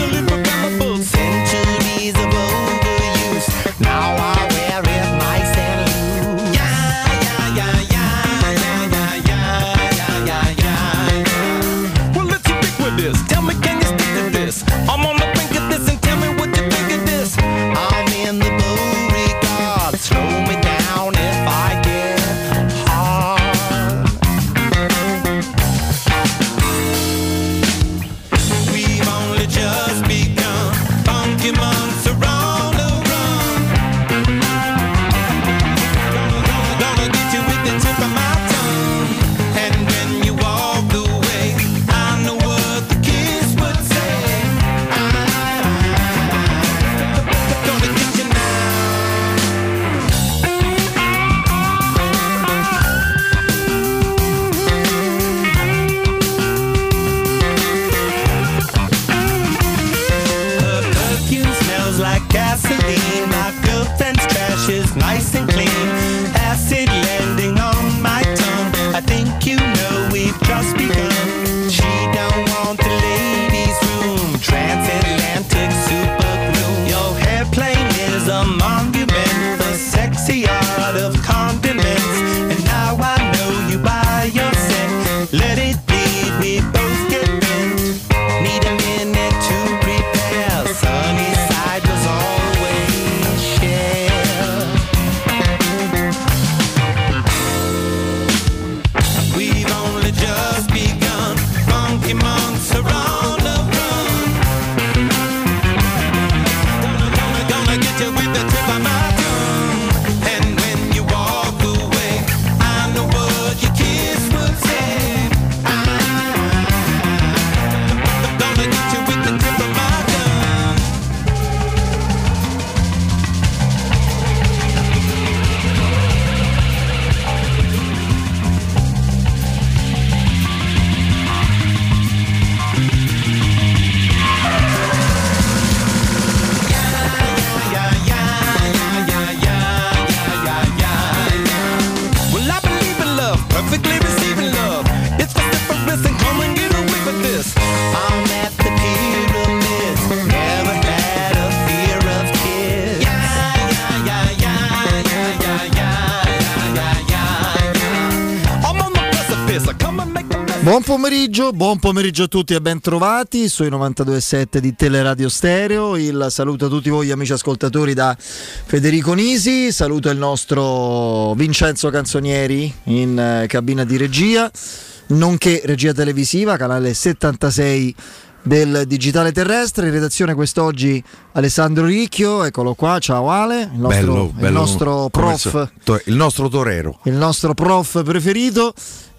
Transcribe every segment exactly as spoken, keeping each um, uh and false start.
Buon pomeriggio, buon pomeriggio a tutti e ben trovati sui novantadue virgola sette di Teleradio Stereo. Il saluto a tutti voi amici ascoltatori da Federico Nisi, saluto il nostro Vincenzo Canzonieri in eh, cabina di regia, nonché regia televisiva, canale settantasei del digitale terrestre. In redazione quest'oggi Alessandro Ricchio, eccolo qua, ciao Ale, il nostro, bello, bello, il nostro prof, il nostro torero, il nostro prof preferito.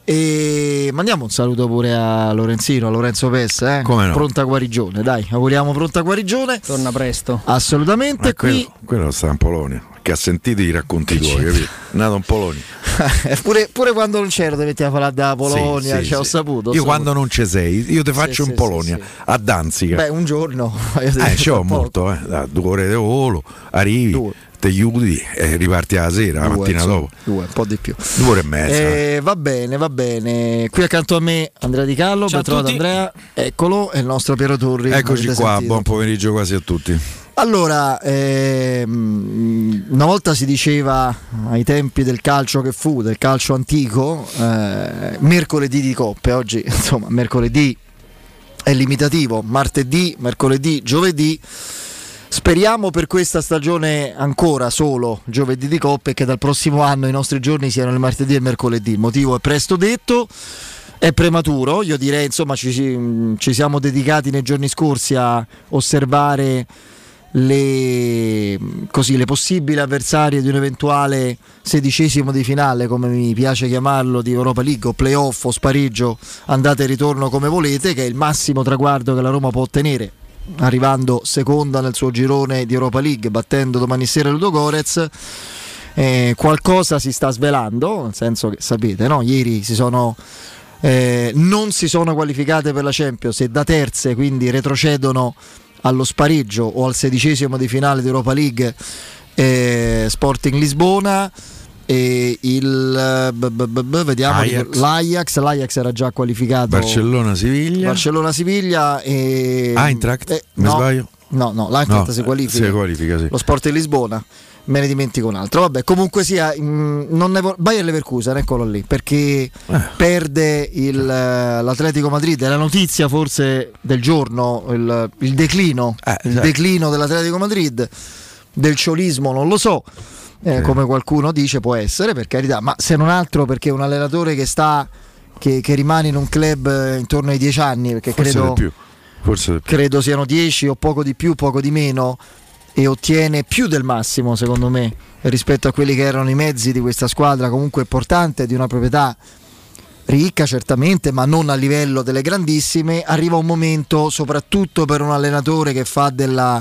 E mandiamo un saluto pure a Lorenzino, a Lorenzo Pessa, eh? Come no? Pronta guarigione, dai, auguriamo pronta guarigione. Torna presto. Assolutamente. Quello, qui quello sta in Polonia, che ha sentito i racconti tuoi, capito? Nato in Polonia. pure, pure quando non c'ero ti metti a parlare della Polonia, sì, sì, cioè, ho sì. saputo. Ho io saputo. Quando non ci sei, io ti faccio sì, in sì, Polonia, sì, sì. a Danzica. Beh, un giorno. Eh, ci ho molto, eh. Da due ore di volo, arrivi. Due. Te chiudi e riparti la sera, la due, mattina insomma, dopo. Due, un po' di più. Due ore e mezza. Eh, va bene, va bene. Qui accanto a me Andrea Di Callo, ben trovato Andrea. Eccolo, è il nostro Piero Torri. Eccoci qua, sentito. buon pomeriggio quasi a tutti. Allora, ehm, una volta si diceva ai tempi del calcio che fu, del calcio antico, eh, mercoledì di coppe. Oggi, insomma, mercoledì è limitativo, martedì, mercoledì, giovedì. Speriamo per questa stagione ancora solo giovedì di coppe e che dal prossimo anno i nostri giorni siano il martedì e il mercoledì. Il motivo è presto detto, è prematuro, io direi, insomma, ci, ci siamo dedicati nei giorni scorsi a osservare le, così, le possibili avversarie di un eventuale sedicesimo di finale, come mi piace chiamarlo, di Europa League o playoff o spareggio, andata e ritorno come volete, che è il massimo traguardo che la Roma può ottenere, arrivando seconda nel suo girone di Europa League, battendo domani sera Ludogorets. Eh, qualcosa si sta svelando, nel senso che sapete, no? Ieri si sono eh, non si sono qualificate per la Champions e da terze quindi retrocedono allo spareggio o al sedicesimo di finale di Europa League, eh, Sporting Lisbona e il b- b- b- vediamo Ajax. l'Ajax l'Ajax era già qualificato. Barcellona Siviglia Barcellona Siviglia e Eintracht eh, mi no, sbaglio? no no l'Eintracht No, si qualifica, si qualifica sì. Lo Sport di Lisbona, me ne dimentico un altro. Vabbè, comunque sia, mh, non ne vo- Bayer Leverkusen, eccolo lì, perché eh. perde il, l'Atletico Madrid. È la notizia forse del giorno, il, il declino, eh, il esatto. declino dell'Atletico Madrid, del ciolismo, non lo so. Eh, come qualcuno dice, può essere, per carità, ma se non altro perché un allenatore che sta che, che rimane in un club intorno ai dieci anni, perché forse credo, più. Forse più. credo siano dieci o poco di più, poco di meno, e ottiene più del massimo secondo me rispetto a quelli che erano i mezzi di questa squadra comunque importante, di una proprietà ricca certamente, ma non a livello delle grandissime. Arriva un momento, soprattutto per un allenatore che fa della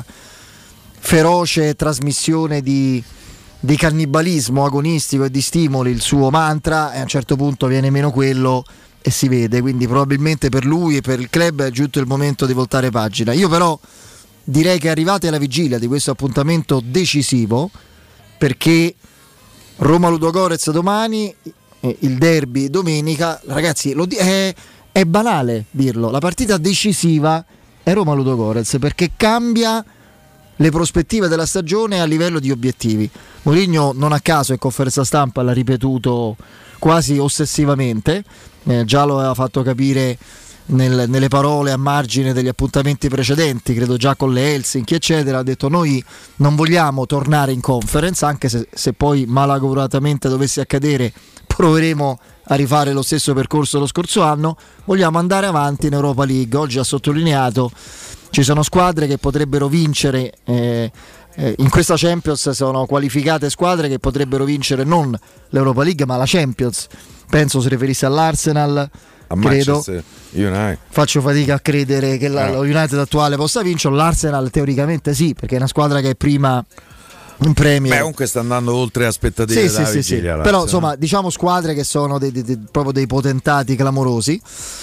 feroce trasmissione di di cannibalismo agonistico e di stimoli il suo mantra, e a un certo punto viene meno quello e si vede, quindi probabilmente per lui e per il club è giunto il momento di voltare pagina. Io però direi che arrivati alla vigilia di questo appuntamento decisivo, perché Roma Ludogorets domani, il derby domenica, ragazzi, lo di- è, è banale dirlo, la partita decisiva è Roma Ludogorets, perché cambia le prospettive della stagione a livello di obiettivi. Mourinho non a caso in conferenza stampa l'ha ripetuto quasi ossessivamente, eh, già lo aveva fatto capire nel, nelle parole a margine degli appuntamenti precedenti, credo già con le Helsinki eccetera. Ha detto: noi non vogliamo tornare in conference, anche se, se poi malauguratamente dovesse accadere proveremo a rifare lo stesso percorso dello scorso anno, vogliamo andare avanti in Europa League. Oggi ha sottolineato ci sono squadre che potrebbero vincere eh, eh, in questa Champions, sono qualificate squadre che potrebbero vincere non l'Europa League ma la Champions. Penso si riferisse all'Arsenal, a credo. United. Faccio fatica a credere che la, lo United attuale possa vincere. L'Arsenal teoricamente sì, perché è una squadra che è prima in Premier. Beh, comunque sta andando oltre aspettative. Sì, sì, sì, sì. Però insomma diciamo squadre che sono dei, dei, dei, proprio dei potentati clamorosi.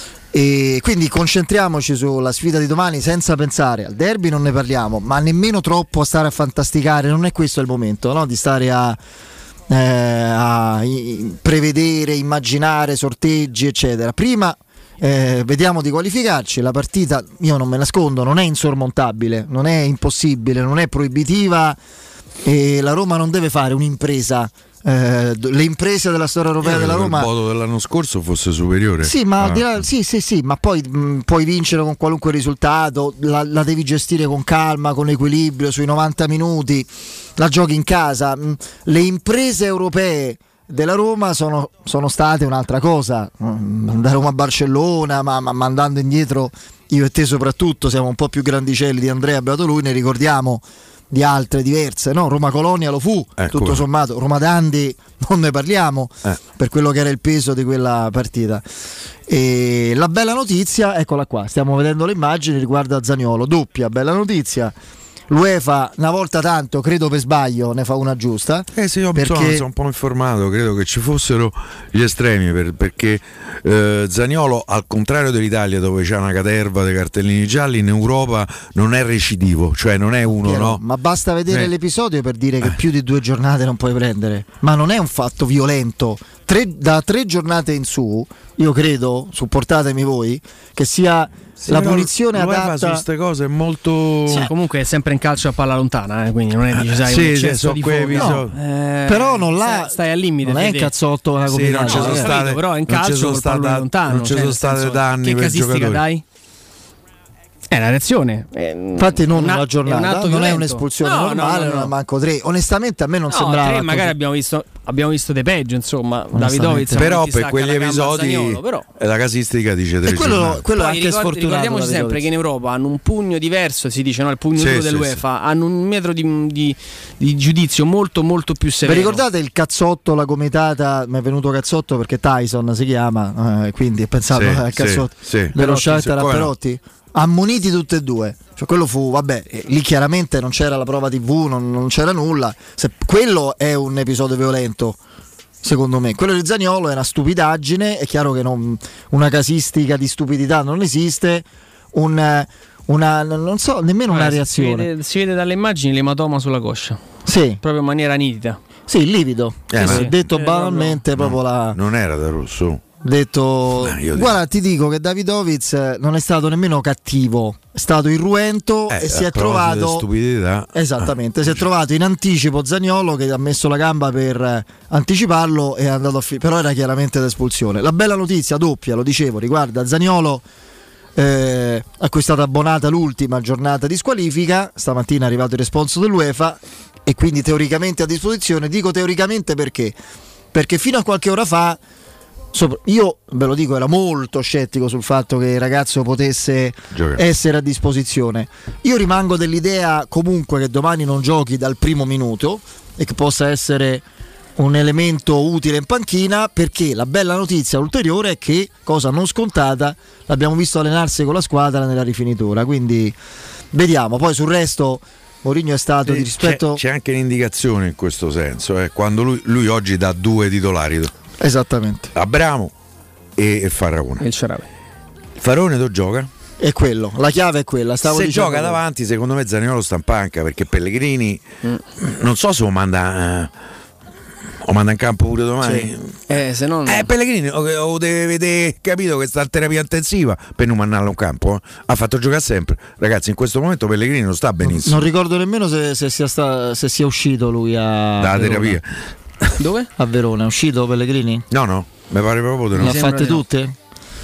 E quindi concentriamoci sulla sfida di domani senza pensare al derby, non ne parliamo, ma nemmeno troppo a stare a fantasticare, non è questo il momento, no? Di stare a, eh, a prevedere, immaginare sorteggi eccetera. Prima eh, vediamo di qualificarci. La partita, io non me nascondo, non è insormontabile, non è impossibile, non è proibitiva, e la Roma non deve fare un'impresa. Eh, le imprese della storia europea della Roma, il voto dell'anno scorso fosse superiore. Sì, ma, ah. là, sì, sì, sì, ma poi mh, puoi vincere con qualunque risultato, la, la devi gestire con calma, con equilibrio, sui novanta minuti, la giochi in casa. Mh, le imprese europee della Roma sono, sono state un'altra cosa. Mh, da Roma a Barcellona, ma, ma mandando indietro io e te soprattutto, siamo un po' più grandicelli di Andrea, beato lui, ne ricordiamo di altre diverse, no? Roma Colonia lo fu, ecco, tutto sommato. Roma Dundee non ne parliamo, eh. per quello che era il peso di quella partita. E la bella notizia, eccola qua, stiamo vedendo le immagini, riguarda Zaniolo, doppia bella notizia. L'UEFA una volta tanto, credo per sbaglio, ne fa una giusta. Eh sì, io perché... sono, sono un po' informato, credo che ci fossero gli estremi per, perché eh, Zaniolo, al contrario dell'Italia dove c'è una caterva dei cartellini gialli, in Europa non è recidivo, cioè non è uno, Piero, no? Ma basta vedere eh. l'episodio per dire che più di due giornate non puoi prendere, ma non è un fatto violento. Tre, da tre giornate in su, io credo, supportatemi voi, che sia sì, la punizione adatta su queste cose è molto. Sì, comunque è sempre in calcio a palla lontana, eh, quindi non è dice, sai, sì, un eccesso sì, di fuoco. No, eh, però non l'ha, stai al limite, non è in cazzotto una sì, non ci sono no, state, capito, però in calcio col pallone lontano, non ci cioè, sono state senso, danni che per casistica giocatori. Dai? È una reazione. Infatti non una, una giornata, è un non è un'espulsione no, normale, no, no, no. non manco tre. Onestamente a me non no, sembrava tre magari così. abbiamo visto abbiamo visto dei peggio, insomma, Davidovic, però per quegli episodi Zaniolo, però. La casistica dice tre. E quello, quello è anche ricordi, sfortunato. Ricordiamoci sempre che in Europa hanno un pugno diverso, si dice, no? Il pugno sì, duro sì, dell'UEFA, sì. hanno un metro di, di, di giudizio molto molto più severo. Vi ricordate il cazzotto, la gomitata? Mi è venuto cazzotto perché Tyson si chiama, eh, quindi pensate sì, al cazzotto sì, sì. dello Shakhtar a sì, Perotti. Ammoniti tutte e due, cioè quello fu, vabbè, eh, lì chiaramente non c'era la prova tivù, non, non c'era nulla. Se, quello è un episodio violento, secondo me. Quello di Zaniolo è una stupidaggine, è chiaro che non, una casistica di stupidità non esiste, un, una, non so nemmeno Guarda, una reazione. Si vede, si vede dalle immagini l'ematoma sulla coscia, sì, proprio in maniera nitida. Sì, livido. Eh, sì, ma- sì, detto eh, banalmente, no, proprio la. non era da rosso. Detto, Eh, io guarda, ti dico che Davidovic non è stato nemmeno cattivo, è stato irruento Eh, e si a è proposito di trovato. stupidità. Esattamente, Ah, si è trovato in anticipo Zaniolo che ha messo la gamba per eh, anticiparlo e è andato a fi- però era chiaramente d'espulsione. La bella notizia doppia, lo dicevo, riguarda Zaniolo, eh, a cui è stata abbonata l'ultima giornata di squalifica. Stamattina è arrivato il responso dell'UEFA e quindi teoricamente a disposizione. Dico teoricamente perché? Perché fino a qualche ora fa sopra- io ve lo dico, ero molto scettico sul fatto che il ragazzo potesse Giocare. essere a disposizione. Io rimango dell'idea comunque che domani non giochi dal primo minuto e che possa essere un elemento utile in panchina, perché la bella notizia ulteriore è che, cosa non scontata, l'abbiamo visto allenarsi con la squadra nella rifinitura, quindi vediamo. Poi sul resto Mourinho è stato Sì, di rispetto. c'è, c'è anche un'indicazione in questo senso, eh, quando lui, lui oggi dà due titolari, Esattamente, Abramo e, e Faraone. Il Shaarawy. Farone dove gioca? è quello, la chiave è quella. Stavo Se dicendo gioca quello. davanti, secondo me Zaniolo sta in panca, perché Pellegrini non so se lo manda eh, lo manda in campo pure domani. Eh, se no. Eh, Pellegrini o, o deve vedere, capito, che sta in terapia intensiva per non mandarlo in campo. eh. Ha fatto giocare sempre. Ragazzi, in questo momento Pellegrini non sta benissimo. Non ricordo nemmeno se, se, sia sta, se sia uscito lui a Dalla Verona. terapia. Dove? A Verona è uscito Pellegrini? No, no, mi pare proprio di Le no. ha sembra fatte di no. tutte?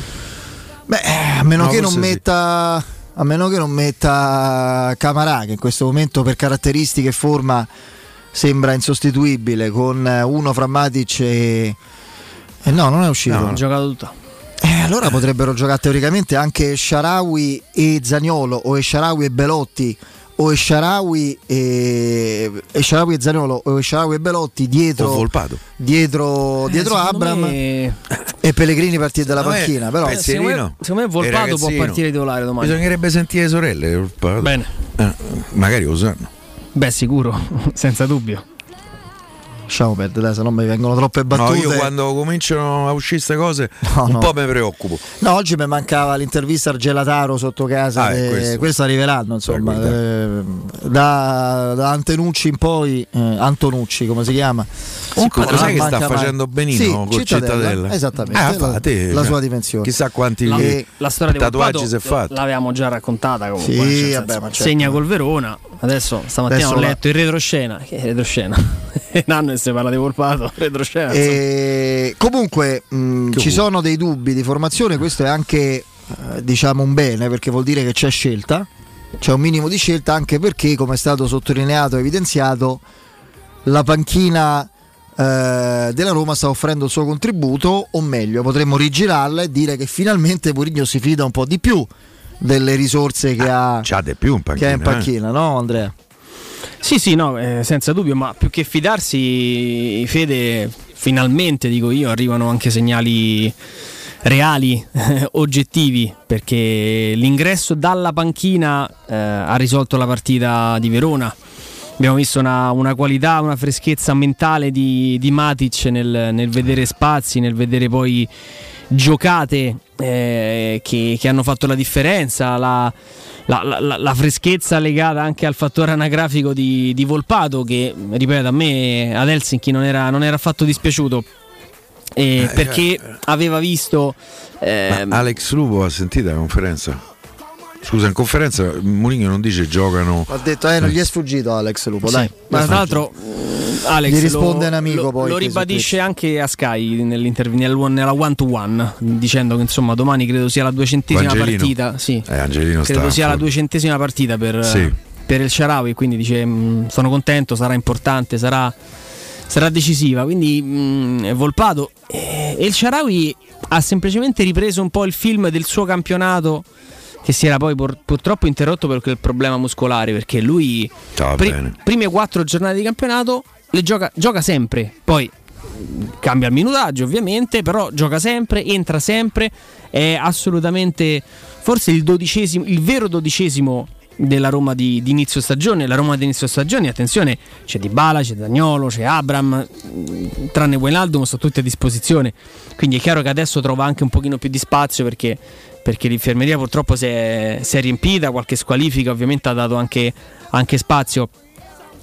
Beh, a meno No, che non forse sì. metta a meno che non metta Camarà, che in questo momento per caratteristiche e forma sembra insostituibile, con uno fra Matic e, e no, non è uscito. No, Ha no. giocato tutto. Eh, allora potrebbero giocare teoricamente anche Shaarawy e Zaniolo, o e Shaarawy e Belotti, o e Shaarawy e, e Shaarawy e Zaniolo, o e Shaarawy e Belotti Ho dietro volpato. dietro, dietro Eh, secondo Abram me- e Pellegrini partire dalla Secondo me- panchina. Però pensi- Secondo me, Pensierino. secondo me E Volpato può ragazzino. partire titolare domani. Bisognerebbe sentire le sorelle. Volpato. Bene. Eh, magari lo sanno. Beh, sicuro, senza dubbio. lasciamo perdere, dai, se no mi vengono troppe No, battute. io quando cominciano a uscire queste cose No, un no. po' mi preoccupo. No, oggi mi mancava l'intervista al Gelataro sotto casa. Ah, è de- questo. questo arriveranno, insomma. Dai, eh, da, da Antenucci in poi, eh, Antonucci come si chiama? Comunque, Sì, lo sai che manca sta mai. facendo benino Sì, con Cittadella? Esattamente, Ah, la, fate, la cioè, sua dimensione. Chissà quanti La, E- la storia di tatuaggi Volpato si è fatto. l'avevamo già raccontata comunque. Sì, nel senso, vabbè, ma certo. segna col Verona. Adesso stamattina Adesso ho la- letto il retroscena. Che è retroscena? Un anno e si parla di Volpato, retroscena. insomma. E comunque mh, Che ci vu- sono dei dubbi di formazione, questo è anche eh, diciamo un bene, perché vuol dire che c'è scelta, c'è un minimo di scelta, anche perché, come è stato sottolineato e evidenziato, la panchina eh, della Roma sta offrendo il suo contributo, o meglio potremmo rigirarla e dire che finalmente Mourinho si fida un po' di più delle risorse che ha, c'ha di più in che ha panchina. in panchina, no Andrea? Sì, sì, no, eh, senza dubbio, ma più che fidarsi, Fede, finalmente dico io, arrivano anche segnali reali, eh, oggettivi, perché l'ingresso dalla panchina eh, ha risolto la partita di Verona. Abbiamo visto una, una qualità, una freschezza mentale di, di Matic nel, nel vedere spazi, nel vedere poi giocate eh, che, che hanno fatto la differenza, la, la, la, la freschezza legata anche al fattore anagrafico di, di Volpato, che ripeto, a me ad Helsinki non era, non era affatto dispiaciuto, eh, Eh, perché eh. aveva visto eh, Ma Alex Lupo ha sentito la conferenza? Scusa, in conferenza Mourinho non dice giocano. Ha detto eh non gli è sfuggito Alex Lupo, sì, dai. ma tra l'altro Alex Gli risponde lo, un amico lo, poi lo qui su ribadisce Twitch. anche a Sky nell'interv- nel- nella one to one, dicendo che insomma domani credo sia la duecentesima Angelino. partita, sì, Eh, Angelino credo sta sia la fuori. duecentesima partita per, Sì. per il Shaarawy, quindi dice mh, sono contento, sarà importante, sarà, sarà decisiva, quindi mh, è Volpato e, e il Shaarawy ha semplicemente ripreso un po' il film del suo campionato, che si era poi pur- purtroppo interrotto per quel problema muscolare, perché lui Stava pri- bene. prime quattro giornate di campionato le gioca, gioca sempre, poi mh, cambia il minutaggio ovviamente, però gioca sempre, entra sempre, è assolutamente forse il dodicesimo, il vero dodicesimo della Roma di, di inizio stagione. La Roma di inizio stagione, attenzione, c'è Dybala, c'è Zaniolo, c'è Abram, mh, tranne Wijnaldum sono tutti a disposizione, quindi è chiaro che adesso trova anche un pochino più di spazio, perché perché l'infermeria purtroppo si è, si è riempita, qualche squalifica ovviamente ha dato anche, anche spazio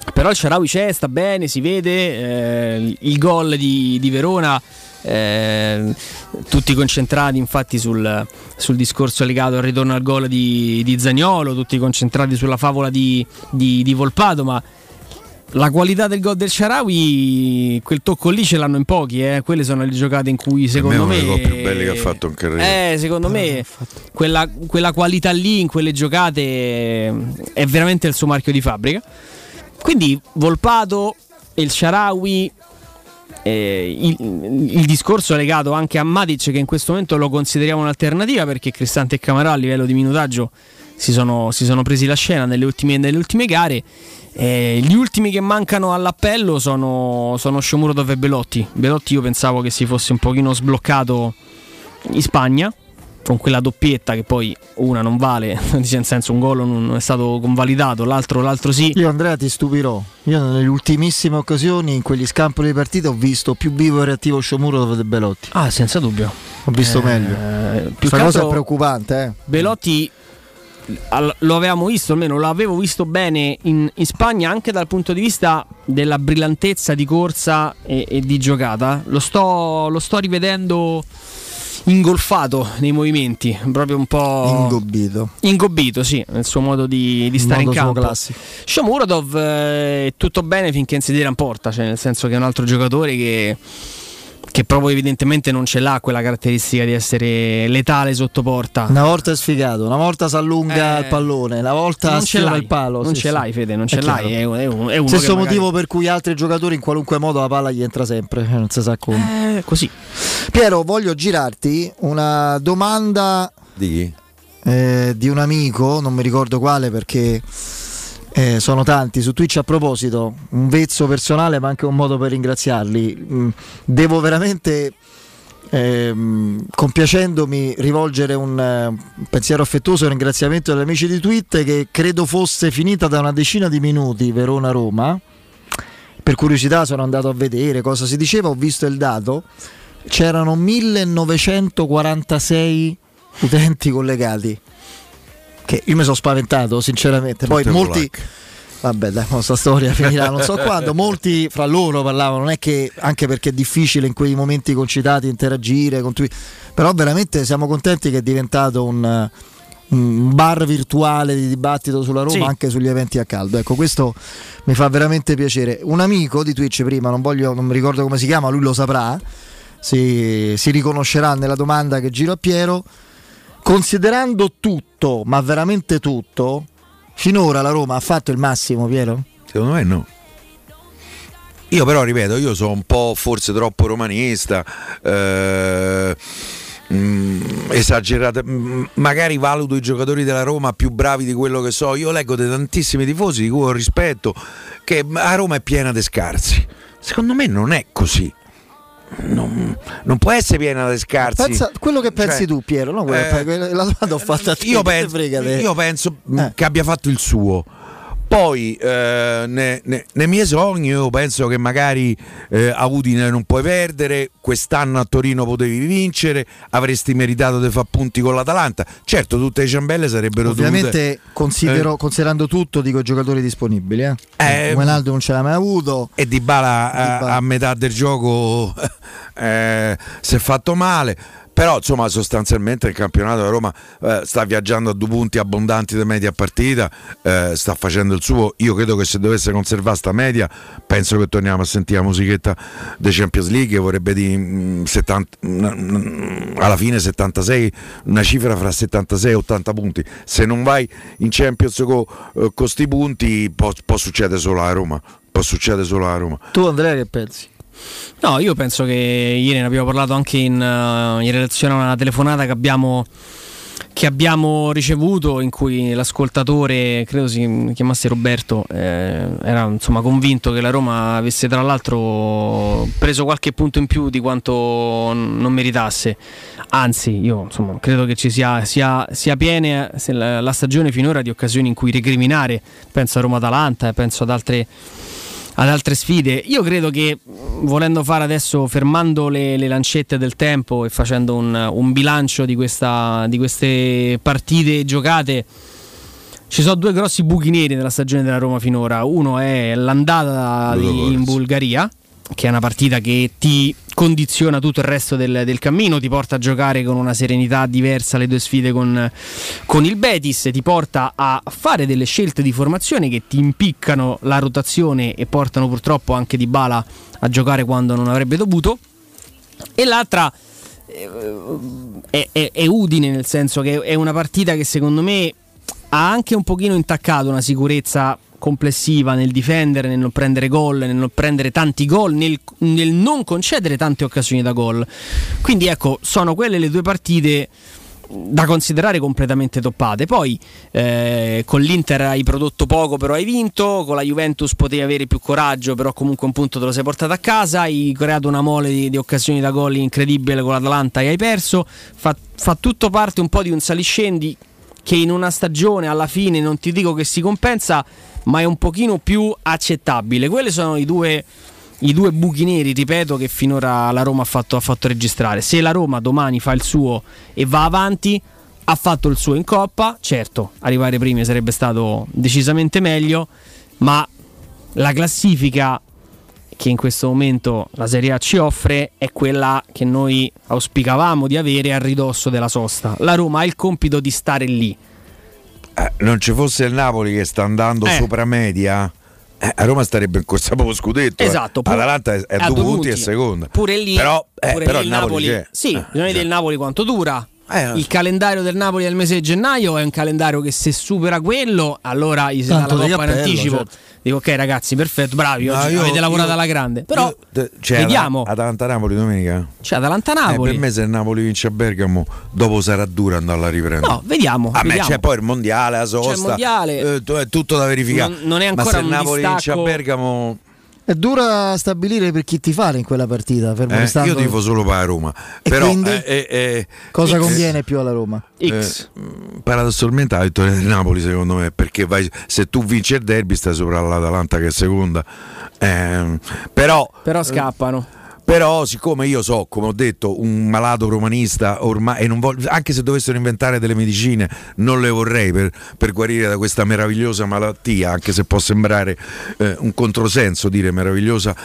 però il Shaarawy c'è, sta bene, si vede, eh, il gol di, di Verona, eh, tutti concentrati infatti sul, sul discorso legato al ritorno al gol di, di Zaniolo, tutti concentrati sulla favola di, di, di Volpato, ma la qualità del gol del Shaarawy, quel tocco lì ce l'hanno in pochi, eh. Quelle sono le giocate in cui secondo me, me è uno dei gol più belli che ha fatto in carriera. Eh, secondo me quella, quella qualità lì in quelle giocate è veramente il suo marchio di fabbrica. Quindi Volpato e il Shaarawy, eh, il, il discorso è legato anche a Matic, che in questo momento lo consideriamo un'alternativa perché Cristante e Camarà a livello di minutaggio si sono, si sono presi la scena nelle ultime, nelle ultime gare. Eh, gli ultimi che mancano all'appello sono, sono Shomurodov e Belotti. Belotti io pensavo che si fosse un pochino sbloccato in Spagna con quella doppietta che poi una non vale, nel senso un gol non è stato convalidato, l'altro, l'altro sì. Io Andrea ti stupirò, io nelle ultimissime occasioni in quegli scampoli di partita ho visto più vivo e reattivo Shomurodov di Belotti. Ah, senza dubbio, ho visto eh, meglio. Questa cosa è preoccupante, eh. Belotti lo avevamo visto, almeno l'avevo visto bene in, in Spagna anche dal punto di vista della brillantezza di corsa e, e di giocata. Lo sto, lo sto rivedendo ingolfato nei movimenti, proprio un po' ingobbito, ingobbito sì, nel suo modo di, di stare in campo. Shomurodov eh, è tutto bene finché si tira in porta, cioè nel senso che è un altro giocatore che che proprio evidentemente non ce l'ha quella caratteristica di essere letale sotto porta. Una volta è sfigato, una volta si allunga eh, il pallone, una volta sfiora il palo. Non sì, ce sì. l'hai, Fede, non ce è l'hai. È, è, un, è uno stesso che motivo magari... per cui altri giocatori in qualunque modo la palla gli entra sempre, non si sa come. Eh, così. Piero, voglio girarti una domanda di chi? Eh, di un amico, non mi ricordo quale perché Eh, sono tanti su Twitch. A proposito, un vezzo personale ma anche un modo per ringraziarli. Mm, devo veramente ehm, compiacendomi rivolgere un eh, pensiero affettuoso e ringraziamento agli amici di Twitch, che credo fosse finita da una decina di minuti Verona-Roma. Per curiosità sono andato a vedere cosa si diceva, ho visto il dato, c'erano millenovecentoquarantasei utenti collegati, che io mi sono spaventato sinceramente. Poi Tutte molti polacche. Vabbè dai, questa storia finirà non so quando. Molti fra loro parlavano, non è che, anche perché è difficile in quei momenti concitati interagire con Twitter, però veramente siamo contenti che è diventato un, un bar virtuale di dibattito sulla Roma, sì, anche sugli eventi a caldo. Ecco, questo mi fa veramente piacere. Un amico di Twitch prima, non voglio, non mi ricordo come si chiama, lui lo saprà, si, si riconoscerà nella domanda che giro a Piero. Considerando tutto, ma veramente tutto, finora la Roma ha fatto il massimo, Piero? Secondo me no. Io però ripeto, io sono un po' forse troppo romanista, eh, mh, esagerato, mh, magari valuto i giocatori della Roma più bravi di quello che so. Io leggo dei tantissimi tifosi di cui ho rispetto che a Roma è piena di scarsi. Secondo me non è così. Non, non può essere piena di scarsi. Pensa, quello che pensi cioè, tu, Piero, no? Eh, la domanda ho fatta a te. Io penso, io penso eh. che abbia fatto il suo. Poi eh, ne, ne, nei miei sogni io penso che magari eh, a Udine non puoi perdere, quest'anno a Torino potevi vincere, avresti meritato di fare punti con l'Atalanta. Certo, tutte le ciambelle sarebbero ovviamente dovute, considero, eh, considerando tutto, dico giocatori disponibili, eh. Eh, Wijnaldum non ce l'ha mai avuto e Dybala, Dybala. A, a metà del gioco eh, si è fatto male. Però insomma sostanzialmente il campionato da Roma eh, sta viaggiando a due punti abbondanti di media partita, eh, sta facendo il suo. Io credo che se dovesse conservare sta media, penso che torniamo a sentire la musichetta dei Champions League, vorrebbe di mh, settanta, mh, alla fine settantasei, una cifra fra settantasei e ottanta punti. Se non vai in Champions con eh, sti punti può, può succedere solo a Roma, può succedere solo a Roma. Tu Andrea che pensi? No, io penso che ieri ne abbiamo parlato anche in, uh, in relazione a una telefonata che abbiamo, che abbiamo ricevuto, in cui l'ascoltatore, credo si chiamasse Roberto, eh, era insomma convinto che la Roma avesse tra l'altro preso qualche punto in più di quanto non meritasse. Anzi, io insomma credo che ci sia, sia, sia piena la, la stagione finora di occasioni in cui recriminare. Penso a Roma-Atalanta, penso ad altre ad altre sfide. Io credo che, volendo fare adesso, fermando le, le lancette del tempo e facendo un, un bilancio di, questa, di queste partite giocate, ci sono due grossi buchi neri nella stagione della Roma finora. Uno è l'andata di, in Bulgaria, che è una partita che ti condiziona tutto il resto del, del cammino, ti porta a giocare con una serenità diversa le due sfide con, con il Betis, ti porta a fare delle scelte di formazione che ti impiccano la rotazione e portano purtroppo anche Dybala a giocare quando non avrebbe dovuto. E l'altra è, è, è Udine, nel senso che è una partita che secondo me ha anche un pochino intaccato una sicurezza complessiva nel difendere, nel non prendere gol, nel non prendere tanti gol, nel, nel non concedere tante occasioni da gol. Quindi ecco, sono quelle le due partite da considerare completamente toppate. Poi eh, con l'Inter hai prodotto poco però hai vinto, con la Juventus potevi avere più coraggio però comunque un punto te lo sei portato a casa, hai creato una mole di, di occasioni da gol incredibile con l'Atalanta e hai perso. Fa, fa tutto parte un po' di un saliscendi che in una stagione alla fine non ti dico che si compensa, ma è un pochino più accettabile. Quelle sono i due, i due buchi neri, ripeto, che finora la Roma ha fatto, ha fatto registrare. Se la Roma domani fa il suo e va avanti, ha fatto il suo in Coppa, certo, arrivare primi sarebbe stato decisamente meglio, ma la classifica che in questo momento la Serie A ci offre è quella che noi auspicavamo di avere a ridosso della sosta. La Roma ha il compito di stare lì. Eh, non ci fosse il Napoli che sta andando eh. sopra media, eh, a Roma starebbe in corsa proprio scudetto. Esatto. Eh. Atalanta è, è a due punti e seconda. Pure lì, però, eh, pure però lì il Napoli, Napoli sì, eh, bisogna vedere cioè. il Napoli quanto dura. Eh, il calendario del Napoli del mese di gennaio è un calendario che se supera quello, allora gli si dà la Coppa in anticipo. Certo. Dico ok ragazzi, perfetto, bravi, no, oggi io, avete lavorato io, alla grande. Però io, c'è vediamo. Atalanta-Napoli domenica? C'è Atalanta-Napoli. Eh, per me se il Napoli vince a Bergamo, dopo sarà dura andare a riprendere. No, vediamo. A vediamo. me c'è poi il mondiale, la sosta. C'è il mondiale. Eh, è tutto da verificare. Non, non è ancora ma se un il Napoli distacco... vince a Bergamo... È dura stabilire per chi tifare in quella partita. Fermo Eh, restando... Io tifo solo per la Roma. E però quindi, eh, eh, eh, cosa X, conviene più alla Roma? X. Eh, paradossalmente la vittoria del Napoli secondo me, perché vai, se tu vinci il derby stai sopra l'Atalanta che è seconda. Eh, però, però scappano. Però siccome io so, come ho detto, un malato romanista ormai, e non voglio, anche se dovessero inventare delle medicine non le vorrei per, per guarire da questa meravigliosa malattia, anche se può sembrare eh, un controsenso dire meravigliosa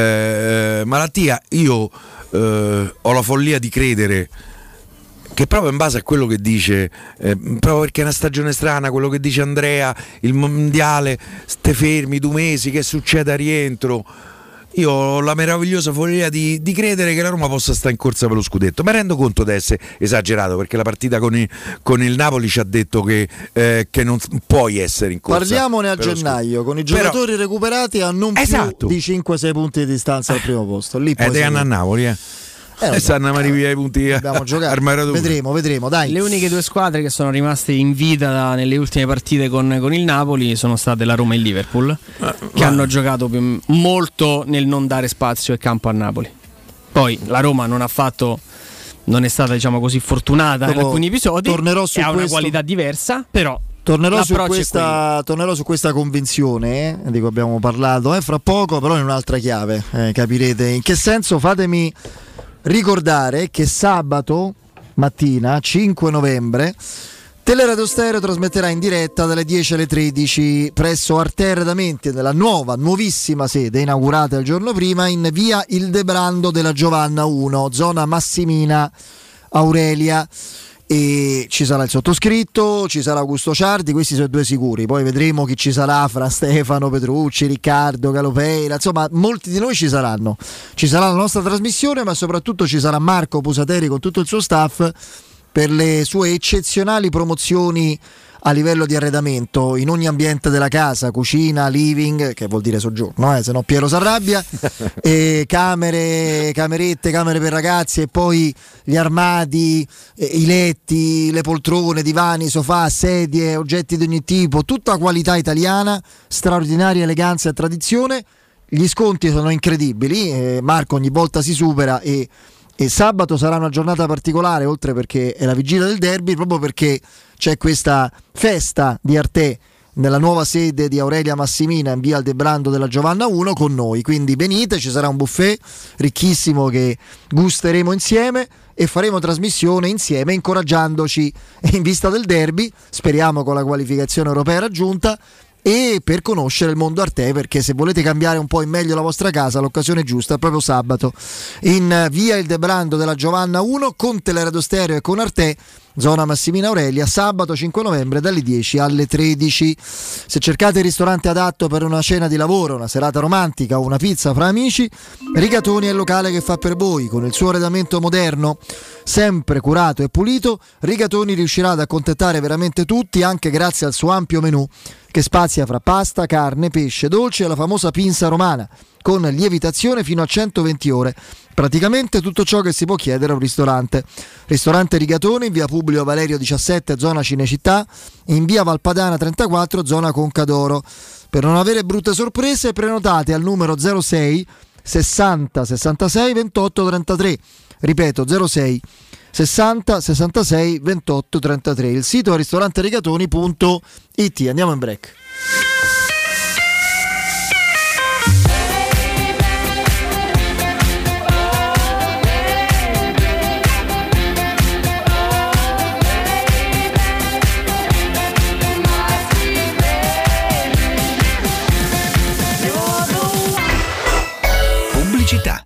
eh, malattia, io eh, ho la follia di credere che proprio in base a quello che dice, eh, proprio perché è una stagione strana, quello che dice Andrea, il mondiale, ste fermi due mesi, che succede a rientro. Io ho la meravigliosa follia di, di credere che la Roma possa stare in corsa per lo scudetto. Mi rendo conto di essere esagerato, perché la partita con il, con il Napoli ci ha detto che, eh, che non puoi essere in corsa. Parliamone a gennaio, con i giocatori Però, recuperati a non esatto. più di cinque sei punti di distanza al primo posto. Lì Ed è a Napoli, eh. Eh, e stanno a via i punti abbiamo giocato. Vedremo, vedremo. Dai. Le uniche due squadre che sono rimaste in vita da, nelle ultime partite con, con il Napoli sono state la Roma e il Liverpool, eh, che ma... hanno giocato più, molto nel non dare spazio e campo a Napoli. Poi la Roma non ha fatto, non è stata diciamo così fortunata Dopo in alcuni episodi, tornerò su e ha questo. una qualità diversa, però Tornerò su, questa, tornerò su questa convinzione eh, di cui abbiamo parlato eh, fra poco, però in un'altra chiave, eh, capirete in che senso. Fatemi ricordare che sabato mattina cinque novembre Teleradio Stereo trasmetterà in diretta dalle dieci alle tredici presso Arte Arredamenti, nella nuova, nuovissima sede inaugurata il giorno prima in via Ildebrando della Giovanna uno, zona Massimina Aurelia. E ci sarà il sottoscritto, ci sarà Augusto Ciardi, questi sono due sicuri, poi vedremo chi ci sarà fra Stefano, Petrucci, Riccardo, Calopeira, insomma molti di noi ci saranno. Ci sarà la nostra trasmissione, ma soprattutto ci sarà Marco Pusateri con tutto il suo staff per le sue eccezionali promozioni a livello di arredamento in ogni ambiente della casa, cucina, living, che vuol dire soggiorno, eh, se no Piero s'arrabbia, e camere, camerette, camere per ragazzi, e poi gli armadi, eh, i letti, le poltrone, divani, sofà, sedie, oggetti di ogni tipo, tutta qualità italiana, straordinaria eleganza e tradizione. Gli sconti sono incredibili, eh, Marco ogni volta si supera e E sabato sarà una giornata particolare, oltre perché è la vigilia del derby, proprio perché c'è questa festa di Arte nella nuova sede di Aurelia Massimina in via Aldebrando della Giovanna uno con noi, quindi venite, ci sarà un buffet ricchissimo che gusteremo insieme e faremo trasmissione insieme incoraggiandoci in vista del derby, speriamo con la qualificazione europea raggiunta, e per conoscere il mondo Arte, perché se volete cambiare un po' in meglio la vostra casa l'occasione giusta è proprio sabato in via Ildebrando della Giovanna uno con Teleradio Stereo e con Arte, zona Massimina Aurelia, sabato cinque novembre dalle dieci alle tredici. Se cercate il ristorante adatto per una cena di lavoro, una serata romantica o una pizza fra amici, Rigatoni è il locale che fa per voi. Con il suo arredamento moderno, sempre curato e pulito, Rigatoni riuscirà ad accontentare veramente tutti, anche grazie al suo ampio menù che spazia fra pasta, carne, pesce, dolci e la famosa pinza romana, con lievitazione fino a centoventi ore. Praticamente tutto ciò che si può chiedere a un ristorante. Ristorante Rigatoni in via Publio Valerio diciassette, zona Cinecittà, in via Valpadana trentaquattro, zona Conca d'Oro. Per non avere brutte sorprese, prenotate al numero zero sei sessanta sessantasei ventotto trentatré. Ripeto, zero sei sessanta sessantasei ventotto trentatré. Il sito è ristoranterigatoni punto it. Andiamo in break. Pubblicità.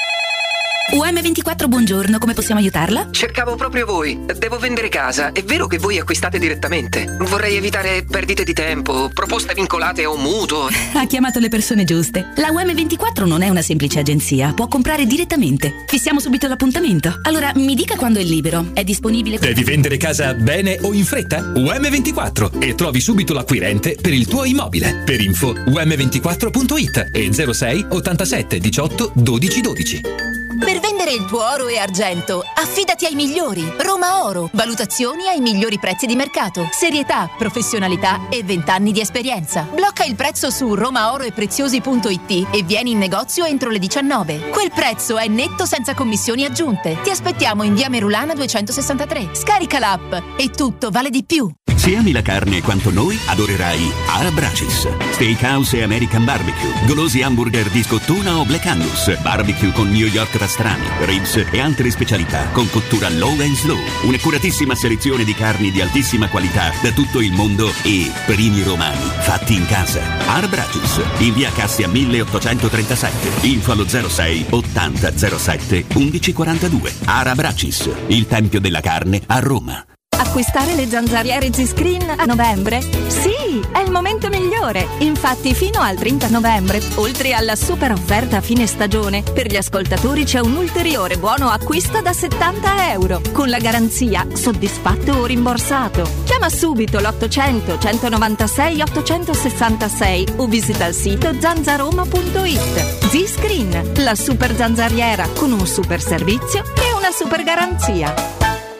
U M ventiquattro, buongiorno, come possiamo aiutarla? Cercavo proprio voi. Devo vendere casa. È vero che voi acquistate direttamente? Vorrei evitare perdite di tempo, proposte vincolate a un mutuo. Ha chiamato le persone giuste. La U M ventiquattro non è una semplice agenzia, può comprare direttamente. Fissiamo subito l'appuntamento. Allora, mi dica quando è libero. È disponibile... Devi vendere casa bene o in fretta? U M ventiquattro e trovi subito l'acquirente per il tuo immobile. Per info u m ventiquattro punto it e zero sei ottantasette diciotto dodici dodici. Per vendere il tuo oro e argento, affidati ai migliori. Roma Oro. Valutazioni ai migliori prezzi di mercato. Serietà, professionalità e vent'anni di esperienza. Blocca il prezzo su romaoroepreziosi punto it e vieni in negozio entro le diciannove. Quel prezzo è netto senza commissioni aggiunte. Ti aspettiamo in via Merulana duecentosessantatré. Scarica l'app e tutto vale di più. Se ami la carne quanto noi, adorerai Arabracis. Steakhouse e American Barbecue. Golosi hamburger di scottuna o Black Angus. Barbecue con New York pastrami, ribs e altre specialità con cottura low and slow. Un'accuratissima selezione di carni di altissima qualità da tutto il mondo e primi romani fatti in casa. Arabracis, in via Cassia milleottocentotrentasette. Info allo zero sei ottanta zero sette undici quarantadue. Arabracis, il tempio della carne a Roma. Acquistare le zanzariere Z-Screen a novembre? Sì, è il momento migliore. Infatti fino al trenta novembre, oltre alla super offerta a fine stagione, per gli ascoltatori c'è un ulteriore buono acquisto da settanta euro, con la garanzia soddisfatto o rimborsato. Chiama subito l'ottocento centonovantasei ottocentosessantasei o visita il sito zanzaroma punto it. Z-Screen, la super zanzariera con un super servizio e una super garanzia.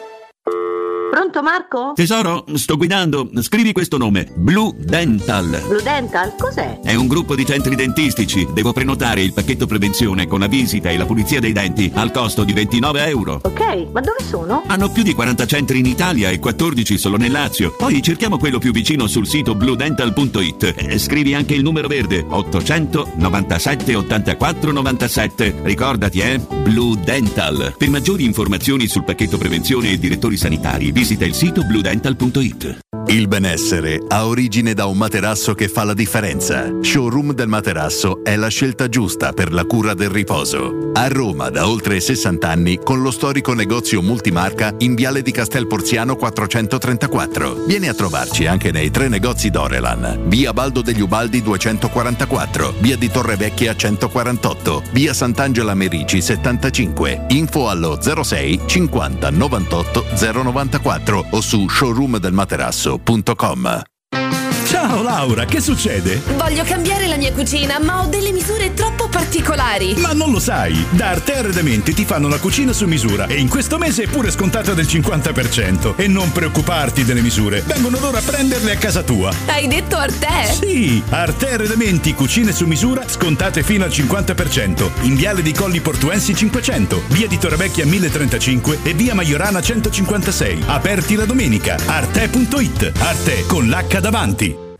Pronto Marco? Tesoro, sto guidando. Scrivi questo nome. Blue Dental. Blue Dental? Cos'è? È un gruppo di centri dentistici. Devo prenotare il pacchetto prevenzione con la visita e la pulizia dei denti al costo di ventinove euro. Ok, ma dove sono? Hanno più di quaranta centri in Italia e quattordici solo nel Lazio. Poi cerchiamo quello più vicino sul sito blue dental punto it. E scrivi anche il numero verde ottocento novantasette ottantaquattro novantasette. Ricordati, eh? Blue Dental. Per maggiori informazioni sul pacchetto prevenzione e direttori sanitari, visita il sito blue dental punto it. Il benessere ha origine da un materasso che fa la differenza. Showroom del Materasso è la scelta giusta per la cura del riposo. A Roma da oltre sessanta anni con lo storico negozio multimarca in Viale di Castel Porziano quattrocentotrentaquattro. Vieni a trovarci anche nei tre negozi Dorelan. Via Baldo degli Ubaldi duecentoquarantaquattro, Via di Torrevecchia centoquarantotto, Via Sant'Angela Merici settantacinque. Info allo zero sei cinquanta novantotto zero novantaquattro o su showroom del materasso punto com. Ciao Laura, che succede? Voglio cambiare la mia cucina, ma ho delle misure troppo particolari. Ma non lo sai, da Arte Arredamenti ti fanno la cucina su misura e in questo mese è pure scontata del cinquanta per cento. E non preoccuparti delle misure, vengono loro a prenderle a casa tua. Hai detto Arte? Sì, Arte Arredamenti, cucine su misura, scontate fino al cinquanta per cento. In Viale dei Colli Portuensi cinquecento, Via di Torrevecchia mille trentacinque e Via Maiorana centocinquantasei. Aperti la domenica. Arte punto it. Arte con l'H davanti.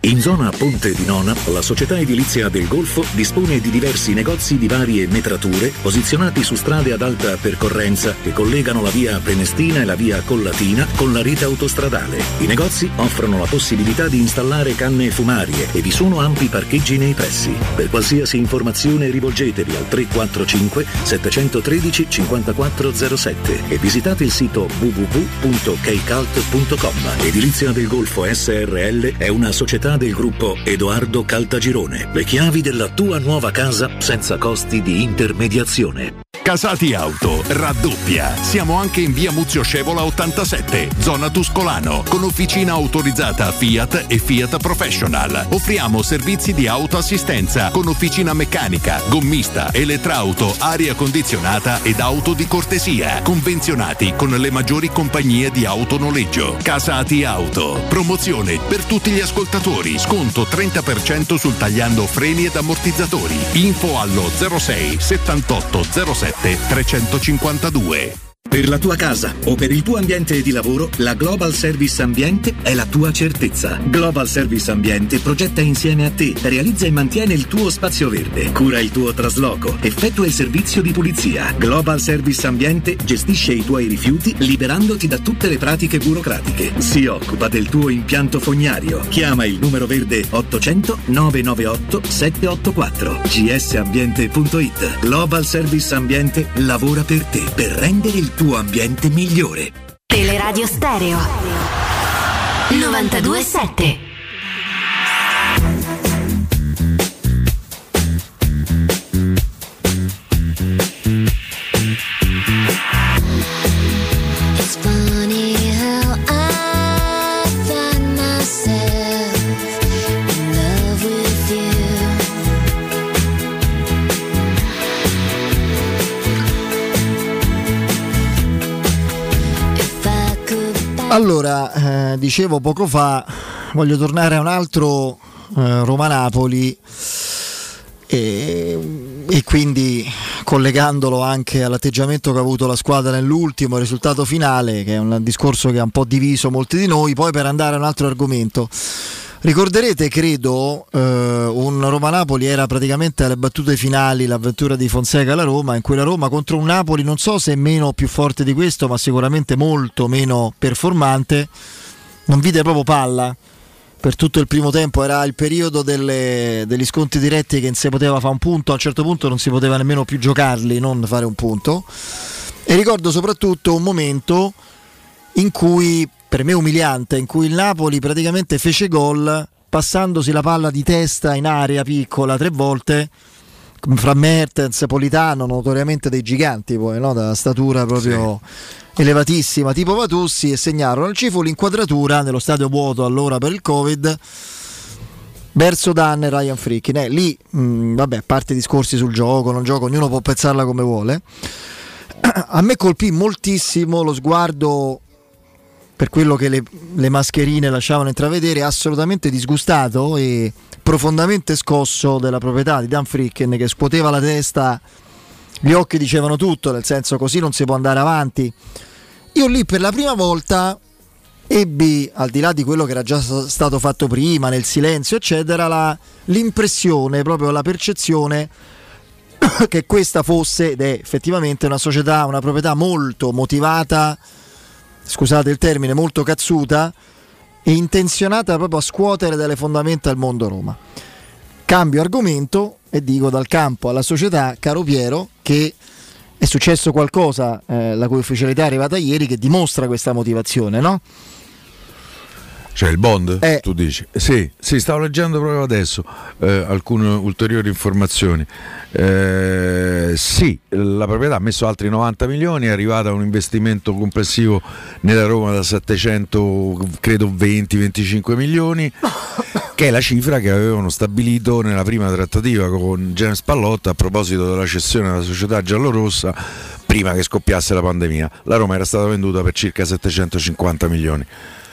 In zona Ponte di Nona, la società edilizia del Golfo dispone di diversi negozi di varie metrature posizionati su strade ad alta percorrenza che collegano la via Prenestina e la via Collatina con la rete autostradale. I negozi offrono la possibilità di installare canne fumarie e vi sono ampi parcheggi nei pressi. Per qualsiasi informazione rivolgetevi al tre quattro cinque sette uno tre cinque quattro zero sette e visitate il sito w w w punto keicalt punto com. Edilizia del Golfo S R L è una società del gruppo Edoardo Caltagirone. Le chiavi della tua nuova casa senza costi di intermediazione. Casati Auto raddoppia. Siamo anche in via Muzio Scevola ottantasette, zona Tuscolano, con officina autorizzata Fiat e Fiat Professional. Offriamo servizi di autoassistenza con officina meccanica, gommista, elettrauto, aria condizionata ed auto di cortesia, convenzionati con le maggiori compagnie di autonoleggio. Casati Auto. Promozione per tutti gli ascoltatori. Sconto trenta per cento sul tagliando freni ed ammortizzatori. Info allo zero sei settantotto zero sette trecentocinquantadue. Per la tua casa o per il tuo ambiente di lavoro, la Global Service Ambiente è la tua certezza. Global Service Ambiente progetta insieme a te, realizza e mantiene il tuo spazio verde, cura il tuo trasloco, effettua il servizio di pulizia. Global Service Ambiente gestisce i tuoi rifiuti liberandoti da tutte le pratiche burocratiche. Si occupa del tuo impianto fognario. Chiama il numero verde ottocento nove nove otto sette otto quattro g s ambiente punto i t. Global Service Ambiente lavora per te, per rendere il tuo ambiente migliore. Teleradio Stereo novantadue sette. It's funny how I find myself in love with you. Allora, eh, dicevo poco fa, voglio tornare a un altro eh, Roma-Napoli e, e quindi collegandolo anche all'atteggiamento che ha avuto la squadra nell'ultimo risultato finale, che è un discorso che ha un po' diviso molti di noi. Poi, per andare a un altro argomento, ricorderete, credo, eh, un Roma-Napoli era praticamente alle battute finali l'avventura di Fonseca alla Roma, in cui la Roma contro un Napoli non so se meno più forte di questo, ma sicuramente molto meno performante, non vide proprio palla per tutto il primo tempo. Era il periodo delle, degli scontri diretti, che non si poteva fare un punto, a un certo punto non si poteva nemmeno più giocarli, non fare un punto. E ricordo soprattutto un momento in cui, per me umiliante, in cui il Napoli praticamente fece gol passandosi la palla di testa in area piccola tre volte, fra Mertens, Politano, notoriamente dei giganti poi, no? Da statura proprio sì, elevatissima, tipo Vatussi, e segnarono al Cifo l'inquadratura nello stadio vuoto allora per il Covid verso Dan e Ryan Frickin. Eh, lì mh, vabbè, a parte i discorsi sul gioco, non gioco, ognuno può pensarla come vuole. A me colpì moltissimo lo sguardo, per quello che le, le mascherine lasciavano intravedere, assolutamente disgustato e profondamente scosso della proprietà di Dan Frickin, che scuoteva la testa, gli occhi dicevano tutto, nel senso, così non si può andare avanti. Io lì per la prima volta ebbi, al di là di quello che era già stato fatto prima, nel silenzio eccetera, la, l'impressione, proprio la percezione che questa fosse, ed è effettivamente, una società, una proprietà molto motivata, scusate il termine, molto cazzuta e intenzionata proprio a scuotere dalle fondamenta il mondo Roma. Cambio argomento e dico, dal campo alla società, caro Piero, che è successo qualcosa, eh, la cui ufficialità è arrivata ieri, che dimostra questa motivazione, no? Cioè il bond, eh. tu dici? Sì, sì, stavo leggendo proprio adesso eh, alcune ulteriori informazioni. Eh, sì, la proprietà ha messo altri novanta milioni, è arrivata a un investimento complessivo nella Roma da settecento, credo venti venticinque milioni, che è la cifra che avevano stabilito nella prima trattativa con James Pallotta a proposito della cessione della società giallorossa prima che scoppiasse la pandemia. La Roma era stata venduta per circa settecentocinquanta milioni.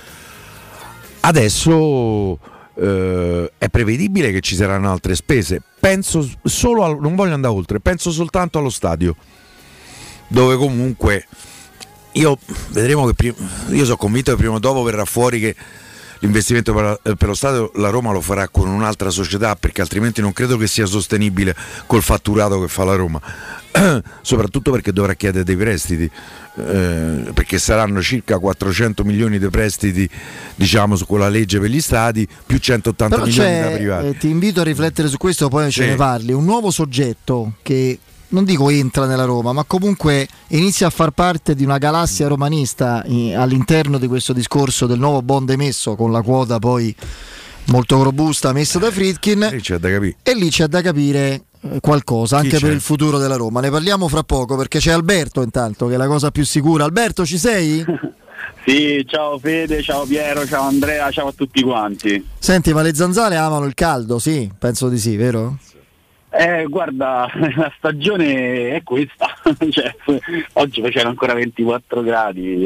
Adesso eh, è prevedibile che ci saranno altre spese. Penso solo al, non voglio andare oltre, penso soltanto allo stadio, dove comunque io vedremo che prima, io sono convinto che prima o dopo verrà fuori che l'investimento per, per lo Stato la Roma lo farà con un'altra società, perché altrimenti non credo che sia sostenibile col fatturato che fa la Roma. Soprattutto perché dovrà chiedere dei prestiti, eh, perché saranno circa quattrocento milioni di prestiti, diciamo, su quella legge per gli stati, più centottanta Però milioni c'è, da privati. eh, ti invito a riflettere su questo, poi Sì. ce ne parli. Un nuovo soggetto che non dico entra nella Roma, ma comunque inizia a far parte di una galassia romanista in, all'interno di questo discorso del nuovo bond emesso, con la quota poi molto robusta messa da Friedkin, Lì c'è da capire. e lì c'è da capire eh, qualcosa Chi anche c'è? per il futuro della Roma. Ne parliamo fra poco, perché c'è Alberto intanto, che è la cosa più sicura. Alberto, ci sei? Sì, ciao Fede, ciao Piero, ciao Andrea, ciao a tutti quanti. Senti, ma le zanzare amano il caldo? Sì, penso di sì, vero? Eh, guarda, la stagione è questa, cioè, oggi facevano ancora ventiquattro gradi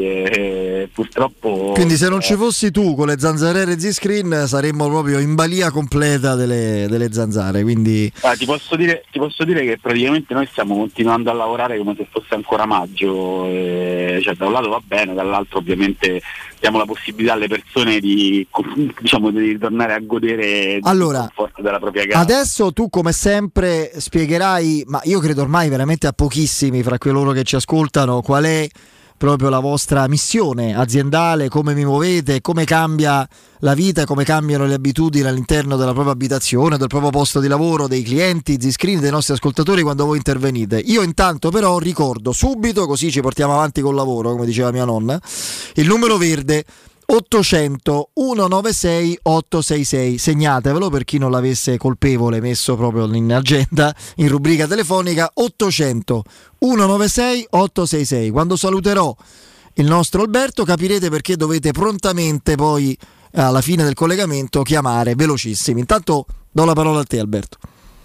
e purtroppo... Quindi se non ci fossi tu con le zanzariere Z-Screen saremmo proprio in balia completa delle, delle zanzare, quindi... Ah, ti, posso dire, ti posso dire che praticamente noi stiamo continuando a lavorare come se fosse ancora maggio, eh, cioè da un lato va bene, dall'altro ovviamente diamo la possibilità alle persone di, diciamo, di ritornare a godere Allora, del conforto della propria casa. adesso tu come sempre spiegherai, ma io credo ormai veramente a pochissimi fra coloro che ci ascoltano, qual è proprio la vostra missione aziendale, come vi muovete, come cambia la vita, come cambiano le abitudini all'interno della propria abitazione, del proprio posto di lavoro, dei clienti, Z-Screen, dei nostri ascoltatori quando voi intervenite. Io intanto però ricordo subito, così ci portiamo avanti col lavoro, come diceva mia nonna, il numero verde ottocento centonovantasei ottocentosessantasei. Segnatevelo per chi non l'avesse colpevole messo proprio in agenda, in rubrica telefonica. Ottocento centonovantasei ottocentosessantasei. Quando saluterò il nostro Alberto capirete perché dovete prontamente poi alla fine del collegamento chiamare velocissimi. Intanto do la parola a te, Alberto.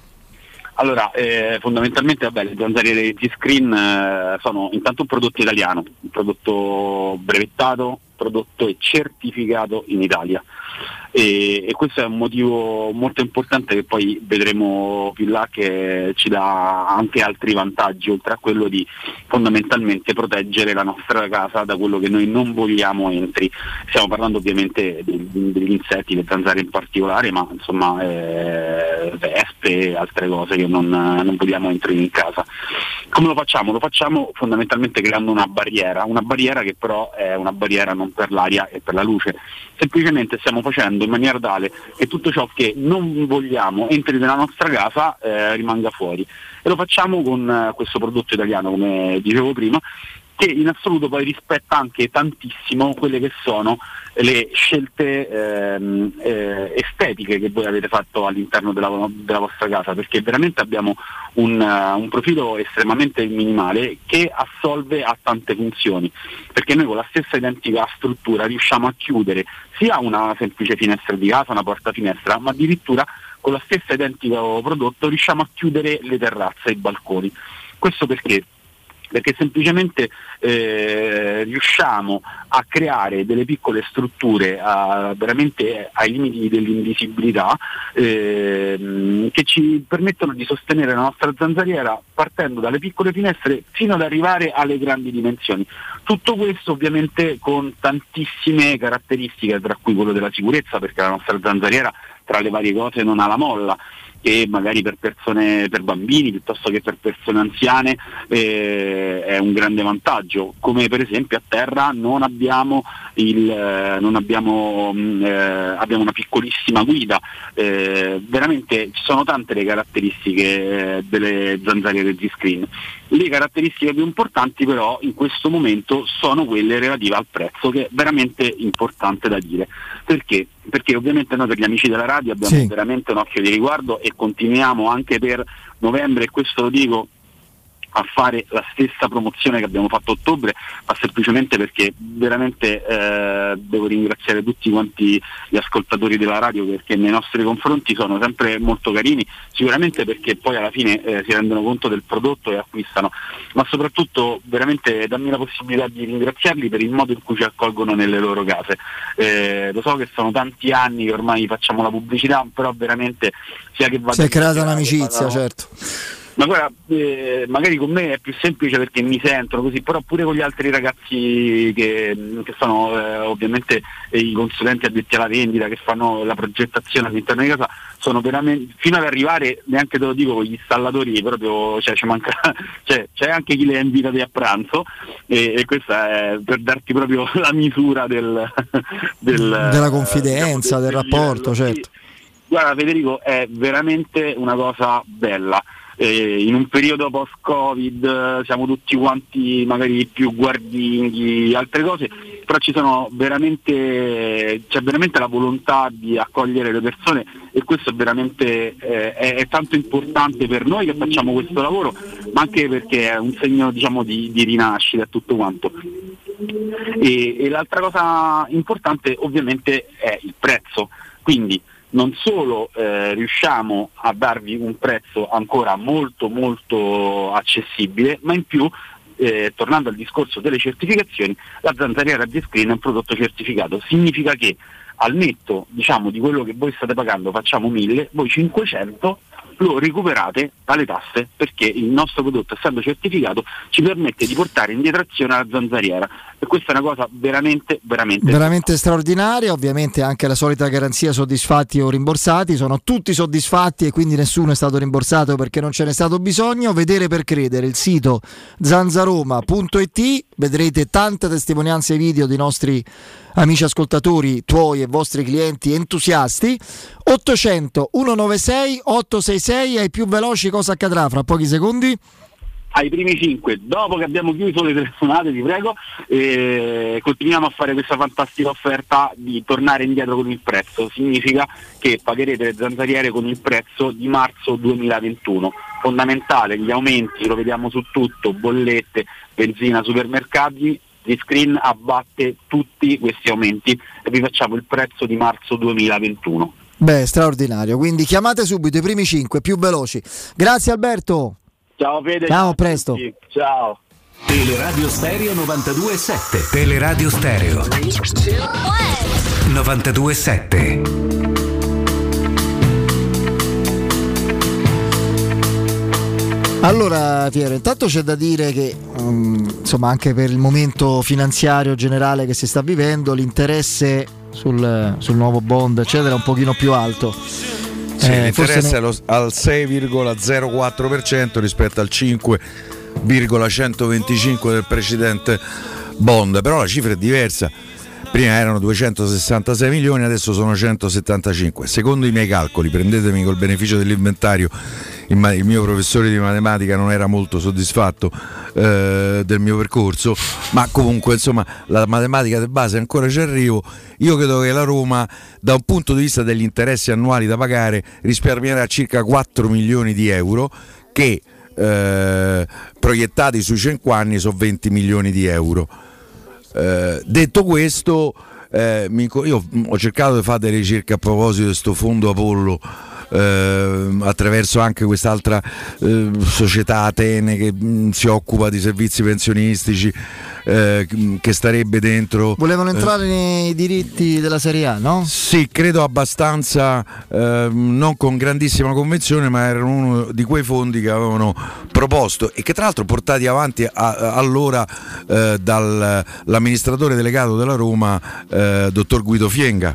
Allora, eh, fondamentalmente vabbè, le zanzariere Z-Screen eh, sono intanto un prodotto italiano, un prodotto brevettato, prodotto e certificato in Italia, e, e questo è un motivo molto importante che poi vedremo più là, che ci dà anche altri vantaggi, oltre a quello di fondamentalmente proteggere la nostra casa da quello che noi non vogliamo entri. Stiamo parlando ovviamente degli, degli insetti, le zanzare in particolare, ma insomma eh, vespe e altre cose che non, non vogliamo entri in casa. Come lo facciamo? Lo facciamo fondamentalmente creando una barriera, una barriera che però è una barriera non per l'aria e per la luce, semplicemente stiamo facendo in maniera tale che tutto ciò che non vogliamo entri nella nostra casa eh, rimanga fuori, e lo facciamo con eh, questo prodotto italiano, come dicevo prima, che in assoluto poi rispetta anche tantissimo quelle che sono le scelte ehm, eh, estetiche che voi avete fatto all'interno della, della vostra casa, perché veramente abbiamo un, uh, un profilo estremamente minimale che assolve a tante funzioni, perché noi con la stessa identica struttura riusciamo a chiudere sia una semplice finestra di casa, una porta finestra, ma addirittura con la stessa identico prodotto riusciamo a chiudere le terrazze e i balconi. Questo perché? Perché semplicemente eh, riusciamo a creare delle piccole strutture a, veramente ai limiti dell'invisibilità eh, che ci permettono di sostenere la nostra zanzariera partendo dalle piccole finestre fino ad arrivare alle grandi dimensioni. Tutto questo ovviamente con tantissime caratteristiche, tra cui quello della sicurezza, perché la nostra zanzariera tra le varie cose non ha la molla, che magari per persone, per bambini piuttosto che per persone anziane eh, è un grande vantaggio. Come per esempio a terra non abbiamo il eh, non abbiamo eh, abbiamo una piccolissima guida, eh, veramente ci sono tante le caratteristiche eh, delle zanzariere Z-Screen. Le caratteristiche più importanti però in questo momento sono quelle relative al prezzo, che è veramente importante da dire. Perché? Perché ovviamente noi per gli amici della radio abbiamo Sì. veramente un occhio di riguardo e continuiamo anche per novembre, e questo lo dico, a fare la stessa promozione che abbiamo fatto a ottobre, ma semplicemente perché veramente eh, devo ringraziare tutti quanti gli ascoltatori della radio, perché nei nostri confronti sono sempre molto carini, sicuramente perché poi alla fine eh, si rendono conto del prodotto e acquistano, ma soprattutto veramente dammi la possibilità di ringraziarli per il modo in cui ci accolgono nelle loro case. Eh, lo so che sono tanti anni che ormai facciamo la pubblicità, però veramente sia che vada Si è creata in- un'amicizia, vada- certo. Ma guarda, eh, magari con me è più semplice perché mi sentono così, però pure con gli altri ragazzi che, che sono eh, ovviamente eh, i consulenti addetti alla vendita, che fanno la progettazione all'interno di casa, sono veramente, fino ad arrivare, neanche te lo dico, con gli installatori proprio, cioè ci manca, cioè, c'è anche chi le ha invitati a pranzo, e, e questa è per darti proprio la misura del, del della confidenza, diciamo, del, del rapporto, livello. certo. Guarda Federico, è veramente una cosa bella. Eh, in un periodo post-Covid eh, siamo tutti quanti magari più guardinghi, altre cose, però ci sono veramente, c'è veramente la volontà di accogliere le persone, e questo è veramente eh, è, è tanto importante per noi che facciamo questo lavoro, ma anche perché è un segno, diciamo, di, di rinascita e tutto quanto. E, e l'altra cosa importante ovviamente è il prezzo, quindi non solo eh, riusciamo a darvi un prezzo ancora molto molto accessibile, ma in più, eh, tornando al discorso delle certificazioni, la zanzariera Z-Screen è un prodotto certificato. Significa che al netto, diciamo, di quello che voi state pagando, facciamo mille, voi cinquecento lo recuperate dalle tasse, perché il nostro prodotto, essendo certificato, ci permette di portare in detrazione la zanzariera, e questa è una cosa veramente veramente veramente straordinaria. Ovviamente anche la solita garanzia soddisfatti o rimborsati, sono tutti soddisfatti e quindi nessuno è stato rimborsato perché non ce n'è stato bisogno. Vedere per credere, il sito zanzaroma punto it, vedrete tante testimonianze video di nostri amici ascoltatori, tuoi e vostri clienti entusiasti. Ottocento centonovantasei ottocentosessantasei, ai più veloci cosa accadrà fra pochi secondi? Ai primi cinque, dopo che abbiamo chiuso le telefonate, ti prego, eh, continuiamo a fare questa fantastica offerta di tornare indietro con il prezzo. Significa che pagherete le zanzariere con il prezzo di marzo duemilaventuno. Fondamentale, gli aumenti lo vediamo su tutto, bollette, benzina, supermercati. Z-Screen abbatte tutti questi aumenti e vi facciamo il prezzo di marzo duemilaventuno. Beh, straordinario, quindi chiamate subito i primi cinque più veloci. Grazie Alberto. Ciao Fede. Ciao, presto. Ciao. Teleradio Stereo novantadue virgola sette. Teleradio Stereo novantadue virgola sette. Allora Piero, intanto c'è da dire che um, insomma, anche per il momento finanziario generale che si sta vivendo, l'interesse sul, sul nuovo bond eccetera è un pochino più alto. Sì, eh, l'interesse ne... è lo, al sei virgola zero quattro per cento rispetto al cinque virgola centoventicinque del precedente bond, però la cifra è diversa. Prima erano duecentosessantasei milioni, adesso sono centosettantacinque. Secondo i miei calcoli, prendetemi col beneficio dell'inventario, il, ma- il mio professore di matematica non era molto soddisfatto eh, del mio percorso, ma comunque insomma la matematica di base ancora ci arrivo. Io credo che la Roma, da un punto di vista degli interessi annuali da pagare, risparmierà circa quattro milioni di euro, che eh, proiettati sui cinque anni sono venti milioni di euro. Eh, detto questo, eh, mi, io ho cercato di fare delle ricerche a proposito di questo fondo Apollo, eh, attraverso anche quest'altra eh, società Atene che mh, si occupa di servizi pensionistici, eh, che starebbe dentro. Volevano eh, entrare nei diritti della Serie A, no? Sì, credo abbastanza, eh, non con grandissima convenzione, ma erano uno di quei fondi che avevano proposto e che tra l'altro portati avanti a, a, allora eh, dall'amministratore delegato della Roma, eh, dottor Guido Fienga,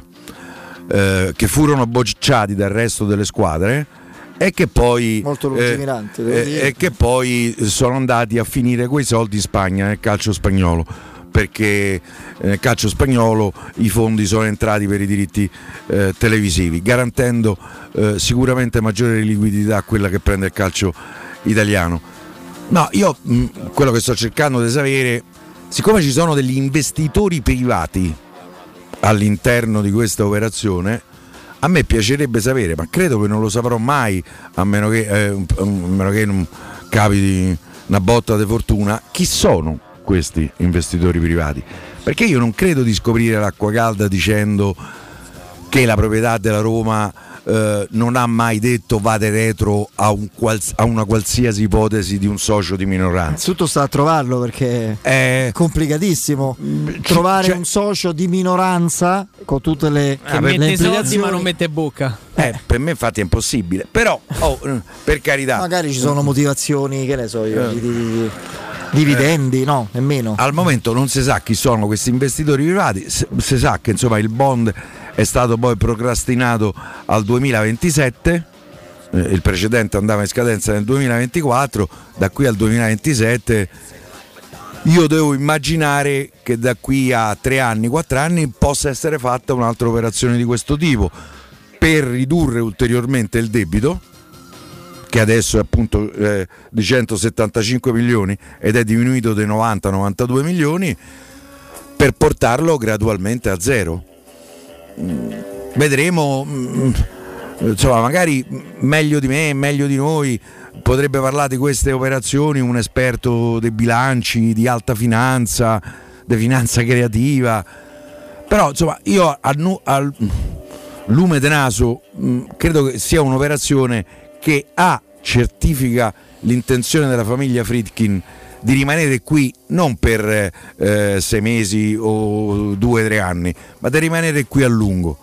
eh, che furono bocciati dal resto delle squadre e che poi molto lungimirante, devo eh, dire. e che poi sono andati a finire quei soldi in Spagna, nel calcio spagnolo, perché nel calcio spagnolo i fondi sono entrati per i diritti eh, televisivi, garantendo eh, sicuramente maggiore liquidità a quella che prende il calcio italiano. No, io mh, quello che sto cercando di sapere, siccome ci sono degli investitori privati all'interno di questa operazione, a me piacerebbe sapere, ma credo che non lo saprò mai, a meno che, eh, a meno che non capiti una botta di fortuna, chi sono questi investitori privati, perché io non credo di scoprire l'acqua calda dicendo che la proprietà della Roma eh, non ha mai detto vade retro a, un quals- a una qualsiasi ipotesi di un socio di minoranza. Tutto sta a trovarlo, perché è complicatissimo trovare cioè, un socio di minoranza con tutte le, che le mette soldi implicazioni. ma non mette bocca. Eh, per me infatti è impossibile, però oh, per carità, magari ci sono motivazioni, che ne so io, di, di dividendi, eh, no, nemmeno. Al momento non si sa chi sono questi investitori privati, si, si sa che insomma il bond è stato poi procrastinato al duemilaventisette, eh, il precedente andava in scadenza nel duemilaventiquattro, da qui al duemilaventisette io devo immaginare che da qui a tre anni, quattro anni possa essere fatta un'altra operazione di questo tipo per ridurre ulteriormente il debito, che adesso è appunto eh, di centosettantacinque milioni ed è diminuito dai novanta novantadue milioni, per portarlo gradualmente a zero. Mm, vedremo, mm, insomma, magari meglio di me, meglio di noi potrebbe parlare di queste operazioni un esperto dei bilanci, di alta finanza, di finanza creativa, però insomma io al, al lume de naso mh, credo che sia un'operazione che A certifica l'intenzione della famiglia Friedkin di rimanere qui non per eh, sei mesi o due o tre anni, ma di rimanere qui a lungo,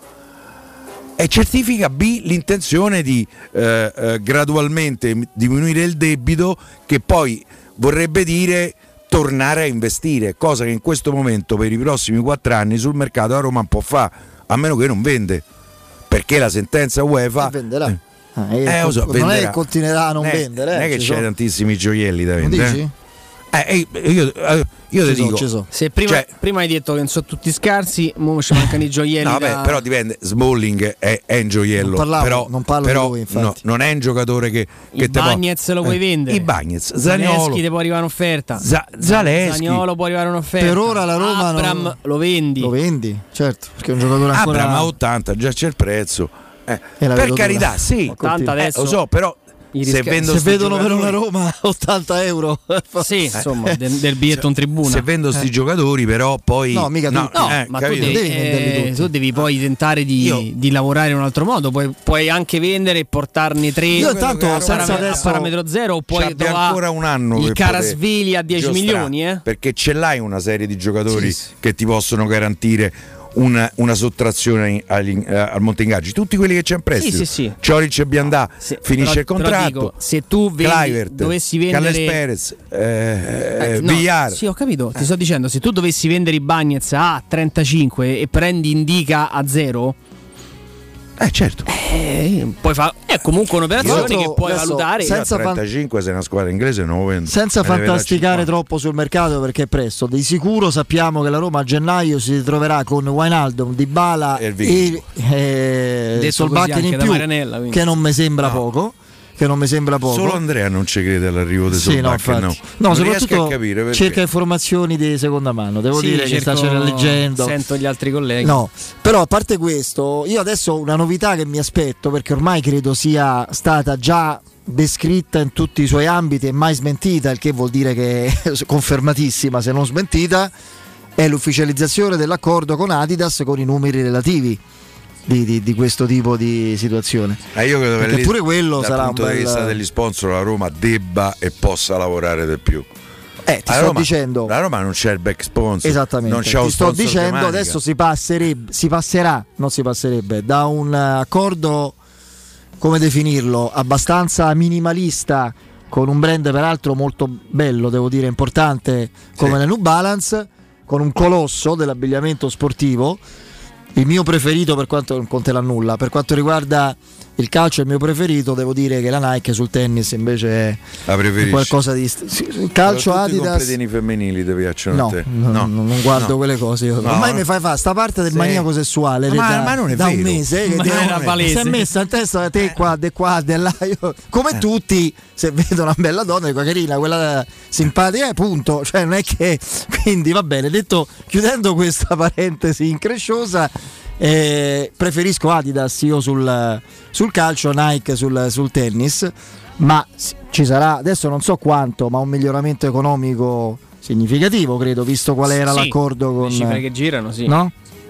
e certifica B l'intenzione di eh, eh, gradualmente diminuire il debito, che poi vorrebbe dire tornare a investire, cosa che in questo momento per i prossimi quattro anni sul mercato a Roma non può fare, a meno che non vende, perché la sentenza UEFA e venderà. Eh, Ah, e eh, lo so, non venderà. è che continuerà a non Eh, vendere, eh, non è che ci c'è sono. tantissimi gioielli da Non vendere. dici? Eh, eh, io eh, io ti Ci sono, dico, ci sono. Se prima, cioè- prima hai detto che non sono tutti scarsi, mo ci mancano i gioielli. no, da... beh, però dipende. Smalling è, è un gioiello, Non parlavo- però, non parlo però di lui, infatti. no, non è un giocatore che, che I te può- Bagnez lo puoi eh, vendere. I Bagnez, Zaleschi Zaniolo, ti può arrivare un'offerta. Za- Zaleschi. Zaniolo può arrivare un'offerta. Per ora la Roma Abram non- lo vendi. Lo vendi, certo, perché è un giocatore ancora. Abram a ottanta, già c'è il prezzo. Eh, E la per vedo carità, dura. sì, ottanta eh, adesso. lo so, però I se, risca- vendo Se sti vedono per una giocatori- Roma ottanta euro, Sì, insomma, del, del biglietto in tribuna. se vendo sti giocatori, però poi No, mica tutti. No, eh, ma tu capito? devi, Devi venderli eh, tutti. tu devi poi tentare di, Io- di lavorare in un altro modo. Puoi, puoi anche vendere e portarne tre Io a intanto che senza parametro, adesso a parametro zero, o Ci puoi abbia trovare ancora un anno il per Karasvili a dieci poter giostrare, milioni, eh? perché ce l'hai una serie di giocatori Sì, sì. che ti possono garantire una, una sottrazione agli- eh, al monte ingaggi, tutti quelli che c'è in prestito. Sì, sì, sì. Cioric e Biandà, Se- finisce però- il però contratto. dico, se tu vendi, Kluivert, dovessi vendere Carles Perez, eh, Eh, no, Villar. sì, ho capito, ti sto dicendo, se tu dovessi vendere i Bagnez a trentacinque e prendi Indica a zero, Eh certo. eh, puoi fa- è comunque un'operazione Tra l'altro, che puoi adesso, valutare. senza- Io a fan- trentacinque se è una squadra inglese non lo vendo. senza Me ne vedo a fantasticare cinquanta. troppo sul mercato, perché è presto. Di sicuro sappiamo che la Roma a gennaio si ritroverà con Wijnaldum, Dybala E il e Viking. eh, Detto Solbakken così in anche da più, Marianella, quindi. che non mi sembra No. poco. Che non mi sembra poco. Solo Andrea non ci crede all'arrivo di Sì, no, Solbakken, infatti. no. No, Non riesco soprattutto a capire perché. cerca informazioni di seconda mano. Devo Sì, dire che cerco- sta leggendo. Sento gli altri colleghi. No, però a parte questo, io adesso ho una novità che mi aspetto, perché ormai credo sia stata già descritta in tutti i suoi ambiti e mai smentita, il che vuol dire che è confermatissima se non smentita, è l'ufficializzazione dell'accordo con Adidas con i numeri relativi di, di- di questo tipo di situazione. Eh, io credo che Perché lì, pure quello dal sarà punto un di bel- vista degli sponsor, la Roma debba e possa lavorare di più. Eh, ti La sto Roma- dicendo. la Roma non c'è il back sponsor, Esattamente, non c'è ti lo sto sponsor dicendo tematica. adesso si passerebbe, si passerà, non si passerebbe da un eh, accordo, come definirlo, abbastanza minimalista, con un brand peraltro molto bello, devo dire importante, come Sì. la New Balance, con un colosso dell'abbigliamento sportivo. Il mio preferito, per quanto non conterà nulla, per quanto riguarda il calcio, il mio preferito, devo dire che la Nike sul tennis invece è La preferisci? qualcosa di st- sì, il calcio Soprattutto i Adidas. completini femminili ti piacciono No, a te? no, no, non guardo No. quelle cose. Io. No. Ormai mi fai fare sta parte del Sì. maniaco sessuale Ma- da, ma non è da un vero. mese che Ma ti- era palese. si è messa in testa te qua, de qua, de là. Io- come Eh. tutti, se vedo una bella donna, dico carina, quella simpatica, eh, punto. Cioè, non è che. Quindi va bene. Detto, chiudendo questa parentesi incresciosa. Eh, preferisco Adidas io sul, sul calcio, Nike sul, sul tennis, ma ci sarà adesso non so quanto, ma un miglioramento economico significativo, credo, visto qual era Sì, l'accordo con le cifre che girano, sì. no?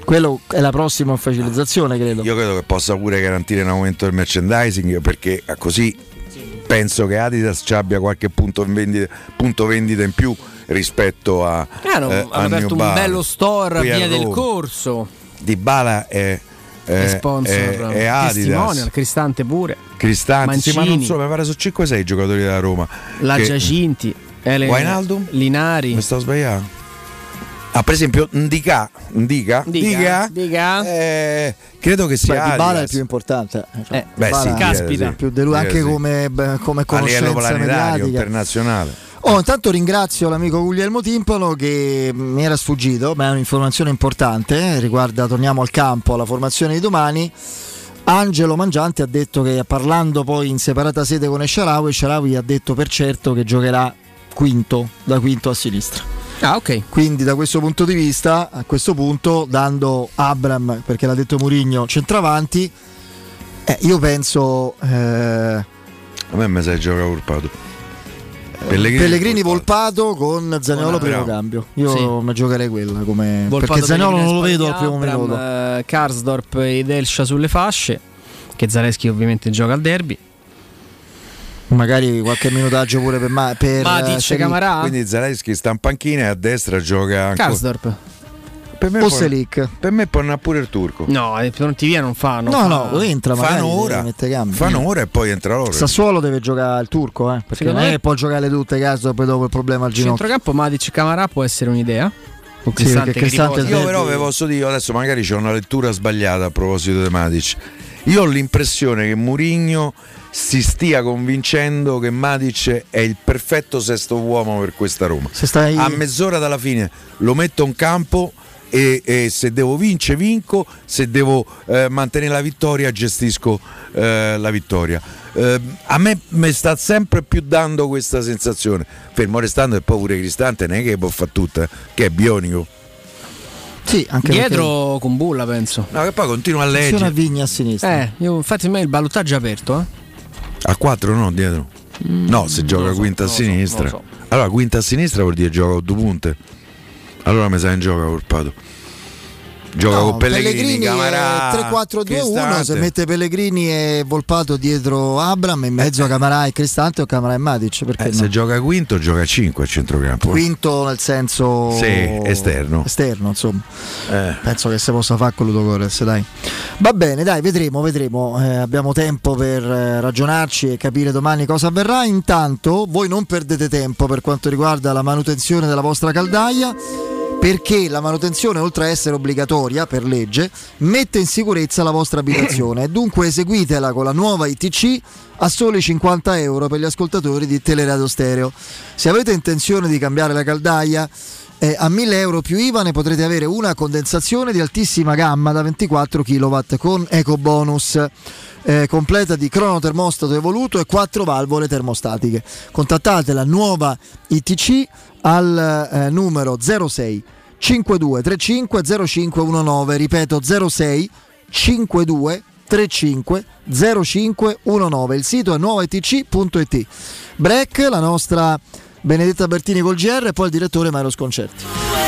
Quello è la prossima facilitazione, credo. Io credo che possa pure garantire un aumento del merchandising, perché così penso che Adidas ci abbia qualche punto vendita, punto vendita in più rispetto a eh, hanno, eh, hanno a aperto New un bello store a Qui a Via del Roma. Corso. Dybala è È sponsor, è, è Adidas, testimonial, Cristante pure. Cristante, sì, ma non Mancini. so, mi pare sono cinque sei giocatori della Roma. La che- Giacinti, Ele- Wijnaldum? Linari. Mi sto sbagliando. Ah, per esempio Ndika, Ndika, Dica, Ndika, dica. eh, credo che sia Beh, Dybala è il Adidas. più importante. Cioè, Eh, Beh, Dybala sì, è caspita. sì. più di lui, anche Direi sì. come, beh, come A livello conoscenza planetario, mediatica. internazionale. Oh, intanto ringrazio l'amico Guglielmo Timpano che mi era sfuggito, ma è un'informazione importante, eh, riguarda, torniamo al campo, alla formazione di domani. Angelo Mangiante ha detto che, parlando poi in separata sede con Esharawi, Esharawi ha detto per certo che giocherà quinto, da quinto a sinistra. Ah, ok. Quindi da questo punto di vista, a questo punto, dando Abram, perché l'ha detto Mourinho, centravanti, eh, io penso eh, A me mi sai gioca Volpato. Pellegrini, Pellegrini Volpato con Zaniolo primo bravo. cambio. Io Sì. mi giocherei quella come Volpato, perché Zaniolo non lo Pellegrini, vedo al primo Abram, minuto. eh, Karsdorp ed Elsha sulle fasce. Che Zaleschi ovviamente gioca al derby. Magari qualche minutaggio pure per, ma- per Matic, eh, Selic. Camarà. Quindi Zaleschi sta in panchina e a destra gioca ancora. Karsdorp. Per me o può- Selic. Per me può andare pure il turco. No, i pronti via non fanno. No, no, lo entra magari. Fanno deve ora. mettere gambe. Fanno ora e poi entra loro. Sassuolo deve giocare il turco, eh, perché Secondo non è me- che può giocare tutte caso poi dopo il problema al ginocchio. Centrocampo Matic Camarà può essere un'idea. Con Sì, Cristante perché che Cristante riposa. Io però vi posso dire, adesso magari c'è una lettura sbagliata a proposito di Matic. Io ho l'impressione che Mourinho si stia convincendo che Matic è il perfetto sesto uomo per questa Roma. Se stai... A mezz'ora dalla fine lo metto in campo e, e se devo vincere vinco, se devo eh, mantenere la vittoria gestisco eh, la vittoria. Eh, a me mi sta sempre più dando questa sensazione, fermo restando che poi pure Cristante non è che può fare tutta, che è bionico. Sì, anche Dietro con Bulla, penso. No, che poi continua a perché leggere. a Vigna a sinistra. Eh, io infatti a me il ballottaggio è aperto, eh. A quattro no, dietro. No, se gioca so, quinta a non lo so, sinistra. non lo so. Allora quinta a sinistra vuol dire gioca con due punte. Allora mi sa in gioca Volpato. Gioca No, con Pellegrini, Camarà, tre quattro due uno, Cristante. se mette Pellegrini e Volpato dietro Abram, in mezzo a Camarà e Cristante o Camarà e Matic, perché Eh, no? se gioca quinto gioca cinque a centrocampo. Quinto nel senso Sì, esterno. esterno, insomma. Eh. Penso che si possa fare con Ludogorets, dai. Va bene, dai, vedremo, vedremo. Eh, abbiamo tempo per eh, ragionarci e capire domani cosa avverrà. Intanto voi non perdete tempo per quanto riguarda la manutenzione della vostra caldaia, perché la manutenzione, oltre a essere obbligatoria per legge, mette in sicurezza la vostra abitazione e dunque eseguitela con la nuova I T C a soli cinquanta euro per gli ascoltatori di Teleradio Stereo. Se avete intenzione di cambiare la caldaia, eh, a mille euro più I V A ne potrete avere una condensazione di altissima gamma da ventiquattro chilowatt con eco bonus. Eh, completa di cronotermostato evoluto e quattro valvole termostatiche. Contattate la nuova I T C al eh, numero zero sei cinquantadue trentacinque zero cinque diciannove, ripeto zero sei cinquantadue trentacinque zero cinque diciannove. Il sito è nuova I T C punto it. Break, la nostra Benedetta Bertini col G R e poi il direttore Mario Sconcerti.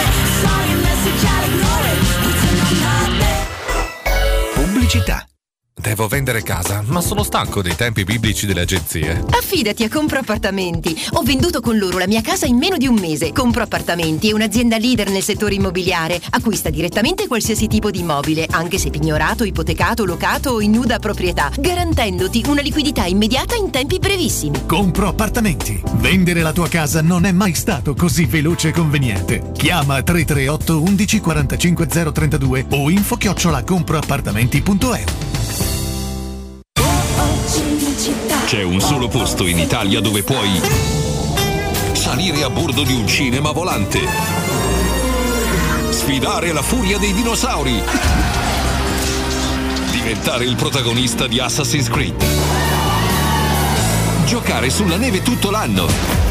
Pubblicità. Devo vendere casa, ma sono stanco dei tempi biblici delle agenzie. Affidati a Compro Appartamenti. Ho venduto con loro la mia casa in meno di un mese. Compro Appartamenti è un'azienda leader nel settore immobiliare. Acquista direttamente qualsiasi tipo di immobile, anche se pignorato, ipotecato, locato o in nuda proprietà, garantendoti una liquidità immediata in tempi brevissimi. Compro Appartamenti. Vendere la tua casa non è mai stato così veloce e conveniente. Chiama tre tre otto undici quarantacinque zero trentadue o info chiocciola comproappartamenti punto e u. C'è un solo posto in Italia dove puoi salire a bordo di un cinema volante, sfidare la furia dei dinosauri, diventare il protagonista di Assassin's Creed, giocare sulla neve tutto l'anno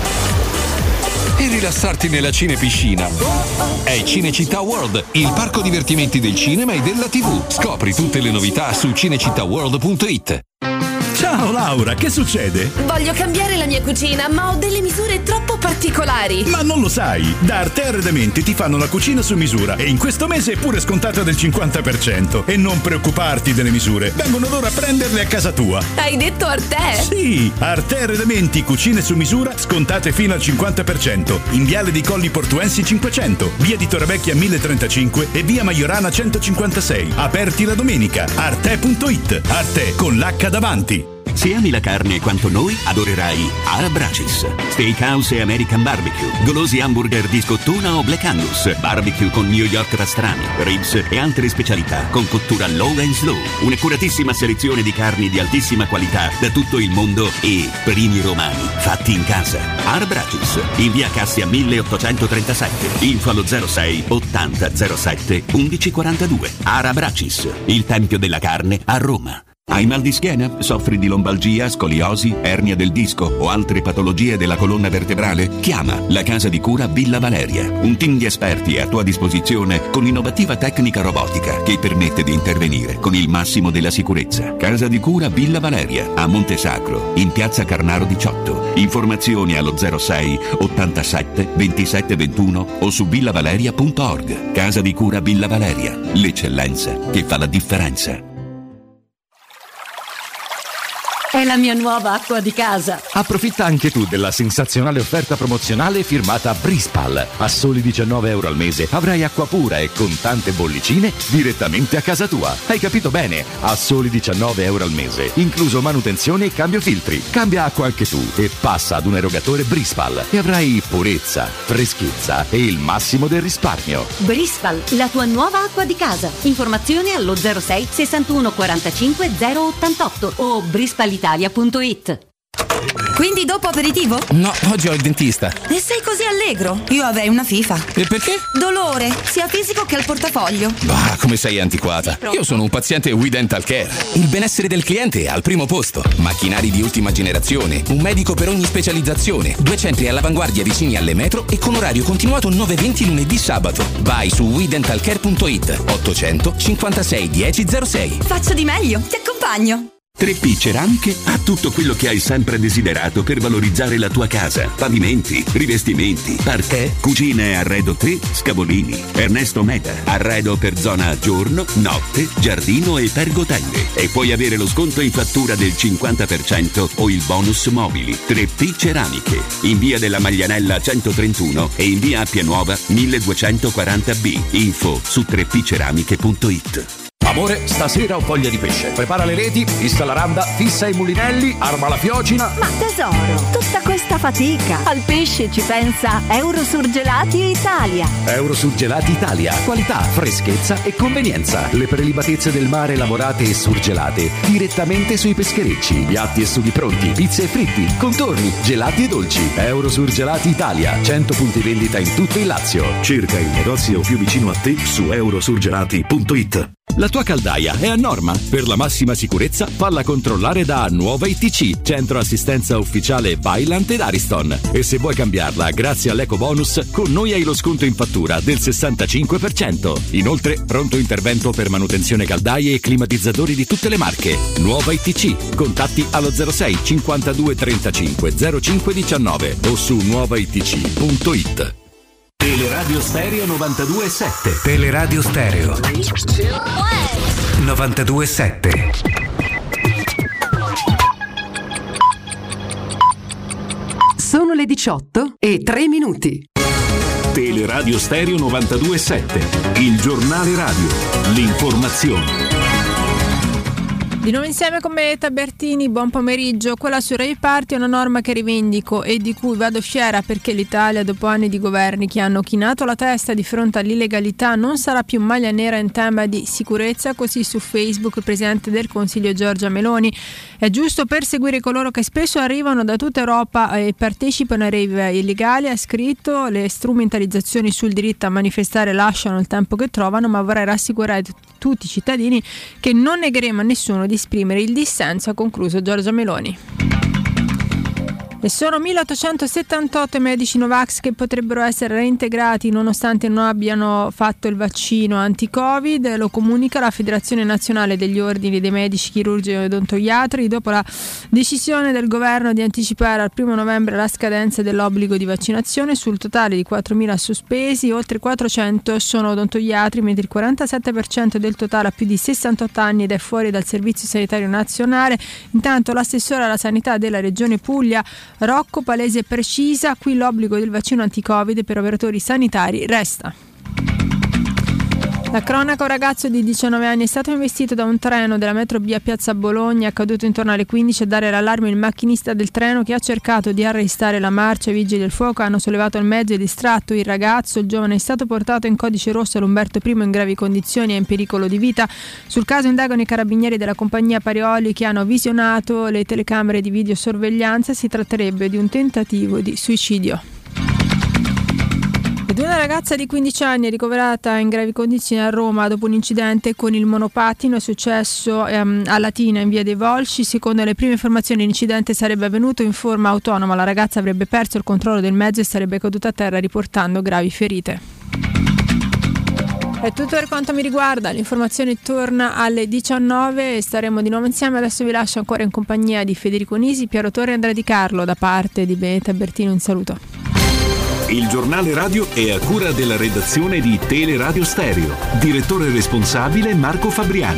e rilassarti nella cinepiscina. È Cinecittà World, il parco divertimenti del cinema e della tivù. Scopri tutte le novità su cinecittà world punto it. Ciao Laura, che succede? Voglio cambiare la mia cucina, ma ho delle misure troppo particolari. Ma non lo sai, da Arte Arredamenti ti fanno la cucina su misura e in questo mese è pure scontata del cinquanta per cento. E non preoccuparti delle misure, vengono loro a prenderle a casa tua. Hai detto Arte? Sì, Arte Arredamenti, cucine su misura, scontate fino al cinquanta per cento. In Viale dei Colli Portuensi cinquecento, via di Torrevecchia mille trentacinque e via Maiorana centocinquantasei. Aperti la domenica. arte punto it. Arte con l'H davanti. Se ami la carne quanto noi, adorerai Arabracis. Steakhouse e American Barbecue, golosi hamburger di scottuna o Black Angus, barbecue con New York pastrami, ribs e altre specialità con cottura low and slow. Un'accuratissima selezione di carni di altissima qualità da tutto il mondo e primi romani fatti in casa. Arabracis, in via Cassia milleottocentotrentasette. Info allo zero sei ottanta zero sette undici quarantadue. Arabracis, il tempio della carne a Roma. Hai mal di schiena? Soffri di lombalgia, scoliosi, ernia del disco o altre patologie della colonna vertebrale? Chiama la Casa di Cura Villa Valeria. Un team di esperti è a tua disposizione con innovativa tecnica robotica che permette di intervenire con il massimo della sicurezza. Casa di Cura Villa Valeria a Montesacro, in piazza Carnaro diciotto. Informazioni allo zero sei ottantasette ventisette ventuno o su villavaleria punto org. Casa di Cura Villa Valeria, l'eccellenza che fa la differenza. È la mia nuova acqua di casa. Approfitta anche tu della sensazionale offerta promozionale firmata Brispal. A soli diciannove euro al mese avrai acqua pura e con tante bollicine direttamente a casa tua. Hai capito bene? A soli diciannove euro al mese, incluso manutenzione e cambio filtri. Cambia acqua anche tu e passa ad un erogatore Brispal e avrai purezza, freschezza e il massimo del risparmio. Brispal, la tua nuova acqua di casa. Informazioni allo zero sei sessantuno quarantacinque zero ottantotto o brispalitalia punto it. Quindi dopo aperitivo? No, oggi ho il dentista. E sei così allegro? Io avrei una FIFA. E perché? Dolore, sia fisico che al portafoglio. Bah, come sei antiquata. Io sono un paziente We Dental Care. Il benessere del cliente è al primo posto. Macchinari di ultima generazione, un medico per ogni specializzazione, due centri all'avanguardia vicini alle metro e con orario continuato nove venti lunedì sabato. Vai su we dental care punto it. ottocento cinquantasei dieci zero sei. Faccio di meglio, ti accompagno. tre P Ceramiche ha tutto quello che hai sempre desiderato per valorizzare la tua casa. Pavimenti, rivestimenti, parquet, cucine e arredo tre, Scavolini. Ernesto Meda, arredo per zona giorno, notte, giardino e pergotelle. E puoi avere lo sconto in fattura del cinquanta per cento o il bonus mobili. tre P Ceramiche, in via della Maglianella centotrentuno e in via Appia Nuova milleduecentoquaranta B. Info su tre p ceramiche punto it. Amore, stasera ho voglia di pesce. Prepara le reti, fissa la randa, fissa i mulinelli, arma la fiocina. Ma tesoro, tutta questa fatica. Al pesce ci pensa Eurosurgelati Italia. Eurosurgelati Italia. Qualità, freschezza e convenienza. Le prelibatezze del mare lavorate e surgelate direttamente sui pescherecci. Piatti e sughi pronti, pizze e fritti, contorni, gelati e dolci. Eurosurgelati Italia. cento punti vendita in tutto il Lazio. Cerca il negozio più vicino a te su eurosurgelati punto it. La tua caldaia è a norma. Per la massima sicurezza, falla controllare da Nuova I T C, centro assistenza ufficiale Vaillant ed Ariston. E se vuoi cambiarla grazie all'eco bonus, con noi hai lo sconto in fattura del sessantacinque per cento. Inoltre, pronto intervento per manutenzione caldaie e climatizzatori di tutte le marche. Nuova I T C. Contatti allo zero sei cinquantadue trentacinque zero cinque diciannove o su nuova i t c punto it. Teleradio Stereo novantadue e sette. Teleradio Stereo novantadue e sette. Sono le diciotto e tre minuti. Teleradio Stereo novantadue e sette. Il giornale radio. L'informazione. Di nuovo insieme con me Tabertini, buon pomeriggio. Quella sui rave party è una norma che rivendico e di cui vado fiera, perché l'Italia, dopo anni di governi che hanno chinato la testa di fronte all'illegalità, non sarà più maglia nera in tema di sicurezza. Così su Facebook il Presidente del Consiglio Giorgia Meloni. È giusto perseguire coloro che spesso arrivano da tutta Europa e partecipano a rave illegali, ha scritto. Le strumentalizzazioni sul diritto a manifestare lasciano il tempo che trovano, ma vorrei rassicurare t- tutti i cittadini che non negheremo a nessuno di esprimere il dissenso, ha concluso Giorgia Meloni. E sono milleottocentosettantotto i medici Novax che potrebbero essere reintegrati nonostante non abbiano fatto il vaccino anti-Covid, lo comunica la Federazione Nazionale degli Ordini dei Medici Chirurgi e Odontoiatri dopo la decisione del governo di anticipare al primo novembre la scadenza dell'obbligo di vaccinazione. Sul totale di quattromila sospesi, oltre quattrocento sono odontoiatri, mentre il quarantasette per cento del totale ha più di sessantotto anni ed è fuori dal Servizio Sanitario Nazionale. Intanto l'assessore alla sanità della Regione Puglia Rocco Palese precisa: qui l'obbligo del vaccino anti-Covid per operatori sanitari resta. La cronaca: un ragazzo di diciannove anni è stato investito da un treno della metro B a Piazza Bologna, è accaduto intorno alle quindici. A dare l'allarme il macchinista del treno che ha cercato di arrestare la marcia. I vigili del fuoco hanno sollevato il mezzo e distratto il ragazzo. Il giovane è stato portato in codice rosso all'Umberto I in gravi condizioni e in pericolo di vita. Sul caso indagano i carabinieri della compagnia Parioli che hanno visionato le telecamere di videosorveglianza. Si tratterebbe di un tentativo di suicidio. Ed una ragazza di quindici anni è ricoverata in gravi condizioni a Roma dopo un incidente con il monopattino. È successo ehm, a Latina in via dei Volsci. Secondo le prime informazioni l'incidente sarebbe avvenuto in forma autonoma. La ragazza avrebbe perso il controllo del mezzo e sarebbe caduta a terra riportando gravi ferite. È tutto per quanto mi riguarda, l'informazione torna alle diciannove e staremo di nuovo insieme. Adesso vi lascio ancora in compagnia di Federico Nisi, Piero Torre e Andrea Di Carlo. Da parte di Benetta Bertino un saluto. Il giornale radio è a cura della redazione di Teleradio Stereo. Direttore responsabile Marco Fabriani.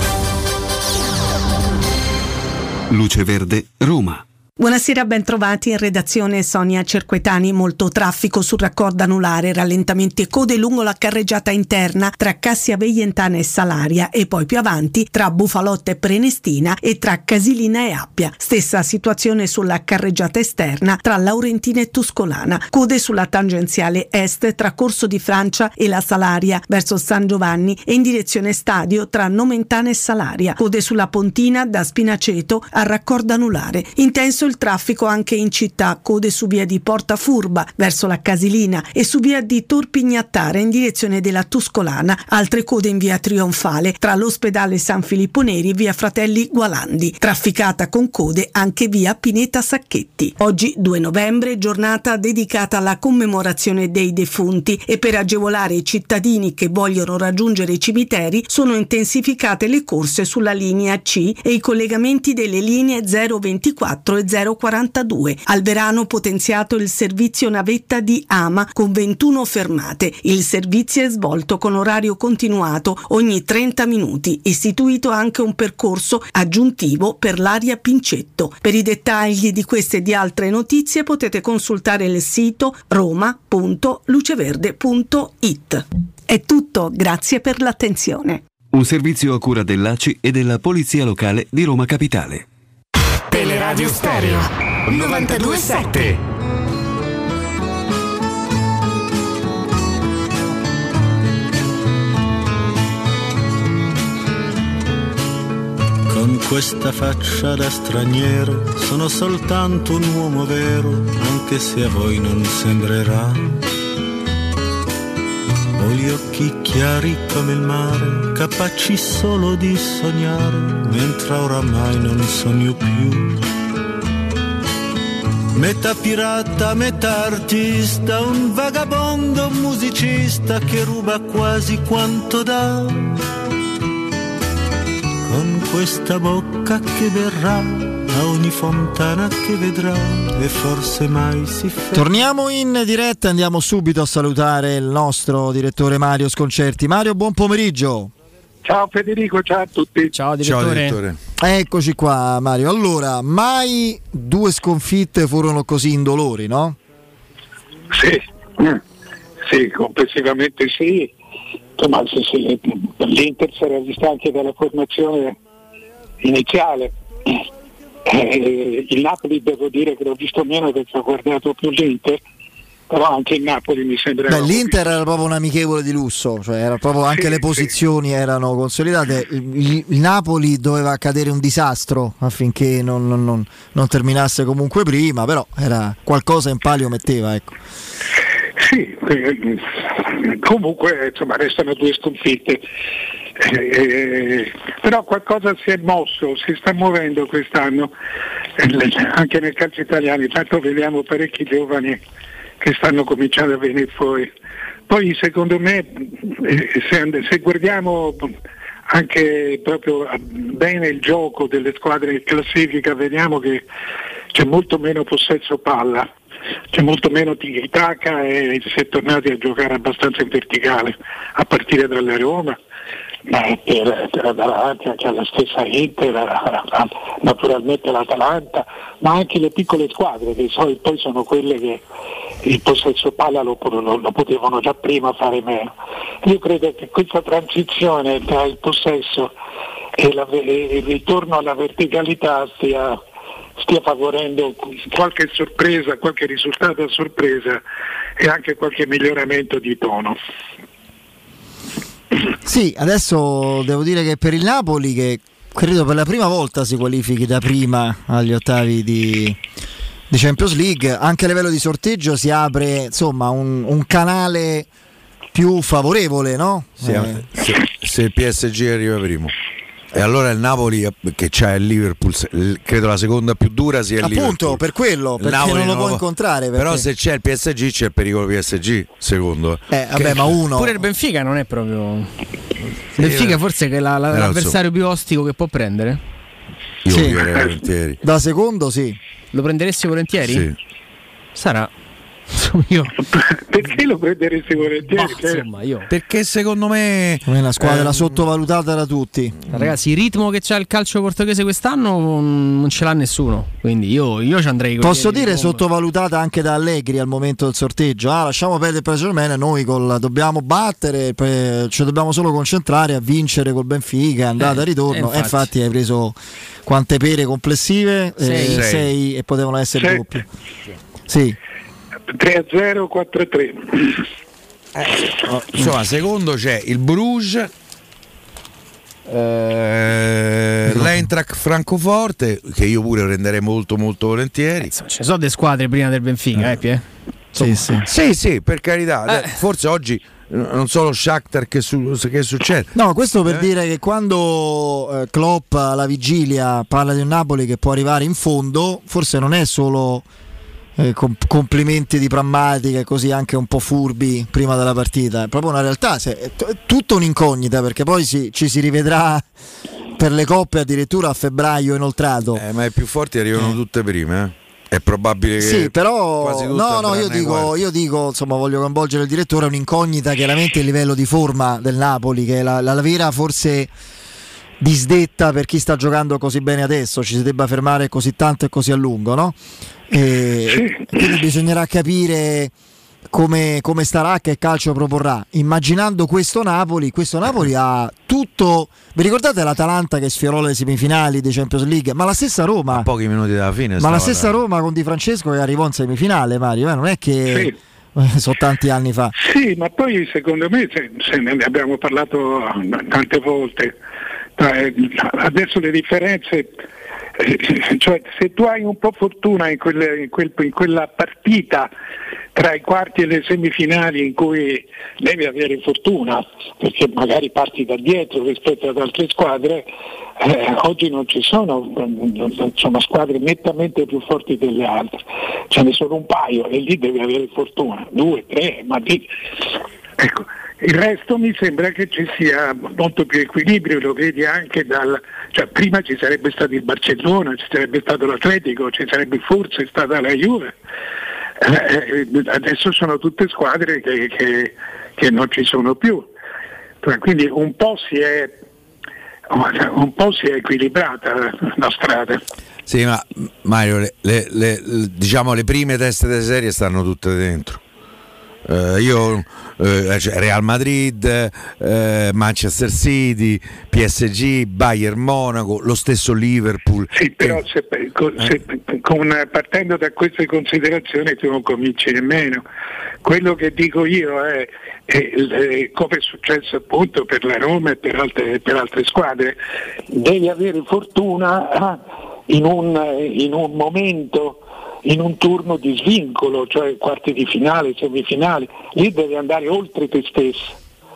Luce Verde, Roma. Buonasera, ben trovati in redazione Sonia Cerquetani. Molto traffico sul raccordo anulare, rallentamenti e code lungo la carreggiata interna tra Cassia Veientana e Salaria e poi più avanti tra Bufalotta e Prenestina e tra Casilina e Appia. Stessa situazione sulla carreggiata esterna tra Laurentina e Tuscolana. Code sulla tangenziale est tra Corso di Francia e la Salaria verso San Giovanni e in direzione stadio tra Nomentana e Salaria. Code sulla Pontina da Spinaceto al raccordo anulare. Intenso il traffico anche in città, code su via di Porta Furba verso la Casilina e su via di Torpignattara in direzione della Tuscolana. Altre code in via Trionfale tra l'ospedale San Filippo Neri e via Fratelli Gualandi. Trafficata con code anche via Pineta Sacchetti. Oggi due novembre, giornata dedicata alla commemorazione dei defunti e per agevolare i cittadini che vogliono raggiungere i cimiteri sono intensificate le corse sulla linea C e i collegamenti delle linee zero ventiquattro e zero quarantadue. Al Verano potenziato il servizio navetta di Ama con ventuno fermate. Il servizio è svolto con orario continuato ogni trenta minuti. Istituito anche un percorso aggiuntivo per l'area Pincetto. Per i dettagli di queste e di altre notizie potete consultare il sito roma punto luceverde punto it. È tutto, grazie per l'attenzione. Un servizio a cura dell'A C I e della Polizia Locale di Roma Capitale. Teleradio Stereo novantadue sette. Con questa faccia da straniero sono soltanto un uomo vero, anche se a voi non sembrerà. Ho gli occhi chiari come il mare, capaci solo di sognare, mentre oramai non sogno più. Metà pirata, metà artista, un vagabondo musicista che ruba quasi quanto dà. Con questa bocca che verrà a ogni fontana che vedrà e forse mai si ferma. Torniamo in diretta, andiamo subito a salutare il nostro direttore Mario Sconcerti. Mario, buon pomeriggio. Ciao Federico, ciao a tutti. Ciao direttore. Ciao direttore. Eccoci qua Mario. Allora, mai due sconfitte furono così indolori, no? Sì, sì, complessivamente sì. Insomma, sì, sì, l'Inter si era distante dalla formazione iniziale. Eh, il Napoli devo dire che l'ho visto meno perché ho guardato più l'Inter, però anche il Napoli mi sembra. Beh, l'Inter era proprio un amichevole di lusso, cioè era proprio anche sì, le posizioni sì. erano consolidate. Il, il Napoli doveva accadere un disastro affinché non, non, non, non terminasse comunque prima, però era qualcosa in palio metteva, ecco. Sì, comunque insomma restano due sconfitte. Eh, però qualcosa si è mosso, si sta muovendo quest'anno eh, anche nel calcio italiano, intanto vediamo parecchi giovani che stanno cominciando a venire fuori. Poi secondo me eh, se, se guardiamo anche proprio bene il gioco delle squadre in classifica, vediamo che c'è molto meno possesso palla, c'è molto meno tiki-taka e si è tornati a giocare abbastanza in verticale, a partire dalla Roma, ma per, per Atalanta, anche alla stessa Inter, naturalmente l'Atalanta, ma anche le piccole squadre che so, poi sono quelle che il possesso palla lo, lo, lo potevano già prima fare meno. Io credo che questa transizione tra il possesso e, la, e il ritorno alla verticalità stia, stia favorendo qualche sorpresa, qualche risultato a sorpresa e anche qualche miglioramento di tono. Sì, adesso devo dire che per il Napoli, che credo per la prima volta si qualifichi da prima agli ottavi di, di Champions League, anche a livello di sorteggio si apre insomma un, un canale più favorevole, no? Sì, eh. se, se il P S G arriva primo. E allora il Napoli, che c'ha il Liverpool, credo la seconda più dura sia il Appunto, Liverpool. per quello, perché non lo, non lo può incontrare. Perché... Però se c'è il P S G c'è il pericolo P S G, secondo. Eh, vabbè, che... ma uno... Pure il Benfica non è proprio... Sì, Benfica forse che è la, la, l'avversario più ostico che può prendere. Io sì. lo volentieri. Da secondo sì. Lo prenderesti volentieri? Sì. Sarà. Io. Perché lo prenderesti volentieri? Oh, insomma, io. Perché secondo me è una squadra eh, sottovalutata da tutti. Ragazzi, il ritmo che c'ha il calcio portoghese quest'anno non ce l'ha nessuno. Quindi io, io ci andrei. Posso dire sottovalutata anche da Allegri al momento del sorteggio. Ah, lasciamo perdere il Paris Saint-Germain, noi col, dobbiamo battere, ci dobbiamo solo concentrare a vincere col Benfica, andata e eh, ritorno. E infatti. infatti hai preso quante pere complessive? Sei, eh, sei e potevano essere sei. doppie. Sì. tre a zero, quattro a tre. Eh, insomma, secondo c'è il Bruges, eh, l'Eintracht Francoforte, che io pure prenderei molto molto volentieri. Eh, ci sono delle squadre prima del Benfica, eh, Pie? Sì, sì. sì, sì, per carità. Eh. Forse oggi non solo Shakhtar che, su, che succede. No, questo per eh? dire che quando eh, Klopp alla vigilia parla di un Napoli che può arrivare in fondo, forse non è solo Eh, complimenti di prammatica e così anche un po' furbi prima della partita, è proprio una realtà, è t- tutta un'incognita, perché poi si, ci si rivedrà per le coppe addirittura a febbraio inoltrato. Eh, ma i più forti arrivano eh. tutte prime, eh? È probabile che sì, però quasi no, no, io dico, io dico, insomma, voglio coinvolgere il direttore, è un'incognita chiaramente il livello di forma del Napoli, che è la, la vera forse disdetta per chi sta giocando così bene adesso, ci si debba fermare così tanto e così a lungo, no? E quindi bisognerà capire come, come starà, che calcio proporrà. Immaginando questo Napoli, questo Napoli ha tutto. Vi ricordate l'Atalanta che sfiorò le semifinali di Champions League? Ma la stessa Roma, a pochi minuti dalla fine, ma la stessa là. Roma con Di Francesco che arrivò in semifinale, Mario, eh? Non è che sì. sono tanti anni fa. Sì, ma poi secondo me, se, se ne abbiamo parlato tante volte, adesso le differenze, cioè se tu hai un po' fortuna in, quelle, in, quel, in quella partita tra i quarti e le semifinali in cui devi avere fortuna, perché magari parti da dietro rispetto ad altre squadre, eh, oggi non ci sono insomma, squadre nettamente più forti delle altre, ce ne sono un paio e lì devi avere fortuna, due, tre, ma lì, ecco. Il resto mi sembra che ci sia molto più equilibrio, lo vedi anche dal, cioè prima ci sarebbe stato il Barcellona, ci sarebbe stato l'Atletico, ci sarebbe forse stata la Juve, eh, adesso sono tutte squadre che, che, che non ci sono più, quindi un po' si è un po' si è equilibrata la strada. Sì, ma Mario, le, le, le, diciamo le prime teste di serie stanno tutte dentro. Uh, io uh, Real Madrid, uh, Manchester City, P S G, Bayern Monaco, lo stesso Liverpool. Sì, però se, con, se, con, partendo da queste considerazioni tu non cominci nemmeno. Quello che dico io è, è, è come è successo appunto per la Roma e per altre, per altre squadre, devi avere fortuna in un, in un momento, in un turno di svincolo, cioè quarti di finale, semifinali, lì devi andare oltre te stesso,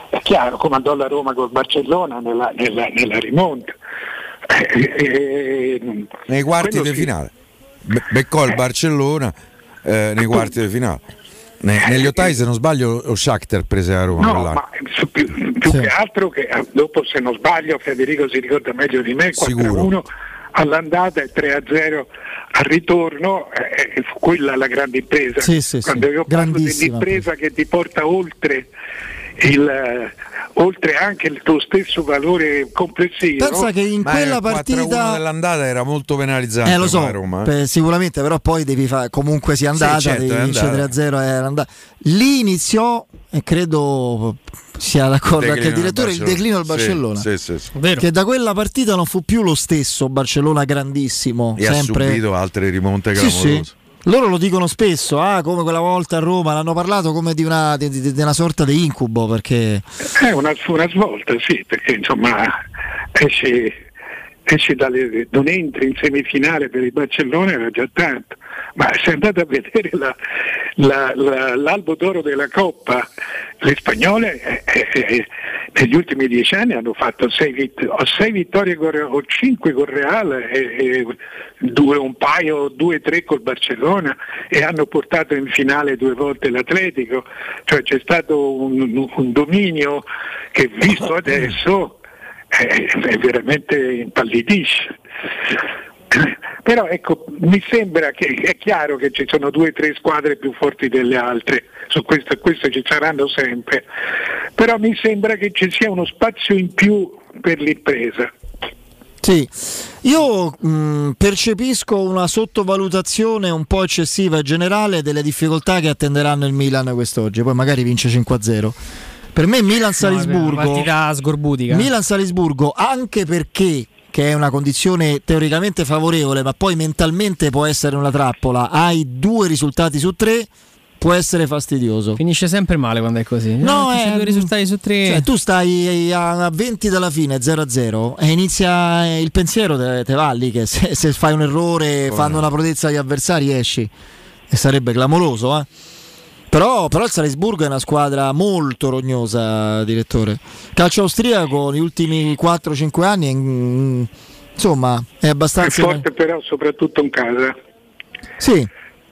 è chiaro, comandò la Roma col Barcellona nella, nella, nella rimonta. Eh, eh, nei quarti di sì. finale Be- beccò il Barcellona eh, nei quarti di finale. Ne- negli ottavi, se non sbaglio, lo Shakhtar prese a Roma. No, ma più, più sì. che altro che dopo, se non sbaglio, Federico si ricorda meglio di me, quattro a uno all'andata e tre a zero al ritorno, eh, fu quella la grande impresa. Sì, sì, quando sì. io parlo dell'impresa che ti porta oltre il oltre anche il tuo stesso valore complessivo. Pensa che in ma quella il partita quattro a uno dell'andata era molto penalizzante. Eh, lo so, Roma, eh. per, sicuramente, però poi devi fare, comunque sia andata, sì, certo, devi è vincere tre a zero, è andata. Lì iniziò, e credo sia d'accordo anche il direttore, il declino del Barcellona, sì, sì, sì, sì. che da quella partita non fu più lo stesso Barcellona grandissimo, e sempre... ha subito altre rimonte sì, clamorose. sì. Loro lo dicono spesso, ah, come quella volta a Roma, l'hanno parlato come di una, di, di, di una sorta di incubo, perché è una, una svolta, sì, perché insomma esce, esce dalle, non entri in semifinale per il Barcellona, era già tanto, ma se andate a vedere la, la, la, l'albo d'oro della Coppa, le spagnole eh, eh, negli ultimi dieci anni hanno fatto sei, vitt- sei vittorie con, o cinque con Real e, e due, un paio, due tre col Barcellona, e hanno portato in finale due volte l'Atletico, cioè c'è stato un, un dominio che visto adesso è, è veramente impallidisce. Però ecco, mi sembra che è chiaro che ci sono due o tre squadre più forti delle altre, su questo, questo ci saranno sempre, però mi sembra che ci sia uno spazio in più per l'impresa. Sì, io mh, percepisco una sottovalutazione un po' eccessiva e generale delle difficoltà che attenderanno il Milan quest'oggi, poi magari vince cinque a zero. Per me Milan-Salisburgo, no, partita sgorbutica. Milan-Salisburgo, anche perché che è una condizione teoricamente favorevole, ma poi mentalmente può essere una trappola, hai due risultati su tre, può essere fastidioso. Finisce sempre male quando è così. No, è, due risultati su tre. Cioè, tu stai a venti dalla fine, zero a zero, e inizia il pensiero, te, te va lì che se, se fai un errore, oh, fanno una prodezza agli avversari, esci, e sarebbe clamoroso, eh. Però, però il Salisburgo è una squadra molto rognosa, direttore. Calcio austriaco negli ultimi quattro cinque anni, mm, insomma, è abbastanza... È forte però soprattutto in casa. Sì.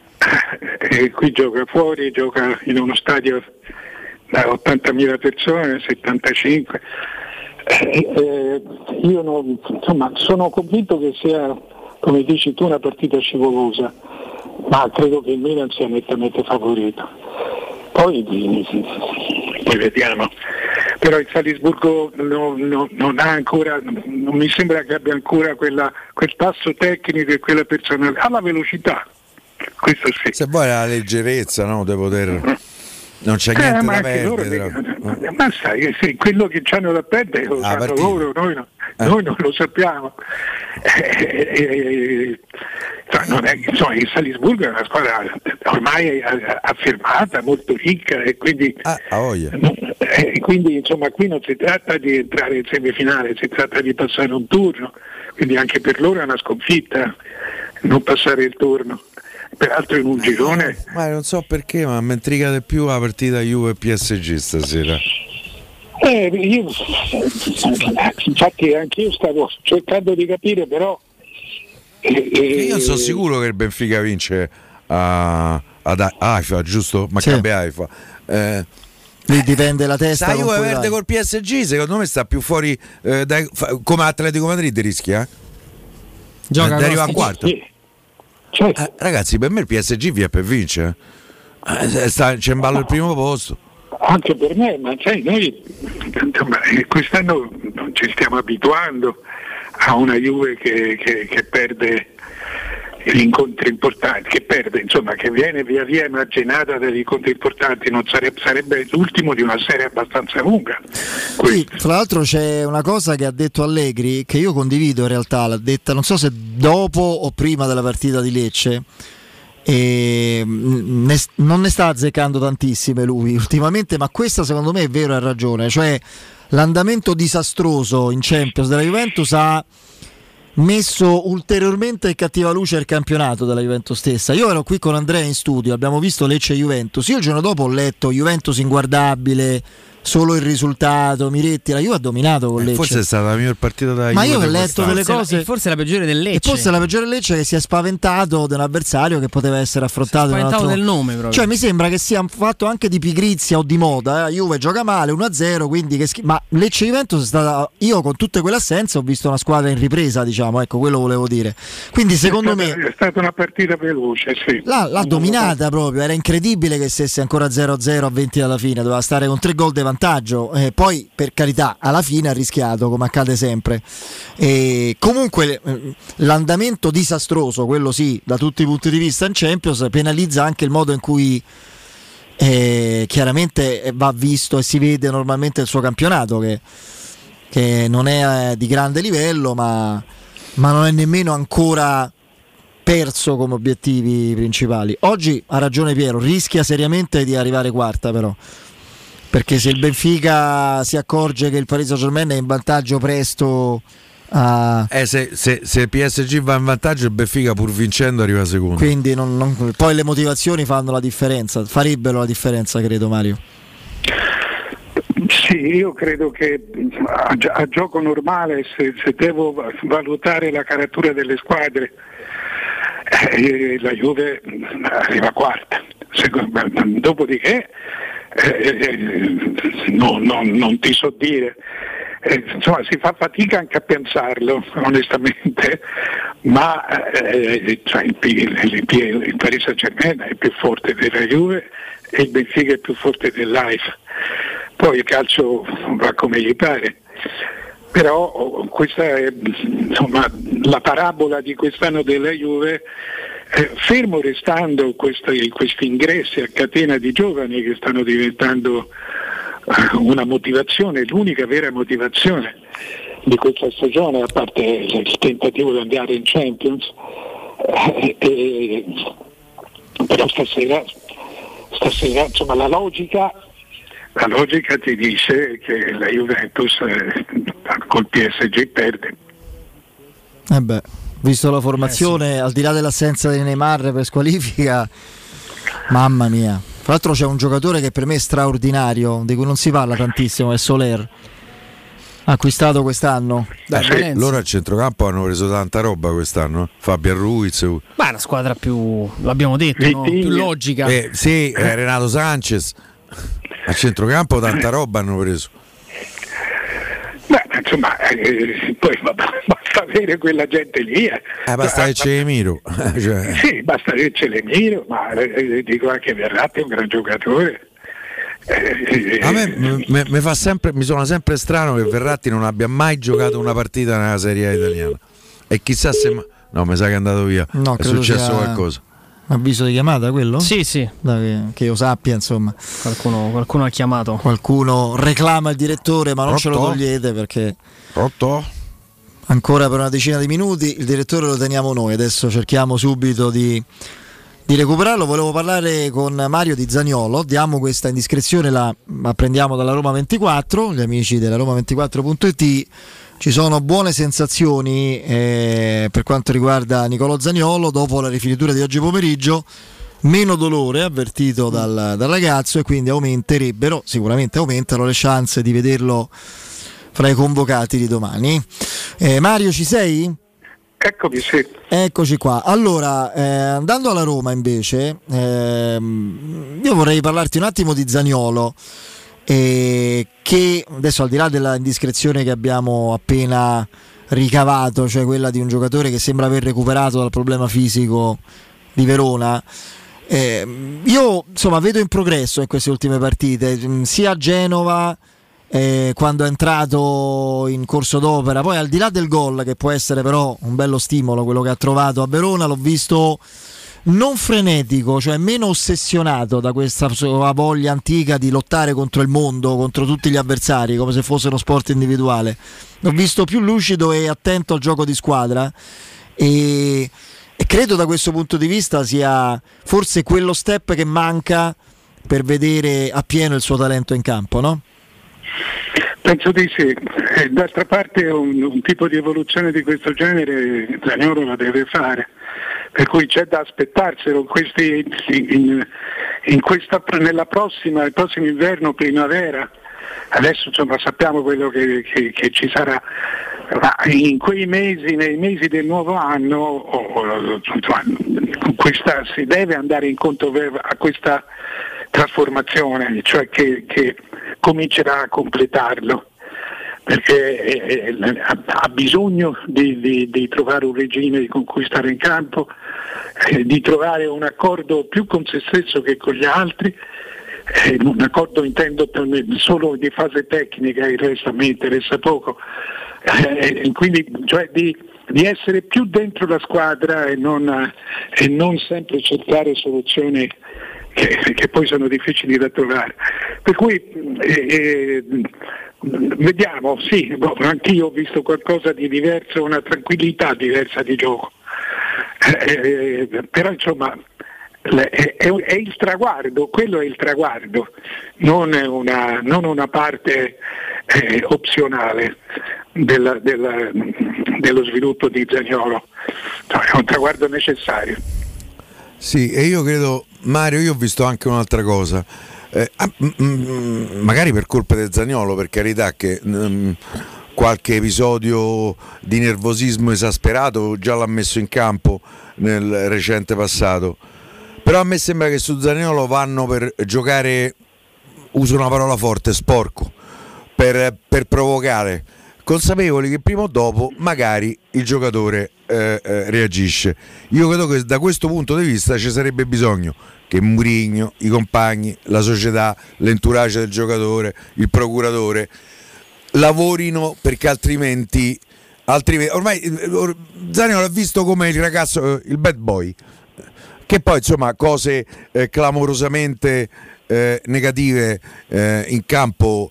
E qui gioca fuori, gioca in uno stadio da ottantamila persone, settantacinque. Eh, eh, io non, insomma, sono convinto che sia, come dici tu, una partita scivolosa, ma credo che il Milan sia nettamente favorito. Poi, poi vediamo. Però il Salisburgo no, no, non ha ancora, non mi sembra che abbia ancora quella, quel passo tecnico e quella personalità, ha la velocità. Questo sì. Se vuoi la leggerezza, no, di poter... Non c'è niente eh, ma da perdere. Loro, ma sai che sì, quello che c'hanno da perdere lo ah, sanno loro, noi, no, eh. noi non lo sappiamo. Eh, eh, cioè, non è, insomma, il Salisburgo è una squadra ormai affermata, molto ricca, e quindi, ah, eh, quindi insomma qui non si tratta di entrare in semifinale, si tratta di passare un turno, quindi anche per loro è una sconfitta non passare il turno. Peraltro in un girone, ma non so perché, ma mi intriga di più la partita Juve P S G stasera. Eh, io, infatti anche io stavo cercando di capire, però eh, io sono sicuro che il Benfica vince a, ad Haifa, giusto? Maccabi sì. Haifa. Eh, Lì dipende la testa. Se la Juve perde col P S G, secondo me sta più fuori eh, dai, come Atletico Madrid rischia. Eh? Gioca eh, arriva a quarto. Sì. Certo. Eh, ragazzi, per me il P S G via per vincere, eh, sta, c'è in ballo il primo posto. Anche per me, ma sai, noi insomma, quest'anno non ci stiamo abituando a una Juve che, che, che perde gli incontri importanti, che perde, insomma, che viene via via emarginata dagli incontri importanti, non sarebbe, sarebbe l'ultimo di una serie abbastanza lunga. Sì, fra l'altro c'è una cosa che ha detto Allegri che io condivido, in realtà l'ha detta, non so se dopo o prima della partita di Lecce, e ne, non ne sta azzeccando tantissime lui ultimamente, ma questa secondo me è vero, ha ragione, cioè l'andamento disastroso in Champions della Juventus ha messo ulteriormente in cattiva luce il campionato della Juventus stessa. Io ero qui con Andrea in studio, abbiamo visto Lecce Juventus, io il giorno dopo ho letto Juventus inguardabile, solo il risultato. Miretti, la Juve ha dominato con Lecce. Eh, forse è stata la miglior partita da Juve. Ma io ho letto delle cose. E forse la peggiore del Lecce. E forse la peggiore del Lecce, che si è spaventato di un avversario che poteva essere affrontato. Si è spaventato altro... del nome proprio. Cioè mi sembra che sia un fatto anche di pigrizia o di moda. Eh? Juve gioca male uno a zero, quindi che schif- ma Lecce Juventus è stata. Io con tutte quelle assenze ho visto una squadra in ripresa, diciamo, ecco, quello volevo dire. Quindi secondo è stata, me è stata una partita veloce, sì. L'ha, l'ha dominata proprio, era incredibile che stesse ancora zero a zero a venti alla fine, doveva stare con tre gol di vantaggio, eh, poi per carità alla fine ha rischiato come accade sempre, e comunque l'andamento disastroso, quello sì, da tutti i punti di vista in Champions, penalizza anche il modo in cui eh, chiaramente va visto e si vede normalmente il suo campionato, che, che non è di grande livello, ma, ma non è nemmeno ancora perso come obiettivi principali. Oggi ha ragione Piero, rischia seriamente di arrivare quarta, però, perché se il Benfica si accorge che il Paris Saint-Germain è in vantaggio presto a... eh, se, se, se il P S G va in vantaggio, il Benfica pur vincendo arriva secondo, quindi non, non... poi le motivazioni fanno la differenza, farebbero la differenza, credo, Mario. Sì, io credo che a, a gioco normale, se, se devo valutare la caratura delle squadre, Eh, la Juve arriva quarta. Secondo, dopodiché eh, no, no, non ti so dire, eh, insomma si fa fatica anche a pensarlo onestamente, ma eh, cioè il, il, il, il Paris Saint-Germain è più forte della Juve e il Benfica è più forte dell'A I F. Poi il calcio va come gli pare. Però questa è, insomma, la parabola di quest'anno della Juve, eh, fermo restando questi, questi ingressi a catena di giovani che stanno diventando eh, una motivazione, l'unica vera motivazione di questa stagione, a parte il tentativo di andare in Champions, eh, eh, però stasera, stasera insomma, la logica La logica ti dice che la Juventus eh, col P S G perde. Eh beh, visto la formazione, eh sì, al di là dell'assenza di Neymar per squalifica, mamma mia. Tra l'altro c'è un giocatore che per me è straordinario, di cui non si parla tantissimo, è Soler, acquistato quest'anno. Dai, sì, loro al centrocampo hanno preso tanta roba quest'anno, Fabian Ruiz. Ma è una squadra più, l'abbiamo detto, no? Più logica. Eh, sì, eh, Renato Sanchez. A centrocampo tanta roba hanno preso. Beh, insomma, eh, poi basta avere quella gente lì. Eh, eh basta che c'è Emiro. Cioè. Sì, basta che c'è l'Emiro, ma eh, dico anche Verratti è un gran giocatore. Eh, a me mi fa sempre, mi suona sempre strano che Verratti non abbia mai giocato una partita nella Serie A italiana. E chissà se. No, mi sa che è andato via. No, è successo sia... qualcosa. Avviso di chiamata quello? Sì, sì. Da che, che io sappia, insomma. Qualcuno, qualcuno ha chiamato. Qualcuno reclama il direttore, ma non Rotto. Ce lo togliete perché. Rotto. Ancora per una decina di minuti. Il direttore lo teniamo noi. Adesso cerchiamo subito di, di recuperarlo. Volevo parlare con Mario di Zaniolo. Diamo questa indiscrezione, la apprendiamo dalla Roma ventiquattro, gli amici della Roma ventiquattro punto it. Ci sono buone sensazioni eh, per quanto riguarda Nicolò Zaniolo dopo la rifinitura di oggi pomeriggio, meno dolore avvertito dal, dal ragazzo, e quindi aumenterebbero, sicuramente aumentano le chance di vederlo fra i convocati di domani. eh, Mario, ci sei? Eccomi, sì. Eccoci qua. Allora, eh, andando alla Roma invece, eh, io vorrei parlarti un attimo di Zaniolo, e che adesso, al di là della indiscrezione che abbiamo appena ricavato, cioè quella di un giocatore che sembra aver recuperato dal problema fisico di Verona, eh, io insomma vedo in progresso in queste ultime partite, sia a Genova eh, quando è entrato in corso d'opera, poi al di là del gol, che può essere però un bello stimolo quello che ha trovato a Verona, l'ho visto non frenetico, cioè meno ossessionato da questa sua voglia antica di lottare contro il mondo, contro tutti gli avversari, come se fosse uno sport individuale. L'ho visto più lucido e attento al gioco di squadra, e, e credo da questo punto di vista sia forse quello step che manca per vedere appieno il suo talento in campo, no? Penso di sì. E d'altra parte un, un tipo di evoluzione di questo genere Zaniolo la deve fare, per cui c'è da aspettarselo. Questi, in, in questa, nella prossima, il prossimo inverno, primavera, adesso insomma sappiamo quello che, che, che ci sarà, ma in quei mesi, nei mesi del nuovo anno, oh, insomma, questa, si deve andare incontro a questa trasformazione, cioè che, che comincerà a completarlo, perché eh, ha bisogno di, di, di trovare un regime con cui stare in campo, eh, di trovare un accordo più con se stesso che con gli altri, eh, un accordo intendo per me, solo di fase tecnica, il resto a me interessa poco, eh, quindi cioè di, di essere più dentro la squadra e non, e non sempre cercare soluzioni che, che poi sono difficili da trovare. Per cui eh, eh, vediamo, sì, boh, anch'io ho visto qualcosa di diverso, una tranquillità diversa di gioco, eh, eh, però insomma è, è, è il traguardo, quello è il traguardo, non è una, non una parte eh, opzionale della, della, dello sviluppo di Zaniolo, no, è un traguardo necessario. Sì, e io credo, Mario, io ho visto anche un'altra cosa. Eh, m- m- magari per colpa del Zaniolo, per carità, che m- qualche episodio di nervosismo esasperato già l'ha messo in campo nel recente passato, però a me sembra che su Zaniolo vanno per giocare, uso una parola forte, sporco, per, per provocare, consapevoli che prima o dopo magari il giocatore eh, eh, reagisce. Io credo che da questo punto di vista ci sarebbe bisogno che Mourinho, i compagni, la società, l'entourage del giocatore, il procuratore lavorino, perché altrimenti, altrimenti ormai Zaniolo l'ha visto come il ragazzo, il bad boy, che poi insomma cose eh, clamorosamente eh, negative eh, in campo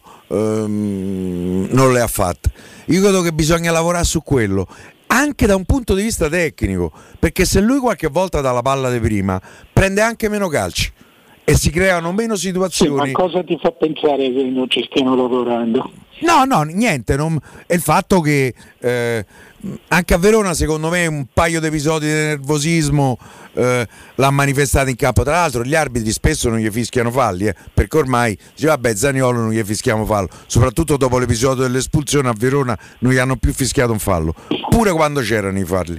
ehm, non le ha fatte. Io credo che bisogna lavorare su quello, anche da un punto di vista tecnico, perché se lui qualche volta dà la palla di prima prende anche meno calci e si creano meno situazioni. Sì, ma cosa ti fa pensare che non ci stiano lavorando? No, no, niente, non... è il fatto che eh, anche a Verona secondo me un paio di episodi di nervosismo eh, l'ha manifestato in campo. Tra l'altro gli arbitri spesso non gli fischiano falli, eh, perché ormai dice vabbè, Zaniolo non gli fischiamo fallo, soprattutto dopo l'episodio dell'espulsione a Verona non gli hanno più fischiato un fallo, pure quando c'erano i falli.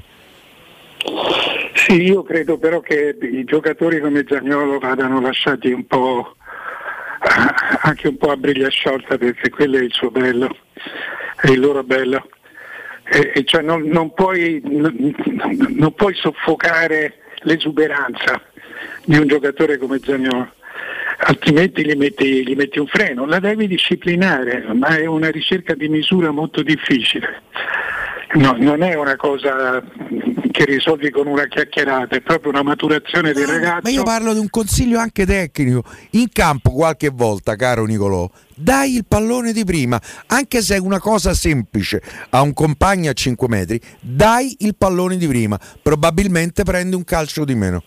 Sì, io credo però che i giocatori come Zaniolo vadano lasciati un po', anche un po' a briglia sciolta, perché quello è il suo bello, è il loro bello. E, e cioè non, non, puoi, non, non puoi soffocare l'esuberanza di un giocatore come Zaniolo, altrimenti gli metti, gli metti un freno, la devi disciplinare, ma è una ricerca di misura molto difficile. No, non è una cosa che risolvi con una chiacchierata, è proprio una maturazione del ragazzo. Ma io parlo di un consiglio anche tecnico. In campo qualche volta, caro Nicolò, dai il pallone di prima, anche se è una cosa semplice, a un compagno a cinque metri, dai il pallone di prima, probabilmente prendi un calcio di meno.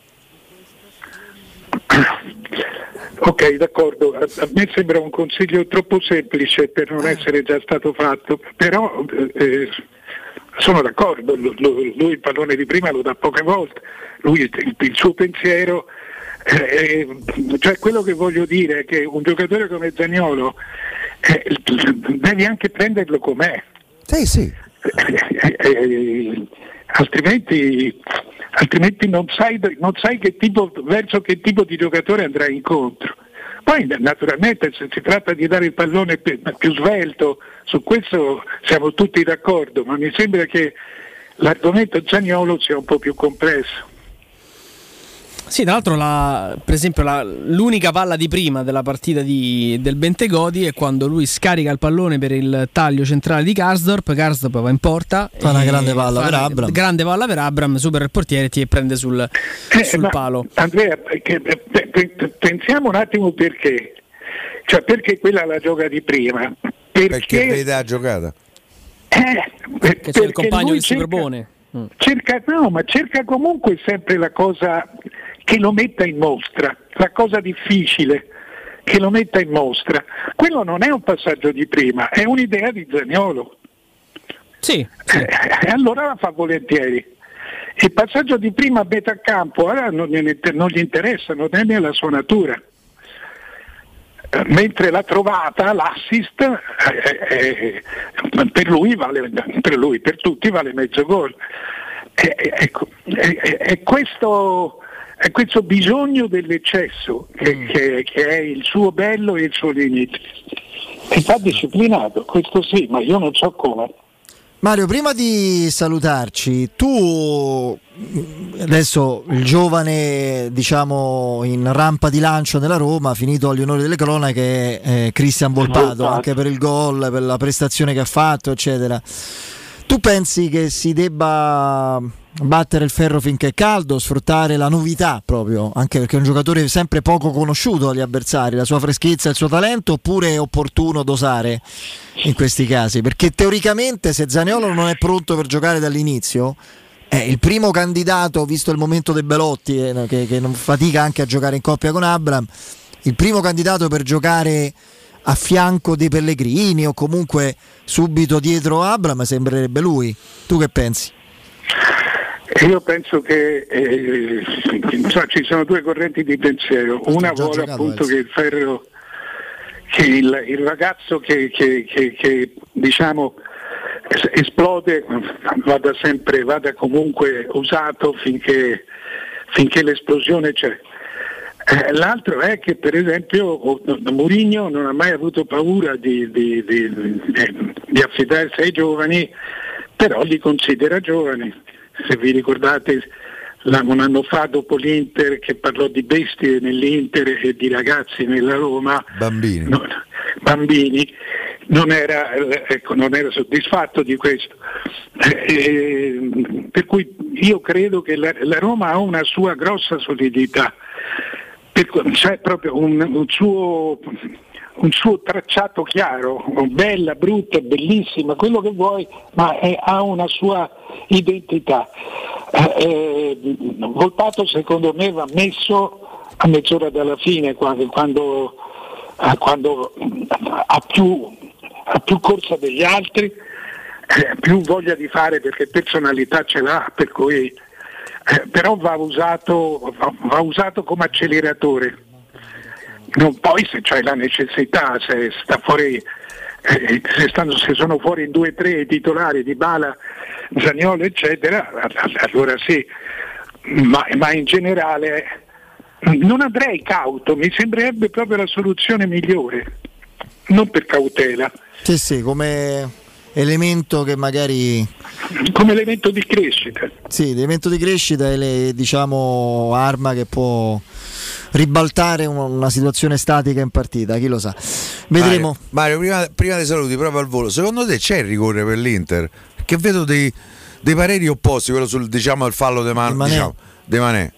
Ok, d'accordo, a me sembra un consiglio troppo semplice per non essere già stato fatto, però eh, sono d'accordo, lui il pallone di prima lo dà poche volte, lui il, il suo pensiero, eh, cioè quello che voglio dire è che un giocatore come Zaniolo eh, devi anche prenderlo com'è. Sì, sì. Eh, eh, altrimenti, altrimenti non sai, non sai che tipo, verso che tipo di giocatore andrai incontro. Poi naturalmente se si tratta di dare il pallone più, più svelto, su questo siamo tutti d'accordo, ma mi sembra che l'argomento Zaniolo sia un po' più complesso. Sì, tra l'altro la, per esempio la, l'unica palla di prima della partita di, del Bentegodi è quando lui scarica il pallone per il taglio centrale di Karsdorp, Karsdorp va in porta, fa una grande palla per Abram, grande palla per Abram, supera il portiere e prende sul, eh, sul ma, palo. Andrea, che, pensiamo un attimo perché, cioè perché quella la gioca di prima? Perché, perché vede la giocata? Eh, perché c'è il compagno che si propone. Cerca, no, ma cerca comunque sempre la cosa che lo metta in mostra, la cosa difficile che lo metta in mostra. Quello non è un passaggio di prima, è un'idea di Zaniolo. Sì, sì. E eh, allora la fa volentieri. Il passaggio di prima a metà campo allora non, non gli interessa, non è nella sua natura. eh, mentre la trovata, l'assist, eh, eh, per lui vale, per lui, per tutti vale mezzo gol. Eh, eh, ecco, eh, eh, è questo è questo bisogno dell'eccesso che, mm. che, che è il suo bello e il suo limite. E va disciplinato, questo sì, ma io non so come. Mario, prima di salutarci, tu adesso il giovane, diciamo, in rampa di lancio nella Roma, finito agli onori delle cronache, è Cristian Volpato, anche per il gol, per la prestazione che ha fatto, eccetera. Tu pensi che si debba battere il ferro finché è caldo, sfruttare la novità proprio, anche perché è un giocatore sempre poco conosciuto dagli avversari, la sua freschezza e il suo talento, oppure è opportuno dosare in questi casi? Perché teoricamente se Zaniolo non è pronto per giocare dall'inizio, è il primo candidato, visto il momento dei Belotti, eh, che, che non fatica anche a giocare in coppia con Abraham, il primo candidato per giocare a fianco dei Pellegrini o comunque subito dietro Abraham sembrerebbe lui. Tu che pensi? Io penso che eh, so, ci sono due correnti di pensiero. Una vuole appunto che il ferro, che il, il ragazzo che, che, che, che diciamo esplode vada sempre, vada comunque usato finché, finché l'esplosione c'è. Eh, l'altro è che per esempio Mourinho non ha mai avuto paura di, di, di, di, di affidarsi ai giovani, però li considera giovani. Se vi ricordate un anno fa dopo l'Inter che parlò di bestie nell'Inter e di ragazzi nella Roma, bambini, no, bambini non, era, ecco, non era soddisfatto di questo. Eh, per cui io credo che la, la Roma ha una sua grossa solidità. C'è proprio un, un, suo, un suo tracciato chiaro, bella, brutta, bellissima, quello che vuoi, ma è, ha una sua identità. Eh, Volpato secondo me va messo a mezz'ora dalla fine, quando, quando, quando ha, più, ha più corsa degli altri, eh, più voglia di fare perché personalità ce l'ha, per cui... Eh, però va usato, va, va usato come acceleratore. Non poi se c'è la necessità, se sta fuori, eh, se, stanno, se sono fuori due o tre titolari di Bala, Zaniolo eccetera, allora sì, ma, ma in generale non andrei cauto, mi sembrerebbe proprio la soluzione migliore, non per cautela. Sì, sì, come elemento che magari come elemento di crescita. Sì, elemento di crescita e le, diciamo arma che può ribaltare una, una situazione statica in partita, chi lo sa. Vedremo. Mario, Mario prima, prima dei saluti, proprio al volo, secondo te c'è il rigore per l'Inter? Che vedo dei, dei pareri opposti, quello sul diciamo il fallo de Man, diciamo, de Mané.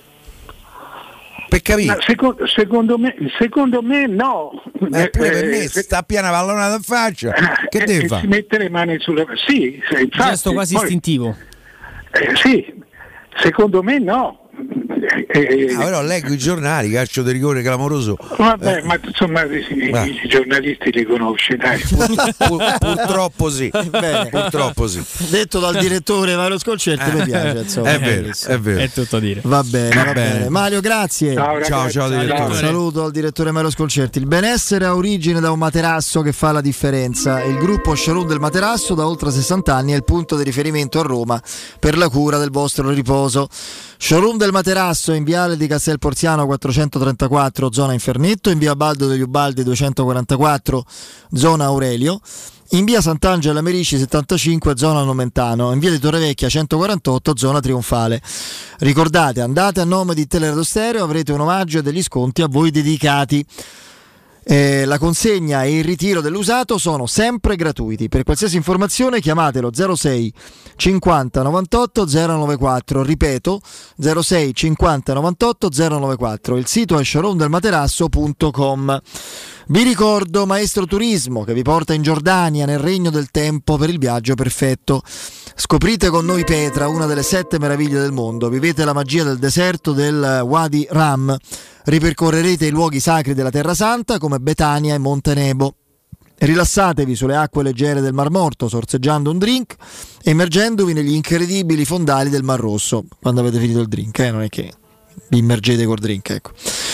Per capire. Secondo, secondo, me, secondo me no. Eh, pure per me se sta piena pallonata in faccia. Che eh, deve eh, fare? Si mette le mani sulla. Sì, infatti, gesto quasi poi, istintivo. Eh, sì, secondo me no. Eh, ah, però leggo i giornali, calcio di rigore clamoroso. Vabbè, eh. ma insomma i, i giornalisti li conosci, dai. Pur, pur, purtroppo sì. Bene. Purtroppo sì. Detto dal direttore Mario Scolcerti, mi piace. Insomma. È vero, è vero. È tutto a dire. Va bene, va, va bene. bene. Mario, grazie. Ciao, ragazzi, ciao, ciao direttore. Saluto al direttore Mario Scolcerti. Il benessere ha origine da un materasso che fa la differenza. Il gruppo Showroom del Materasso da oltre sessanta anni è il punto di riferimento a Roma per la cura del vostro riposo. Showroom del Materasso in viale di Castel Porziano quattrocentotrentaquattro, zona Infernetto, in via Baldo degli Ubaldi duecentoquarantaquattro, zona Aurelio, in via Sant'Angela Merici settantacinque, zona Nomentano, in via di Torrevecchia centoquarantotto, zona Trionfale. Ricordate, andate a nome di Teleradio Stereo, avrete un omaggio e degli sconti a voi dedicati. Eh, la consegna e il ritiro dell'usato sono sempre gratuiti. Per qualsiasi informazione chiamatelo zero sei cinquanta novantotto zero novantaquattro, ripeto zero sei cinquanta novantotto zero novantaquattro. Il sito è showroom del materasso punto com. Vi ricordo Maestro Turismo che vi porta in Giordania nel regno del tempo per il viaggio perfetto. Scoprite con noi Petra, una delle sette meraviglie del mondo. Vivete la magia del deserto del Wadi Ram. Ripercorrerete i luoghi sacri della Terra Santa come Betania e Monte Nebo. Rilassatevi sulle acque leggere del Mar Morto sorseggiando un drink e immergendovi negli incredibili fondali del Mar Rosso quando avete finito il drink, eh? Non è che vi immergete col drink, ecco.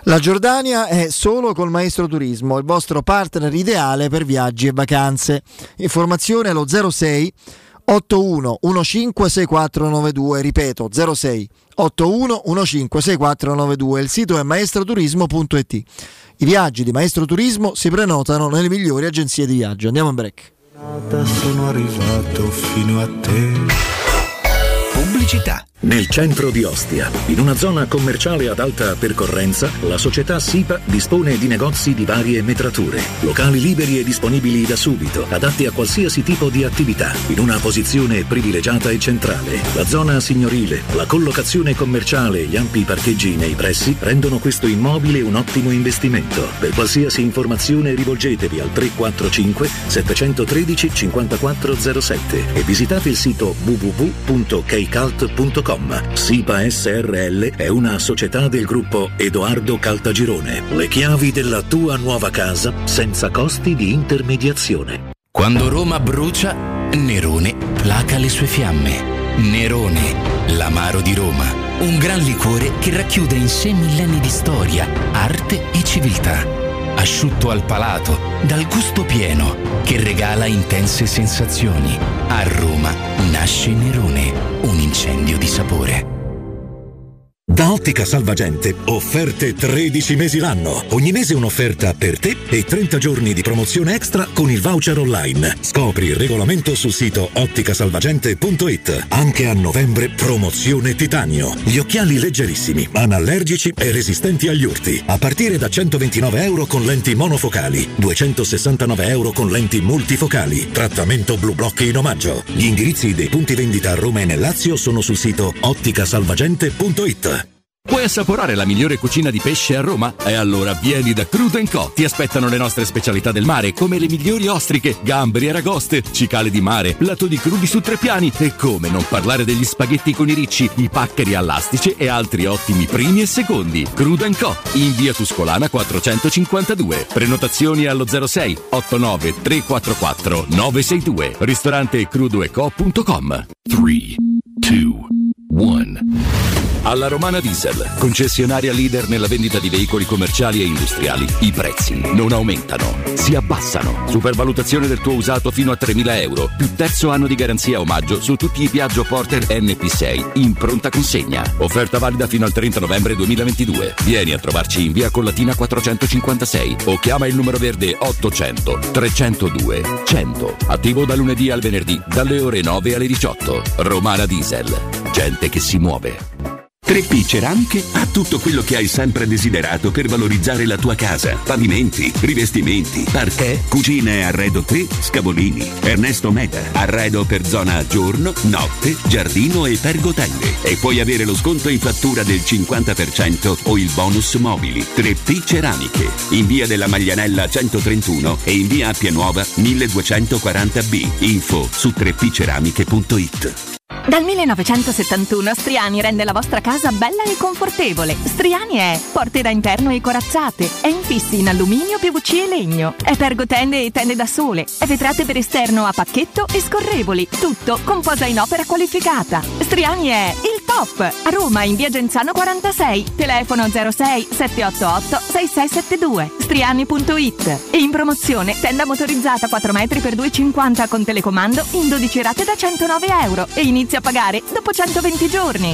La Giordania è solo col Maestro Turismo, il vostro partner ideale per viaggi e vacanze. Informazione allo zero sei otto uno uno cinque sei quattro nove due, ripeto zero sei otto uno uno cinque sei quattro nove due, il sito è maestroturismo punto it. I viaggi di Maestro Turismo si prenotano nelle migliori agenzie di viaggio. Andiamo in break. Sono arrivato fino a te. Pubblicità. Nel centro di Ostia, in una zona commerciale ad alta percorrenza, la società SIPA dispone di negozi di varie metrature, locali liberi e disponibili da subito, adatti a qualsiasi tipo di attività, in una posizione privilegiata e centrale. La zona signorile, la collocazione commerciale e gli ampi parcheggi nei pressi rendono questo immobile un ottimo investimento. Per qualsiasi informazione rivolgetevi al tre quattro cinque sette uno tre cinque zero sette e visitate il sito w w w punto keycult punto com. SIPA S R L è una società del gruppo Edoardo Caltagirone. Le chiavi della tua nuova casa senza costi di intermediazione. Quando Roma brucia, Nerone placa le sue fiamme. Nerone, l'amaro di Roma. Un gran liquore che racchiude in sé millenni di storia, arte e civiltà. Asciutto al palato, dal gusto pieno, che regala intense sensazioni. A Roma nasce Nerone, un incendio di sapore. Da Ottica Salvagente, offerte tredici mesi l'anno. Ogni mese un'offerta per te e trenta giorni di promozione extra con il voucher online. Scopri il regolamento sul sito otticasalvagente punto it. Anche a novembre promozione titanio. Gli occhiali leggerissimi, anallergici e resistenti agli urti. A partire da centoventinove euro con lenti monofocali, duecentosessantanove euro con lenti multifocali. Trattamento Blue Block in omaggio. Gli indirizzi dei punti vendita a Roma e nel Lazio sono sul sito otticasalvagente punto it. Vuoi assaporare la migliore cucina di pesce a Roma? E allora vieni da Crudo and Co. Ti aspettano le nostre specialità del mare, come le migliori ostriche, gamberi, aragoste, cicale di mare, plato di crudi su tre piani e come non parlare degli spaghetti con i ricci, i paccheri all'astice e altri ottimi primi e secondi. Crudo and Co. in via Tuscolana quattrocentocinquantadue. Prenotazioni allo zero sei otto nove tre quattro quattro nove sei due. Ristorante crudo e co punto com. tre, due, uno. Alla Romana Diesel, concessionaria leader nella vendita di veicoli commerciali e industriali, i prezzi non aumentano, si abbassano. Supervalutazione del tuo usato fino a tremila euro, più terzo anno di garanzia omaggio su tutti i Piaggio Porter N P sei in pronta consegna. Offerta valida fino al trenta novembre duemilaventidue. Vieni a trovarci in via Collatina quattrocentocinquantasei o chiama il numero verde ottocento trecentodue cento. Attivo da lunedì al venerdì dalle ore nove alle diciotto. Romana Diesel, gente che si muove. tre P Ceramiche ha tutto quello che hai sempre desiderato per valorizzare la tua casa. Pavimenti, rivestimenti, parquet, cucina e arredo tre, Scavolini. Ernesto Meta, arredo per zona giorno, notte, giardino e pergotende. E puoi avere lo sconto in fattura del cinquanta per cento o il bonus mobili. tre P Ceramiche, in via della Maglianella centotrentuno e in via Appia Nuova milleduecentoquaranta B. Info su tre p ceramiche punto it. Dal millenovecentosettantuno Striani rende la vostra casa bella e confortevole. Striani è porte da interno e corazzate, è infissi in alluminio, P V C e legno, è pergotende e tende da sole, è vetrate per esterno a pacchetto e scorrevoli, tutto con posa in opera qualificata. Striani è il top! A Roma in via Genzano quarantasei, telefono zero sei sette otto otto sei sei sette due, striani punto it. E in promozione tenda motorizzata quattro metri per due e cinquanta con telecomando in dodici rate da centonove euro e inizia a pagare dopo centoventi giorni.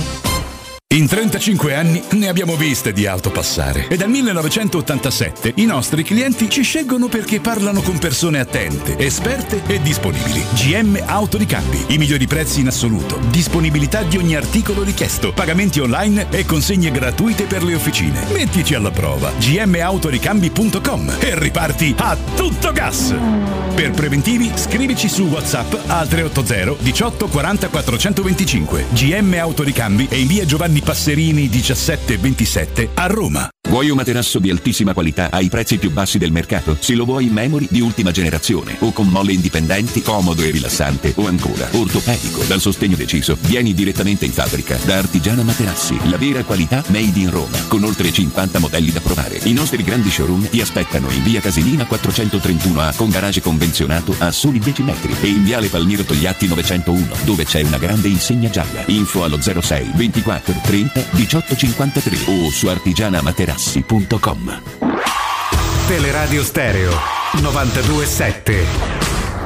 In trentacinque anni ne abbiamo viste di auto passare e dal millenovecentottantasette i nostri clienti ci scelgono perché parlano con persone attente, esperte e disponibili. G M Autoricambi, i migliori prezzi in assoluto, disponibilità di ogni articolo richiesto, pagamenti online e consegne gratuite per le officine. Mettici alla prova g m autoricambi punto com e riparti a tutto gas. Per preventivi scrivici su WhatsApp al tre otto zero diciotto quaranta quattrocentoventicinque. G M Autoricambi è in via Giovanni Passerini diciassette ventisette a Roma. Vuoi un materasso di altissima qualità ai prezzi più bassi del mercato? Se lo vuoi in memory di ultima generazione o con molle indipendenti, comodo e rilassante o ancora ortopedico dal sostegno deciso, vieni direttamente in fabbrica da Artigiana Materassi, la vera qualità made in Roma, con oltre cinquanta modelli da provare. I nostri grandi showroom ti aspettano in via Casilina quattrocentotrentuno A con garage convenzionato a soli dieci metri e in viale Palmiro Togliatti novecentouno dove c'è una grande insegna gialla. Info allo zero sei ventiquattro trenta diciotto cinquantatré o su artigianamaterassi punto com. Teleradio Stereo novantadue sette.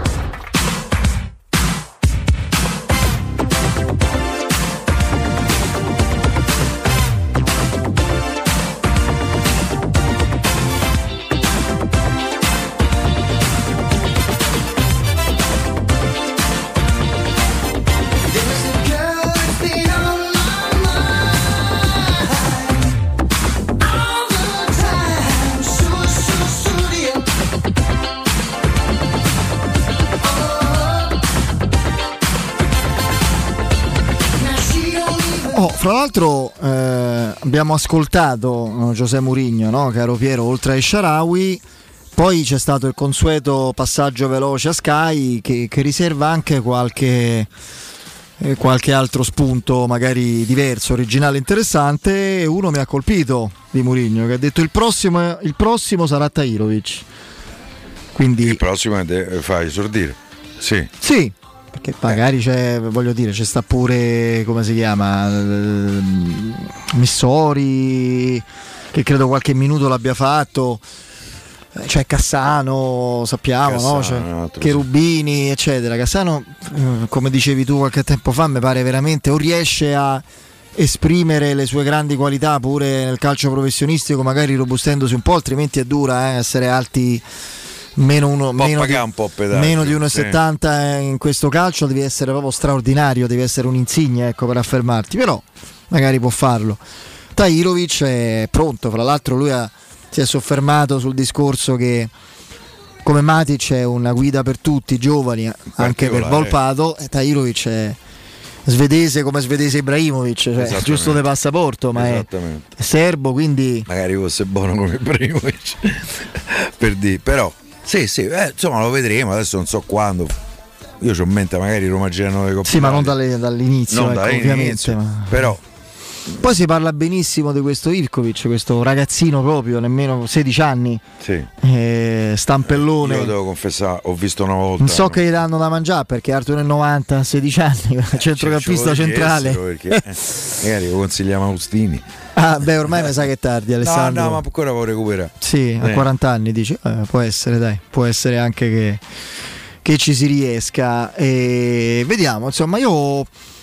Oh, fra l'altro eh, abbiamo ascoltato no, José Mourinho, no, caro Piero, oltre ai Shaarawy, poi c'è stato il consueto passaggio veloce a Sky che, che riserva anche qualche, eh, qualche altro spunto magari diverso, originale, interessante. Uno mi ha colpito di Mourinho che ha detto il prossimo, il prossimo sarà Tahirovic. Quindi il prossimo fa esordire. Sì. Sì. Che magari c'è, voglio dire, c'è sta pure, come si chiama, Missori, che credo qualche minuto l'abbia fatto, c'è Cassano, sappiamo, Cassano, no? C'è Cherubini, eccetera. Cassano, come dicevi tu qualche tempo fa, mi pare veramente o riesce a esprimere le sue grandi qualità pure nel calcio professionistico, magari robustendosi un po', altrimenti è dura eh, essere alti meno, uno, meno, di, un po' pedaggio, meno di uno e sì. settanta in questo calcio, devi essere proprio straordinario, devi essere un insigne, ecco, per affermarti, però magari può farlo. Tahirovic è pronto, fra l'altro lui ha, si è soffermato sul discorso che come Matic è una guida per tutti, giovani, anche per Volpato, e Tahirovic è svedese come svedese Ibrahimovic, cioè giusto di passaporto, ma è, è serbo, quindi magari fosse buono come Ibrahimovic per dire, però sì sì eh, insomma lo vedremo, adesso non so quando, io c'ho in mente magari Roma Genova Coppa sì, ma non dalle, dall'inizio, non ecco, dall'inizio ovviamente ma... però poi si parla benissimo di questo Ivkovic, questo ragazzino proprio, nemmeno sedici anni, sì. eh, stampellone. Io devo confessare, ho visto una volta. Non so che gli danno da mangiare perché Arthur nel novanta, sedici anni, centrocampista centrale. Perché, eh, magari lo consigliamo a Austini. Ah, beh, ormai mi sa che è tardi, Alessandro. No, no, ma ancora può recuperare. Sì, a eh. quaranta anni dici, eh, può essere, dai, può essere anche che, che ci si riesca. E vediamo, insomma, io.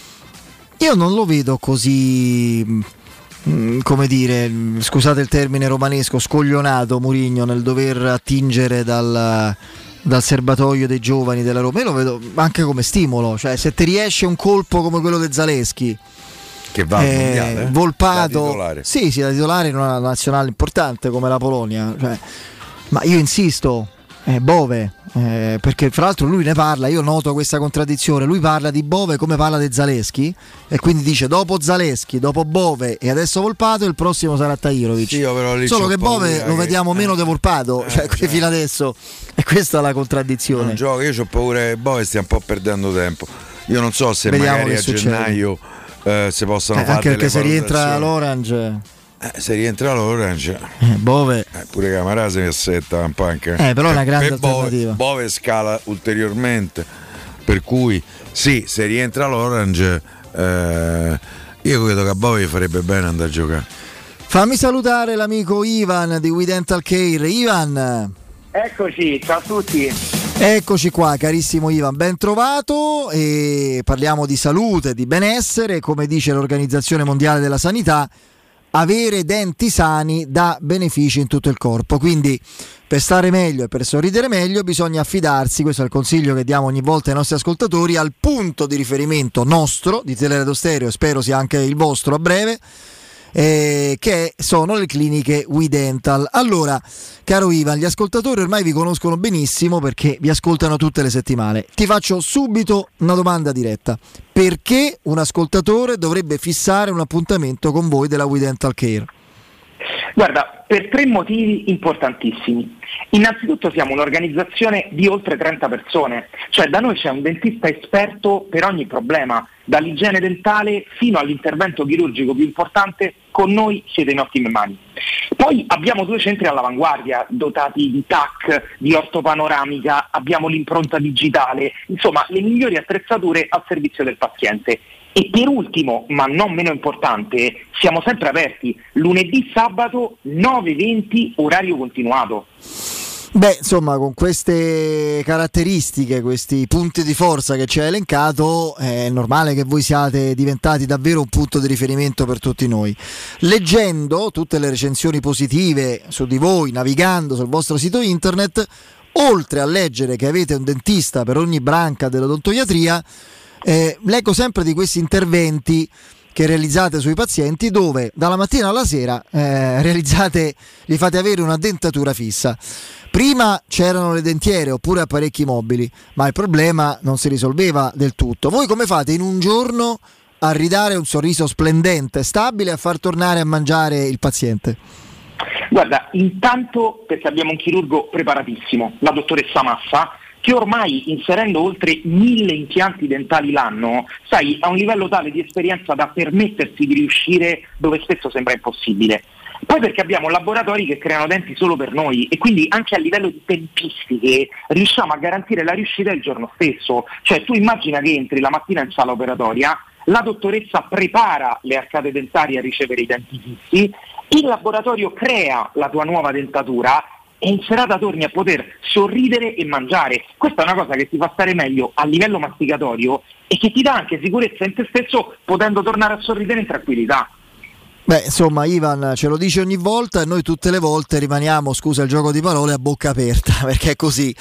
Io non lo vedo così, come dire, scusate il termine romanesco, scoglionato Mourinho nel dover attingere dal, dal serbatoio dei giovani della Roma. Io lo vedo anche come stimolo, cioè se ti riesce un colpo come quello di Zalewski, che va al eh, mondiale, eh? Volpato, da sì, sì, da titolare in una nazionale importante come la Polonia, cioè, ma io insisto. Eh, Bove, eh, perché fra l'altro lui ne parla, io noto questa contraddizione, lui parla di Bove come parla di Zalewski e quindi dice dopo Zalewski, dopo Bove e adesso Volpato il prossimo sarà Tahirovic, sì, solo che Bove che... lo vediamo eh, meno di Volpato, eh, cioè qui fino adesso, e questa è la contraddizione. Non gioco, io ho paura che Bove stia un po' perdendo tempo, io non so se vediamo magari a succede. gennaio eh, si possono eh, fare anche perché se rientra l'Orange Eh, se rientra l'Orange eh, Bove eh, pure Camarà si assetta un po' anche eh, però è una grande Bove, alternativa. Bove scala ulteriormente, per cui sì, se rientra l'Orange eh, io credo che a Bove farebbe bene andare a giocare. Fammi salutare l'amico Ivan di We Dental Care. Ivan, eccoci, ciao a tutti. Eccoci qua, carissimo Ivan, ben trovato, e parliamo di salute, di benessere. Come dice l'Organizzazione Mondiale della Sanità, avere denti sani dà benefici in tutto il corpo, quindi per stare meglio e per sorridere meglio bisogna affidarsi, questo è il consiglio che diamo ogni volta ai nostri ascoltatori, al punto di riferimento nostro di Teleradio Stereo, spero sia anche il vostro a breve, eh, che sono le cliniche We Dental. Allora, caro Ivan, gli ascoltatori ormai vi conoscono benissimo perché vi ascoltano tutte le settimane. Ti faccio subito una domanda diretta: perché un ascoltatore dovrebbe fissare un appuntamento con voi della We Dental Care? Guarda, per tre motivi importantissimi. Innanzitutto siamo un'organizzazione di oltre trenta persone, cioè da noi c'è un dentista esperto per ogni problema, dall'igiene dentale fino all'intervento chirurgico più importante, con noi siete in ottime mani. Poi abbiamo due centri all'avanguardia, dotati di T A C, di ortopanoramica, abbiamo l'impronta digitale, insomma le migliori attrezzature al servizio del paziente. E per ultimo, ma non meno importante, siamo sempre aperti lunedì, sabato, nove venti, orario continuato. Beh, insomma, con queste caratteristiche, questi punti di forza che ci ha elencato, è normale che voi siate diventati davvero un punto di riferimento per tutti noi. Leggendo tutte le recensioni positive su di voi, navigando sul vostro sito internet, oltre a leggere che avete un dentista per ogni branca dell'odontoiatria, eh, leggo sempre di questi interventi che realizzate sui pazienti, dove dalla mattina alla sera eh, realizzate, li fate avere una dentatura fissa. Prima c'erano le dentiere oppure apparecchi mobili, ma il problema non si risolveva del tutto. Voi come fate in un giorno a ridare un sorriso splendente, stabile, a far tornare a mangiare il paziente? Guarda, intanto perché abbiamo un chirurgo preparatissimo, la dottoressa Massa, che ormai, inserendo oltre mille impianti dentali l'anno, sai, ha un livello tale di esperienza da permettersi di riuscire dove spesso sembra impossibile. Poi perché abbiamo laboratori che creano denti solo per noi e quindi anche a livello di tempistiche riusciamo a garantire la riuscita il giorno stesso. Cioè tu immagina che entri la mattina in sala operatoria, la dottoressa prepara le arcate dentarie a ricevere i denti fissi, il laboratorio crea la tua nuova dentatura e in serata torni a poter sorridere e mangiare. Questa è una cosa che ti fa stare meglio a livello masticatorio e che ti dà anche sicurezza in te stesso, potendo tornare a sorridere in tranquillità. Beh, insomma, Ivan ce lo dice ogni volta e noi tutte le volte rimaniamo, scusa il gioco di parole, a bocca aperta, perché è così.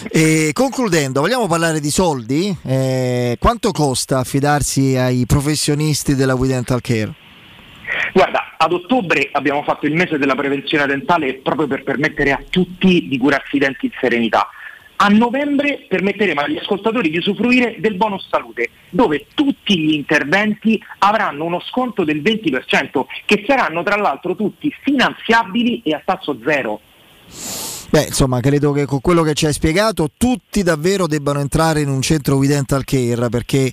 E concludendo, vogliamo parlare di soldi? Eh, quanto costa affidarsi ai professionisti della We Dental Care? Guarda, ad ottobre abbiamo fatto il mese della prevenzione dentale proprio per permettere a tutti di curarsi i denti in serenità. A novembre permetteremo agli ascoltatori di usufruire del bonus salute, dove tutti gli interventi avranno uno sconto del venti per cento, che saranno tra l'altro tutti finanziabili e a tasso zero. Beh, insomma, credo che con quello che ci hai spiegato tutti davvero debbano entrare in un centro We Dental Care, perché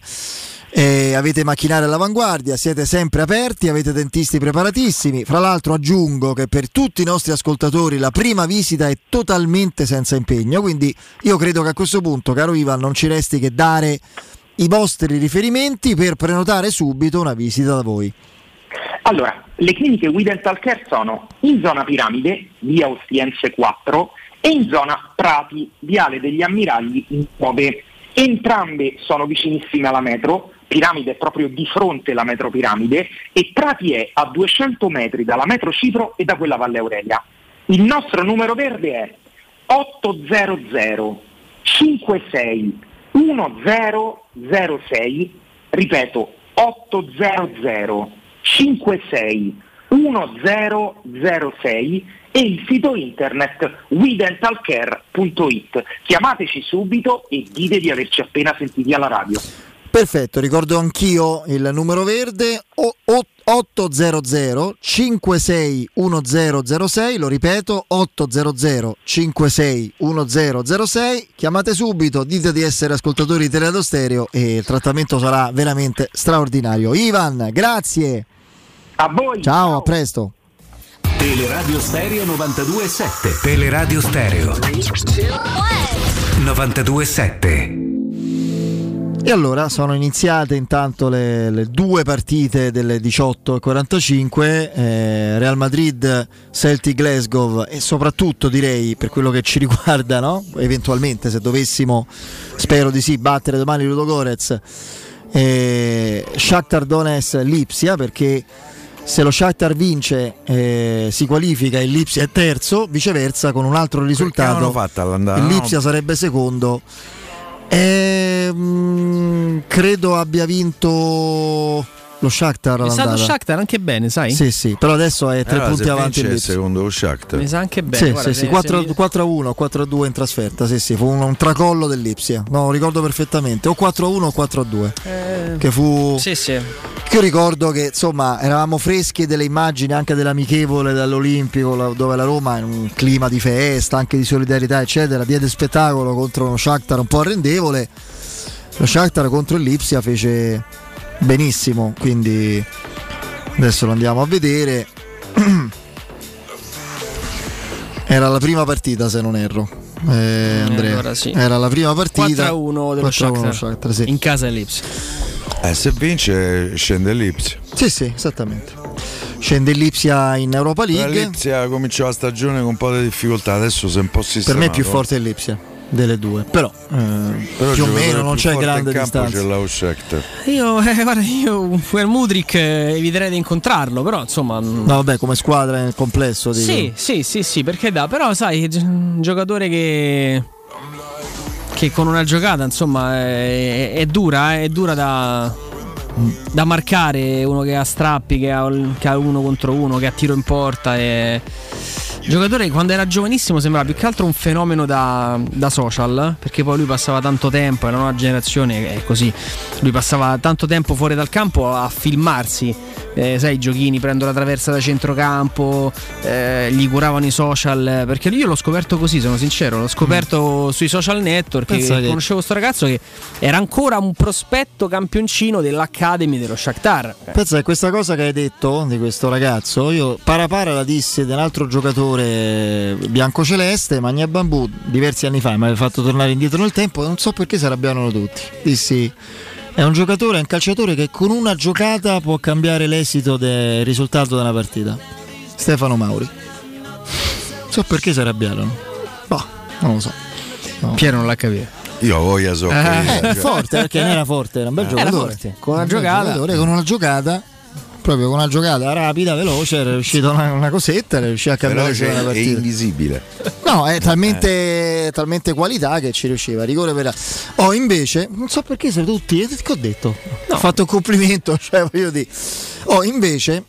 eh, avete macchinari all'avanguardia, siete sempre aperti, avete dentisti preparatissimi. Fra l'altro aggiungo che per tutti i nostri ascoltatori la prima visita è totalmente senza impegno, quindi io credo che a questo punto, caro Ivan, non ci resti che dare i vostri riferimenti per prenotare subito una visita da voi. Allora, le cliniche We Dental Care sono in zona Piramide, via Ostiense quattro, e in zona Prati, viale degli Ammiragli nove. Entrambe sono vicinissime alla metro. Piramide è proprio di fronte alla metro Piramide e Prati è a duecento metri dalla metro Cipro e da quella Valle Aurelia. Il nostro numero verde è otto zero zero cinque sei uno zero zero sei, ripeto otto zero zero cinque sei uno zero zero sei, e il sito internet we dental care punto it. Chiamateci subito e dite di averci appena sentiti alla radio. Perfetto, ricordo anch'io il numero verde otto zero zero cinque sei uno zero zero sei, lo ripeto otto zero zero cinque sei uno zero zero sei, chiamate subito, dite di essere ascoltatori di Teleradio Stereo e il trattamento sarà veramente straordinario. Ivan, grazie. A voi. Ciao, ciao. A presto. Teleradio Stereo novantadue sette. Teleradio Stereo novantadue sette. E allora sono iniziate intanto le, le due partite delle diciotto e quarantacinque, eh, Real Madrid, Celtic Glasgow, e soprattutto direi per quello che ci riguarda, no? Eventualmente se dovessimo, spero di sì, battere domani Ludogorets, eh, Shakhtar Donetsk Lipsia, perché se lo Shakhtar vince eh, si qualifica, il Lipsia è terzo, viceversa con un altro risultato il Lipsia no? sarebbe secondo. E, mh, credo abbia vinto lo Shakhtar. È stato Shakhtar anche bene, sai? Sì, sì, però adesso è tre allora, punti avanti il Lipsia. Secondo lo Shakhtar. Mi sa anche bene. Sì, guarda, sì, sì, quattro a uno, quattro a due in trasferta. Sì, sì, fu un, un tracollo del Lipsia. No, lo ricordo perfettamente. O quattro a uno o quattro a due. Eh, che fu Sì, sì. Che io ricordo che insomma eravamo freschi delle immagini anche dell'amichevole dall'Olimpico, dove la Roma in un clima di festa, anche di solidarietà, eccetera, diede spettacolo contro uno Shakhtar un po' arrendevole. Lo Shakhtar contro il Lipsia fece benissimo, quindi adesso lo andiamo a vedere. Era la prima partita, se non erro, eh, Andrea. Allora sì. Era la prima partita quattro a uno dello Shakhtar, Shakhtar sì. in casa del Lipsia. Eh, se vince scende l'Ipsia. Sì, sì, esattamente. Scende l'Ipsia in Europa League. L'Ipsia cominciò la stagione con un po' di difficoltà, adesso si è un po' sistemato. Per me è più forte l'Ipsia delle due, però, eh, però più o meno non c'è grande in campo, distanza. c'è la Shakhtar. Io, eh, guarda, io per Mudryk eh, eviterei di incontrarlo, però insomma. No, vabbè, come squadra nel complesso. Dico. Sì, sì, sì, sì, perché da, però sai, un giocatore che. che con una giocata insomma è, è dura, è dura da, da marcare, uno che ha strappi, che ha, che ha uno contro uno, che ha tiro in porta. È giocatore che quando era giovanissimo sembrava più che altro un fenomeno da, da social, perché poi lui passava tanto tempo, era una generazione è così, lui passava tanto tempo fuori dal campo a filmarsi. Eh, sai, i giochini, prendo la traversa da centrocampo, eh, gli curavano i social, perché io l'ho scoperto così, sono sincero, l'ho scoperto mm. sui social network, che che... conoscevo questo ragazzo che era ancora un prospetto campioncino dell'Academy dello Shakhtar. Pensa che questa cosa che hai detto di questo ragazzo, io para para la dissi di un altro giocatore biancoceleste, Magna Bambù, diversi anni fa, mi aveva fatto tornare indietro nel tempo, non so perché si arrabbiarono tutti. Dissi: è un giocatore, è un calciatore che con una giocata può cambiare l'esito del risultato di una partita. Stefano Mauri. Non so perché si arrabbiarono. Boh, non lo so. No. Piero non l'ha capito. Io voglio so. Eh, è forte, perché non era forte, era un bel giocatore. Era forte. Con una giocata. Con una giocata. Proprio con una giocata rapida, veloce, era riuscito una, una cosetta, era riuscito a cambiare la partita. È invisibile. No, è talmente, eh. talmente qualità che ci riusciva. Rigore per. Oh, invece, non so perché siete tutti. Che ho detto? No. Ho fatto un complimento, cioè voglio dire. Oh, invece.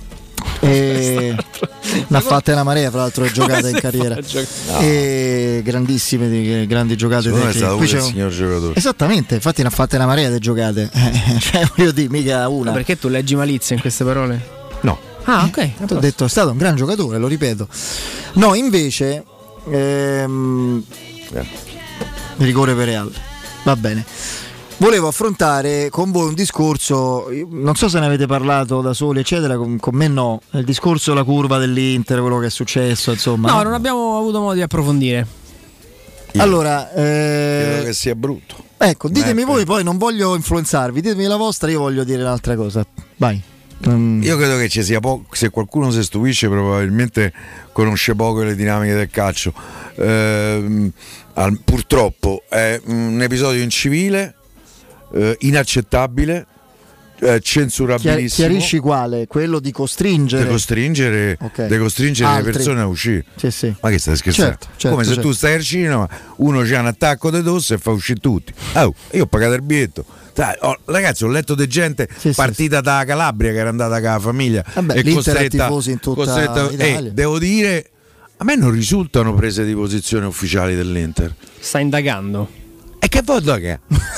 E... ne ha fatte una marea, fra l'altro, giocate in carriera. No. E grandissime, grandi giocate. Secondo me è stato pure il signor giocatore. Esattamente, infatti ne ha fatte una marea di giocate. Cioè, voglio dire, mica una. Ma perché tu leggi malizia in queste parole? No. Ah, ok. Ti ho detto, è stato un gran giocatore, lo ripeto. No, invece. Ehm... Eh. Rigore per Real. Va bene. Volevo affrontare con voi un discorso, non so se ne avete parlato da soli eccetera, con, con me no, il discorso della curva dell'Inter, quello che è successo, insomma. No, non abbiamo avuto modo di approfondire. Io allora, eh... credo che sia brutto. Ecco, ditemi voi, poi non voglio influenzarvi, ditemi la vostra, io voglio dire un'altra cosa. Vai. Mm. Io credo che ci sia poco, se qualcuno si stupisce probabilmente conosce poco le dinamiche del calcio. Eh, al, purtroppo è un episodio incivile. Uh, inaccettabile, uh, censurabilissimo. Chiarisci quale? Quello di costringere di costringere, okay. di costringere le persone a uscire. Sì, sì. Ma che stai scherzando? Certo, certo, come se certo. tu stai al cinema, uno c'ha un attacco di tosse e fa uscire tutti. Oh, io ho pagato il biglietto. Dai, oh, ragazzi, ho letto di gente sì, partita sì, da sì. Calabria che era andata con la famiglia. Vabbè, e costretta, in tutta costretta Italia. Eh, devo dire, a me non risultano prese di posizione ufficiali dell'Inter. Sta indagando. E che voglio che?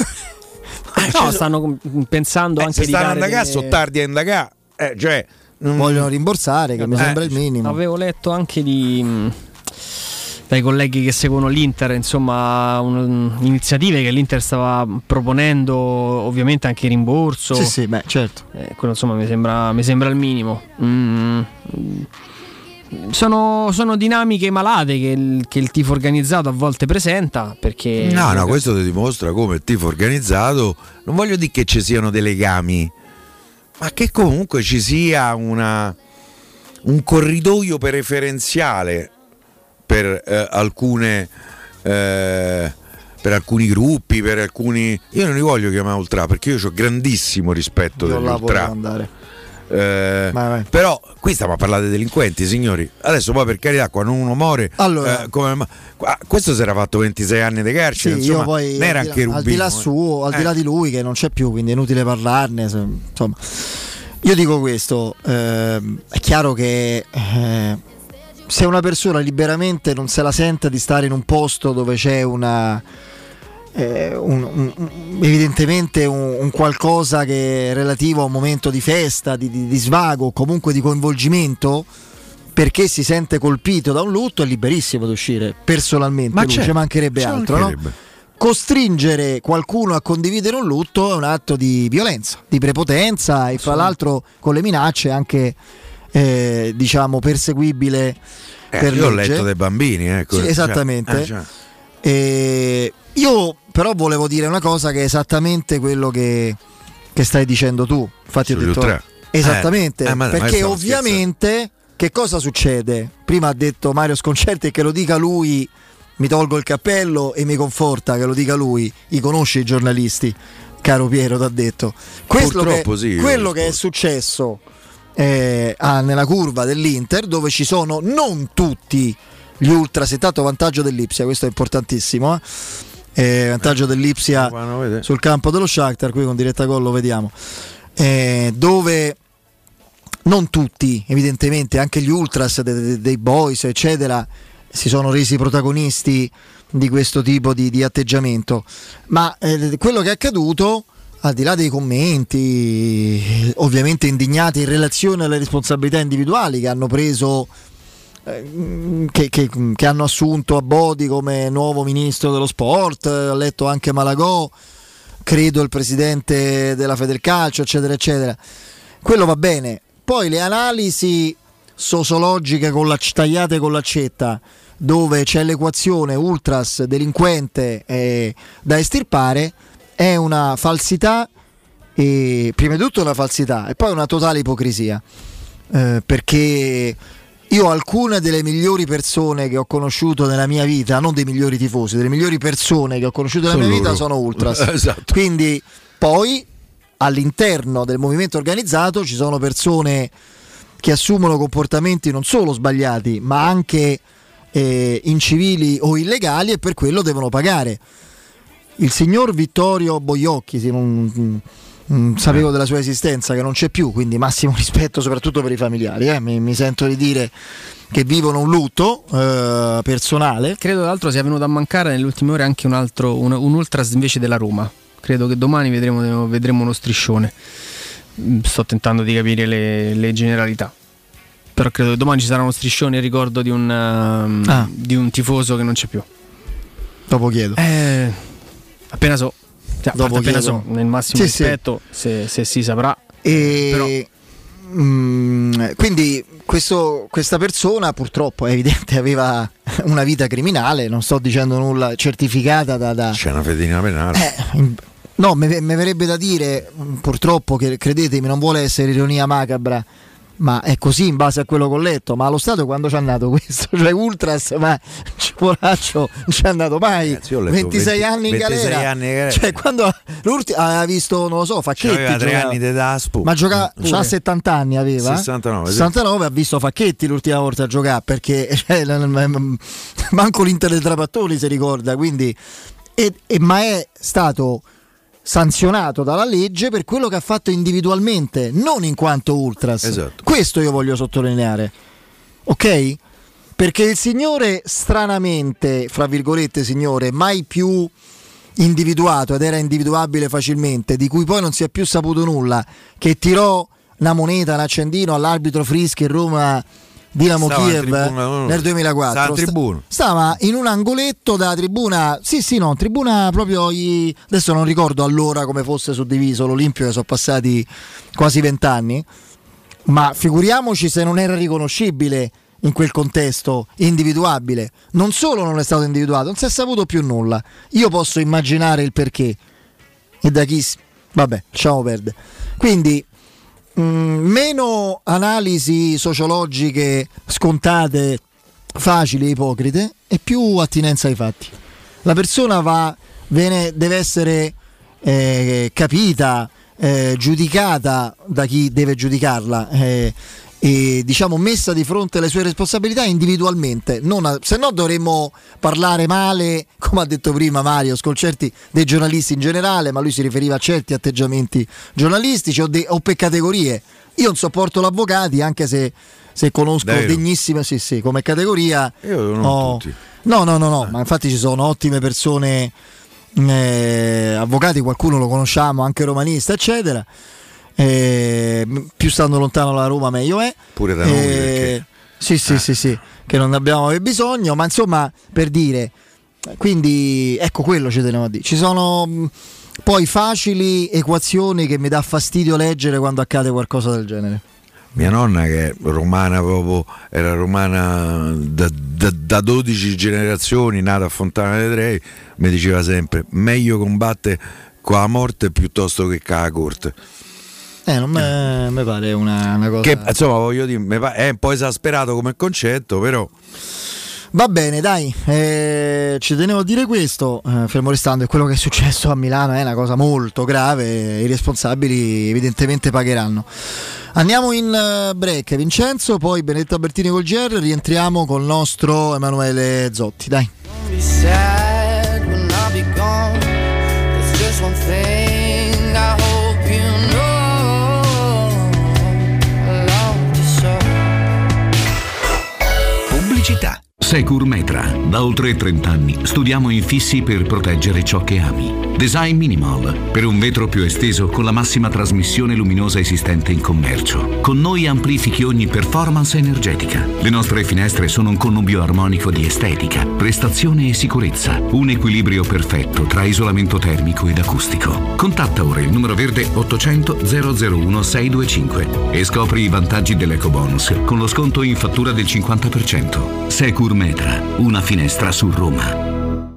No, stanno pensando eh, anche se di stanno a indagare, delle... sono tardi a indagare. Eh, cioè, non... vogliono rimborsare, che eh, mi sembra il minimo. Avevo letto anche di dai colleghi che seguono l'Inter, insomma, un, iniziative che l'Inter stava proponendo, ovviamente anche rimborso. Sì, sì, beh, certo. Eh, quello insomma mi sembra, mi sembra il minimo. Mm. Sono, sono dinamiche malate che il, che il tifo organizzato a volte presenta, perché no no questo ti dimostra come il tifo organizzato, non voglio dire che ci siano dei legami, ma che comunque ci sia una, un corridoio preferenziale per eh, alcune eh, per alcuni gruppi, per alcuni, io non li voglio chiamare ultra perché io ho grandissimo rispetto degli ultra. Eh, vai, vai. Però qui stiamo a parlare dei delinquenti, signori. Adesso poi per carità, quando uno muore allora, eh, come, questo si era fatto ventisei anni di carcere, sì, insomma, io poi, non era al, anche Rubino, al di là suo, al eh. di là di lui che non c'è più, quindi è inutile parlarne, se, insomma. Io dico questo, eh, è chiaro che eh, se una persona liberamente non se la sente di stare in un posto dove c'è una Eh, un, un, evidentemente un, un qualcosa che è relativo a un momento di festa, di, di, di svago, comunque di coinvolgimento, perché si sente colpito da un lutto, è liberissimo di uscire personalmente. Ma lui, ci mancherebbe ci altro, mancherebbe. No? Costringere qualcuno a condividere un lutto è un atto di violenza, di prepotenza e fra l'altro con le minacce anche eh, diciamo perseguibile eh, per io legge. Ho letto dei bambini, ecco. Sì, esattamente. Cioè, eh, cioè. E io però volevo dire una cosa che è esattamente quello che che stai dicendo tu. Infatti ho detto esattamente, eh, eh, ma, perché ma ovviamente scherzando. Che cosa succede? Prima ha detto Mario Sconcerti, che lo dica lui, mi tolgo il cappello e mi conforta che lo dica lui. I conosci i giornalisti, caro Piero, t'ha detto. Quello, che, sì, quello che è successo eh, ah, nella curva dell'Inter, dove ci sono non tutti gli ultras, intanto vantaggio dell'Ipsia, questo è importantissimo, eh? Eh, vantaggio dell'Ipsia sul campo dello Shakhtar, qui con Diretta Gol lo vediamo, eh, dove non tutti, evidentemente, anche gli ultras dei, dei, dei boys eccetera si sono resi protagonisti di questo tipo di, di atteggiamento, ma eh, quello che è accaduto, al di là dei commenti ovviamente indignati in relazione alle responsabilità individuali che hanno preso eh, che, che, che hanno assunto Abodi come nuovo ministro dello sport, ho letto anche Malagò, credo il presidente della Federcalcio eccetera eccetera, quello va bene. Poi le analisi sociologiche con la, tagliate con l'accetta, dove c'è l'equazione ultras delinquente eh, da estirpare, è una falsità, e prima di tutto una falsità e poi una totale ipocrisia, eh, perché io alcune delle migliori persone che ho conosciuto nella mia vita, non dei migliori tifosi, delle migliori persone che ho conosciuto nella sono mia loro. vita sono ultras. Esatto. Quindi poi all'interno del movimento organizzato ci sono persone che assumono comportamenti non solo sbagliati ma anche eh, incivili o illegali, e per quello devono pagare. Il signor Vittorio Boiocchi, sì, non, non sapevo della sua esistenza, che non c'è più, quindi massimo rispetto soprattutto per i familiari, eh. mi, mi sento di dire che vivono un lutto eh, personale. Credo tra l'altro sia venuto a mancare nelle ultime ore anche un altro un, un ultras invece della Roma. Credo che domani vedremo, vedremo uno striscione. Sto tentando di capire le, le generalità, però credo che domani ci sarà uno striscione in ricordo di un, um, ah. di un tifoso che non c'è più. Dopo chiedo. Eh, appena so, cioè, Dopo appena chiedo. so, nel massimo sì, rispetto, sì. Se, se si saprà. E... Però... Mm, quindi questo, questa persona purtroppo è evidente aveva una vita criminale, non sto dicendo nulla, certificata da... da... C'è una fedina penale. Eh, in... No, mi verrebbe da dire, purtroppo, che credetemi, non vuole essere ironia macabra, ma è così in base a quello che ho letto. Ma allo Stato quando c'è andato questo? Cioè ultras, ma Cipoliaccio non c'è andato mai. Ragazzi, ventisei venti, anni in ventisei galera. Anni in galera. Cioè quando l'ultimo aveva visto, non lo so, Facchetti, aveva tre anni di Daspo. Ma giocava, c'ha settanta anni aveva. sessantanove, sessantanove, sì. Ha visto Facchetti l'ultima volta a giocare, perché cioè, manco l'Inter dei Trapattoni si ricorda, quindi e, e, ma è stato sanzionato dalla legge per quello che ha fatto individualmente, non in quanto ultras. Esatto. Questo io voglio sottolineare, ok? Perché il signore, stranamente, fra virgolette signore, mai più individuato ed era individuabile facilmente, di cui poi non si è più saputo nulla, che tirò una moneta, un accendino all'arbitro Frischi in Roma Dinamo stava Kiev tribuna, nel duemilaquattro, stava, tribuna. stava in un angoletto della tribuna, sì sì no, tribuna proprio i, adesso non ricordo allora come fosse suddiviso l'Olimpio, che sono passati quasi vent'anni, ma figuriamoci se non era riconoscibile in quel contesto, individuabile. Non solo non è stato individuato, non si è saputo più nulla. Io posso immaginare il perché e da chi, vabbè, lasciamo perdere. Quindi Mm, meno analisi sociologiche scontate, facili e ipocrite, e più attinenza ai fatti. La persona va, viene, deve essere eh, capita, eh, giudicata da chi deve giudicarla, eh, e diciamo messa di fronte alle sue responsabilità individualmente, non a, se no dovremmo parlare male, come ha detto prima Mario Sconcerti, dei giornalisti in generale, ma lui si riferiva a certi atteggiamenti giornalistici o, de, o per categorie. Io non sopporto gli avvocati, anche se, se conosco Davvero? degnissime, sì sì, come categoria. Io non ho, tutti. No, no, no, no, eh. ma infatti ci sono ottime persone, eh, avvocati, qualcuno lo conosciamo, anche romanista, eccetera. Eh, più stando lontano dalla Roma meglio è, pure da noi, eh, perché... sì sì eh. sì sì che non ne abbiamo bisogno, ma insomma, per dire, quindi ecco, quello ci tenevo a dire. Ci sono mh, poi facili equazioni che mi dà fastidio leggere quando accade qualcosa del genere. Mia nonna, che è romana, proprio era romana da, da, da dodici generazioni, nata a Fontana dei Trevi, mi diceva sempre: meglio combatte con la morte piuttosto che con la corte. Eh, non mi pare una, una cosa. Che insomma, voglio dire, me pa- è un po' esasperato come concetto, però. Va bene, dai, eh, ci tenevo a dire questo, eh, fermo restando che quello che è successo a Milano è una cosa molto grave, i responsabili evidentemente pagheranno. Andiamo in break, Vincenzo, poi Benedetta Bertini col G R, rientriamo col nostro Emanuele Zotti, dai. Pubblicità. Securmetra. Da oltre trenta anni studiamo infissi per proteggere ciò che ami. Design minimal, per un vetro più esteso con la massima trasmissione luminosa esistente in commercio. Con noi amplifichi ogni performance energetica. Le nostre finestre sono un connubio armonico di estetica, prestazione e sicurezza. Un equilibrio perfetto tra isolamento termico ed acustico. Contatta ora il numero verde ottocento zero zero uno sei due cinque e scopri i vantaggi dell'ecobonus con lo sconto in fattura del cinquanta per cento. Securmetra, una finestra su Roma.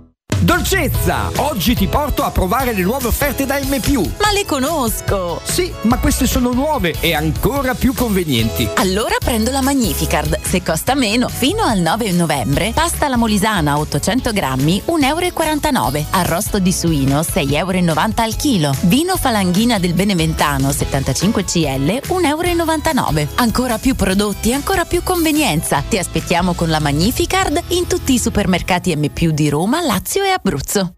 Dolcezza! Oggi ti porto a provare le nuove offerte da M più. Ma le conosco! Sì, ma queste sono nuove e ancora più convenienti. Allora prendo la Magnificard. Se costa meno, fino al nove novembre, pasta alla molisana ottocento grammi, un euro e quarantanove. Arrosto di suino, sei euro e novanta al chilo. Vino Falanghina del Beneventano, settantacinque centilitri, un euro e novantanove. Ancora più prodotti, ancora più convenienza. Ti aspettiamo con la Magnificard in tutti i supermercati M più di Roma, Lazio e Abruzzo.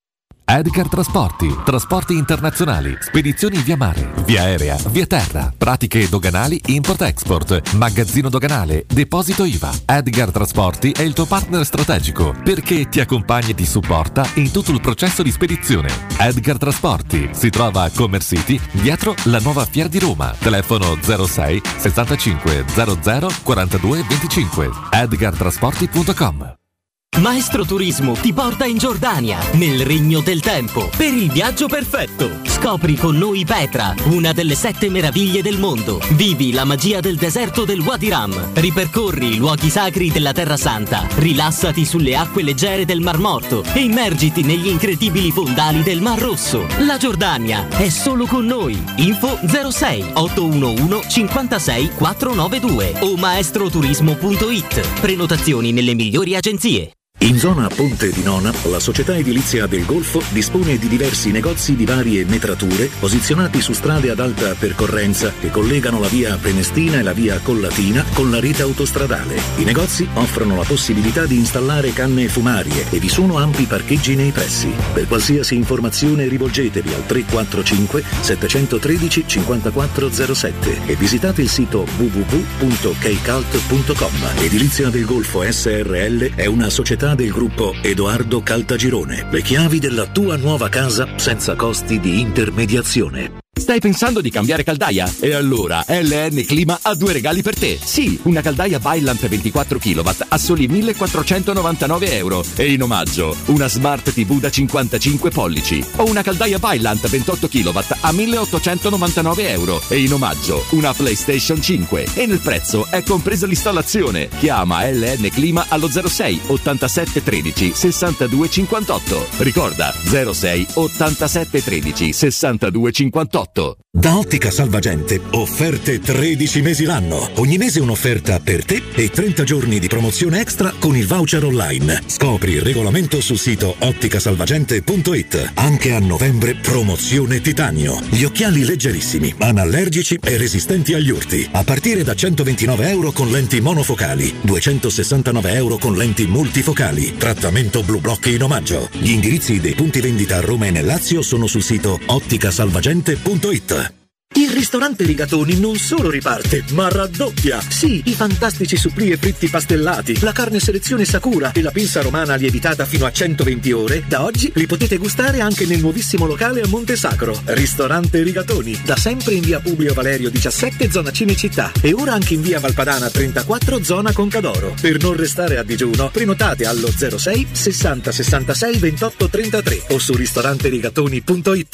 Edgar Trasporti, trasporti internazionali, spedizioni via mare, via aerea, via terra, pratiche doganali import-export, magazzino doganale, deposito I V A. Edgar Trasporti è il tuo partner strategico perché ti accompagna e ti supporta in tutto il processo di spedizione. Edgar Trasporti si trova a Commerce City, dietro la nuova Fiera di Roma. Telefono zero sei sessantacinque zero zero quarantadue venticinque. edgar trasporti punto com. Maestro Turismo ti porta in Giordania, nel Regno del Tempo, per il viaggio perfetto. Scopri con noi Petra, una delle sette meraviglie del mondo. Vivi la magia del deserto del Wadi Rum. Ripercorri i luoghi sacri della Terra Santa. Rilassati sulle acque leggere del Mar Morto e immergiti negli incredibili fondali del Mar Rosso. La Giordania è solo con noi. Info zero sei otto uno uno cinquantasei quattrocentonovantadue o maestroturismo punto it. Prenotazioni nelle migliori agenzie. In zona Ponte di Nona, la società edilizia del Golfo dispone di diversi negozi di varie metrature posizionati su strade ad alta percorrenza che collegano la via Prenestina e la via Collatina con la rete autostradale. I negozi offrono la possibilità di installare canne fumarie e vi sono ampi parcheggi nei pressi. Per qualsiasi informazione rivolgetevi al tre quattro cinque sette uno tre cinque zero sette e visitate il sito w w w punto kcalt punto com. Edilizia del Golfo S R L è una società del gruppo Edoardo Caltagirone. Le chiavi della tua nuova casa senza costi di intermediazione. Stai pensando di cambiare caldaia? E allora L N Clima ha due regali per te. Sì, una caldaia Vaillant ventiquattro chilowatt a soli millequattrocentonovantanove euro e in omaggio una Smart T V da cinquantacinque pollici o una caldaia Vaillant ventotto chilowatt a milleottocentonovantanove euro e in omaggio una PlayStation cinque e nel prezzo è compresa l'installazione. Chiama L N Clima allo zero sei ottantasette tredici sessantadue cinquantotto. Ricorda zero sei ottantasette tredici sessantadue cinquantotto. Da Ottica Salvagente, offerte tredici mesi l'anno. Ogni mese un'offerta per te e trenta giorni di promozione extra con il voucher online. Scopri il regolamento sul sito otticasalvagente punto it. Anche a novembre promozione titanio. Gli occhiali leggerissimi, anallergici e resistenti agli urti. A partire da centoventinove euro con lenti monofocali, duecentosessantanove euro con lenti multifocali. Trattamento Blue Block in omaggio. Gli indirizzi dei punti vendita a Roma e nel Lazio sono sul sito otticasalvagente punto it. Il ristorante Rigatoni non solo riparte, ma raddoppia! Sì, i fantastici supplì e fritti pastellati, la carne selezione Sakura e la pinza romana lievitata fino a centoventi ore, da oggi li potete gustare anche nel nuovissimo locale a Monte Sacro. Ristorante Rigatoni, da sempre in via Publio Valerio diciassette, zona Cinecittà, e ora anche in via Valpadana trentaquattro, zona Concadoro. Per non restare a digiuno, prenotate allo zero sei sessanta sessantasei ventotto trentatré o su ristoranterigatoni punto it.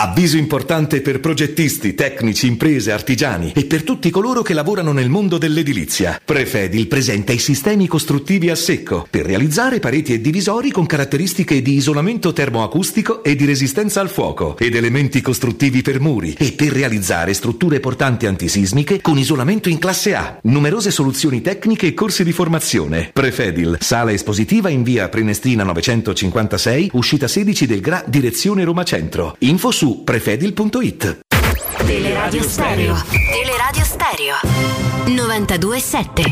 Avviso importante per progettisti, tecnici, imprese, artigiani e per tutti coloro che lavorano nel mondo dell'edilizia. Prefedil presenta i sistemi costruttivi a secco per realizzare pareti e divisori con caratteristiche di isolamento termoacustico e di resistenza al fuoco ed elementi costruttivi per muri e per realizzare strutture portanti antisismiche con isolamento in classe A. Numerose soluzioni tecniche e corsi di formazione. Prefedil, sala espositiva in via Prenestina novecentocinquantasei, uscita sedici del Gra, direzione Roma Centro. Info su prefedil punto it. Teleradio Stereo. Teleradio Stereo. novantadue sette.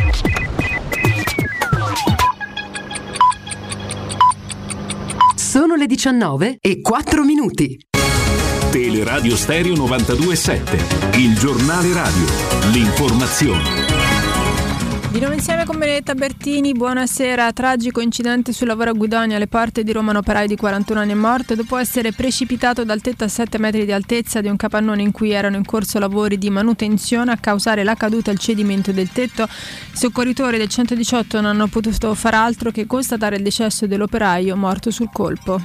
Sono le diciannove e quattro minuti. Teleradio Stereo novantadue sette. Il giornale radio. L'informazione. Di nuovo insieme con Benedetta Bertini, buonasera. Tragico incidente sul lavoro a Guidonia, alle porte di Roma. Un operaio di quarantuno anni è morto dopo essere precipitato dal tetto a sette metri di altezza di un capannone in cui erano in corso lavori di manutenzione. A causare la caduta e il cedimento del tetto, i soccorritori del centodiciotto non hanno potuto far altro che constatare il decesso dell'operaio morto sul colpo.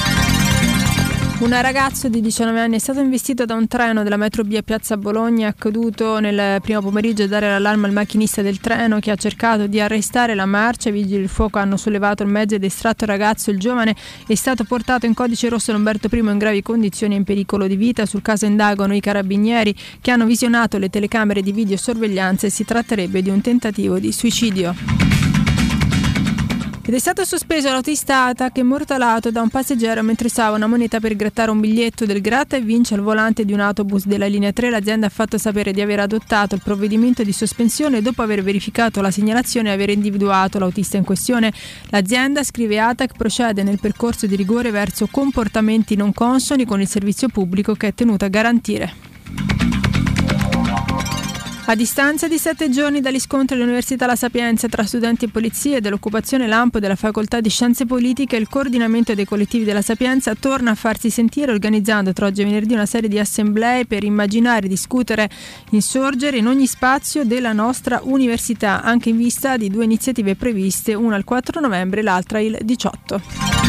Un ragazzo di diciannove anni è stato investito da un treno della metro B a Piazza Bologna. È accaduto nel primo pomeriggio a dare l'allarme al macchinista del treno, che ha cercato di arrestare la marcia. I vigili del fuoco hanno sollevato il mezzo ed estratto il ragazzo. Il giovane è stato portato in codice rosso Lamberto I in gravi condizioni e in pericolo di vita. Sul caso indagano i carabinieri, che hanno visionato le telecamere di videosorveglianza e si tratterebbe di un tentativo di suicidio. Ed è stato sospeso l'autista A T A C immortalato da un passeggero mentre usava una moneta per grattare un biglietto del gratta e vince al volante di un autobus della linea tre. L'azienda ha fatto sapere di aver adottato il provvedimento di sospensione dopo aver verificato la segnalazione e aver individuato l'autista in questione. L'azienda, scrive A T A C, procede nel percorso di rigore verso comportamenti non consoni con il servizio pubblico che è tenuto a garantire. A distanza di sette giorni dagli scontri all'Università La Sapienza tra studenti e polizie dell'occupazione Lampo della Facoltà di Scienze Politiche, il coordinamento dei collettivi della Sapienza torna a farsi sentire organizzando tra oggi e venerdì una serie di assemblee per immaginare, discutere, insorgere in ogni spazio della nostra università, anche in vista di due iniziative previste, una il quattro novembre e l'altra il diciotto.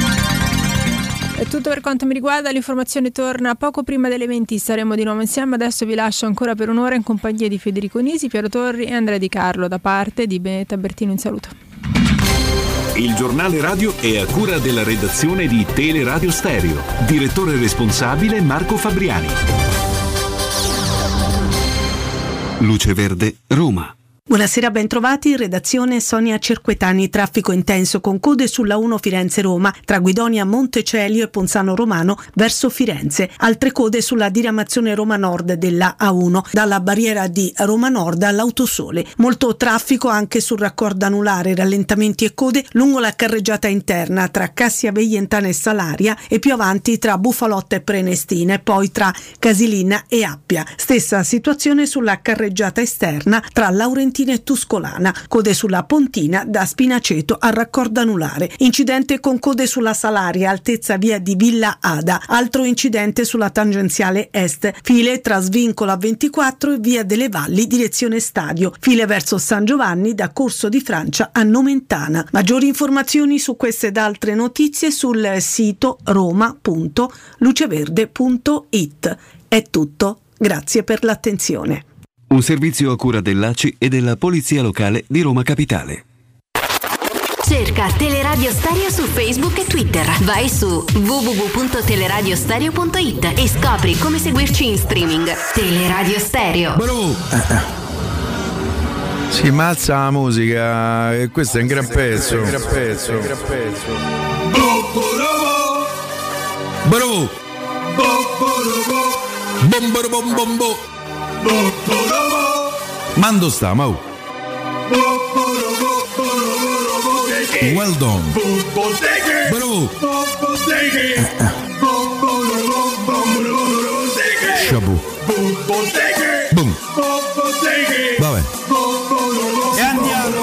È tutto per quanto mi riguarda, l'informazione torna poco prima delle venti, saremo di nuovo insieme. Adesso vi lascio ancora per un'ora in compagnia di Federico Nisi, Piero Torri e Andrea Di Carlo. Da parte di Benedetta Bertino, un saluto. Il giornale radio è a cura della redazione di Teleradio Stereo. Direttore responsabile Marco Fabriani. Luce Verde, Roma. Buonasera, ben trovati. In redazione Sonia Cerquetani. Traffico intenso con code sulla uno Firenze-Roma tra Guidonia, Montecelio e Ponzano Romano verso Firenze. Altre code sulla diramazione Roma Nord della A uno dalla barriera di Roma Nord all'Autosole. Molto traffico anche sul raccordo anulare, rallentamenti e code lungo la carreggiata interna tra Cassia Veientana e Salaria e più avanti tra Bufalotta e Prenestina e poi tra Casilina e Appia. Stessa situazione sulla carreggiata esterna tra Laurentina e Tuscolana, code sulla Pontina da Spinaceto al raccordo anulare. Incidente con code sulla Salaria, altezza via di Villa Ada. Altro incidente sulla tangenziale est, file tra Svincolo a ventiquattro e via delle Valli direzione Stadio, file verso San Giovanni da Corso di Francia a Nomentana. Maggiori informazioni su queste ed altre notizie sul sito roma punto luceverde punto it. È tutto, grazie per l'attenzione. Un servizio a cura dell'A C I e della Polizia Locale di Roma Capitale. Cerca Teleradio Stereo su Facebook e Twitter. Vai su w w w punto teleradiostereo punto it e scopri come seguirci in streaming. Teleradio Stereo. Bro. Si ma alza la musica e questo è un gran pezzo. Un gran pezzo. Un gran pezzo. Bro. Bombo bombo bombo. Mando sta, Mau. Well done. Bro. Shabu. Boom. Vabbè. E andiamo.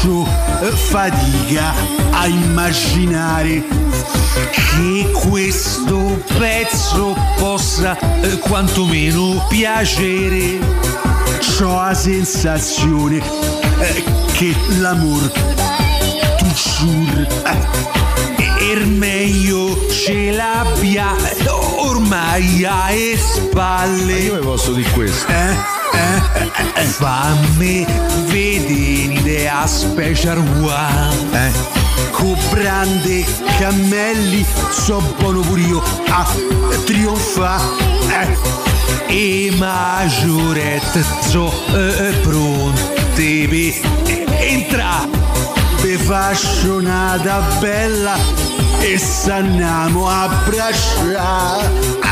faccio eh, fatica a immaginare che questo pezzo possa eh, quantomeno piacere. C'ho la sensazione eh, che l'amor toujours eh, er meglio ce l'abbia ormai alle spalle. Io posso dire questo. Eh, eh, eh, fammi vedere l'idea special one. Eh. Con brande cammelli so buono pure io a trionfa. Eh. E maggiorette so eh, pronte per entra. Pe fascionata bella e s'andiamo a abbracciare.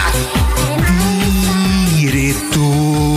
Diretto.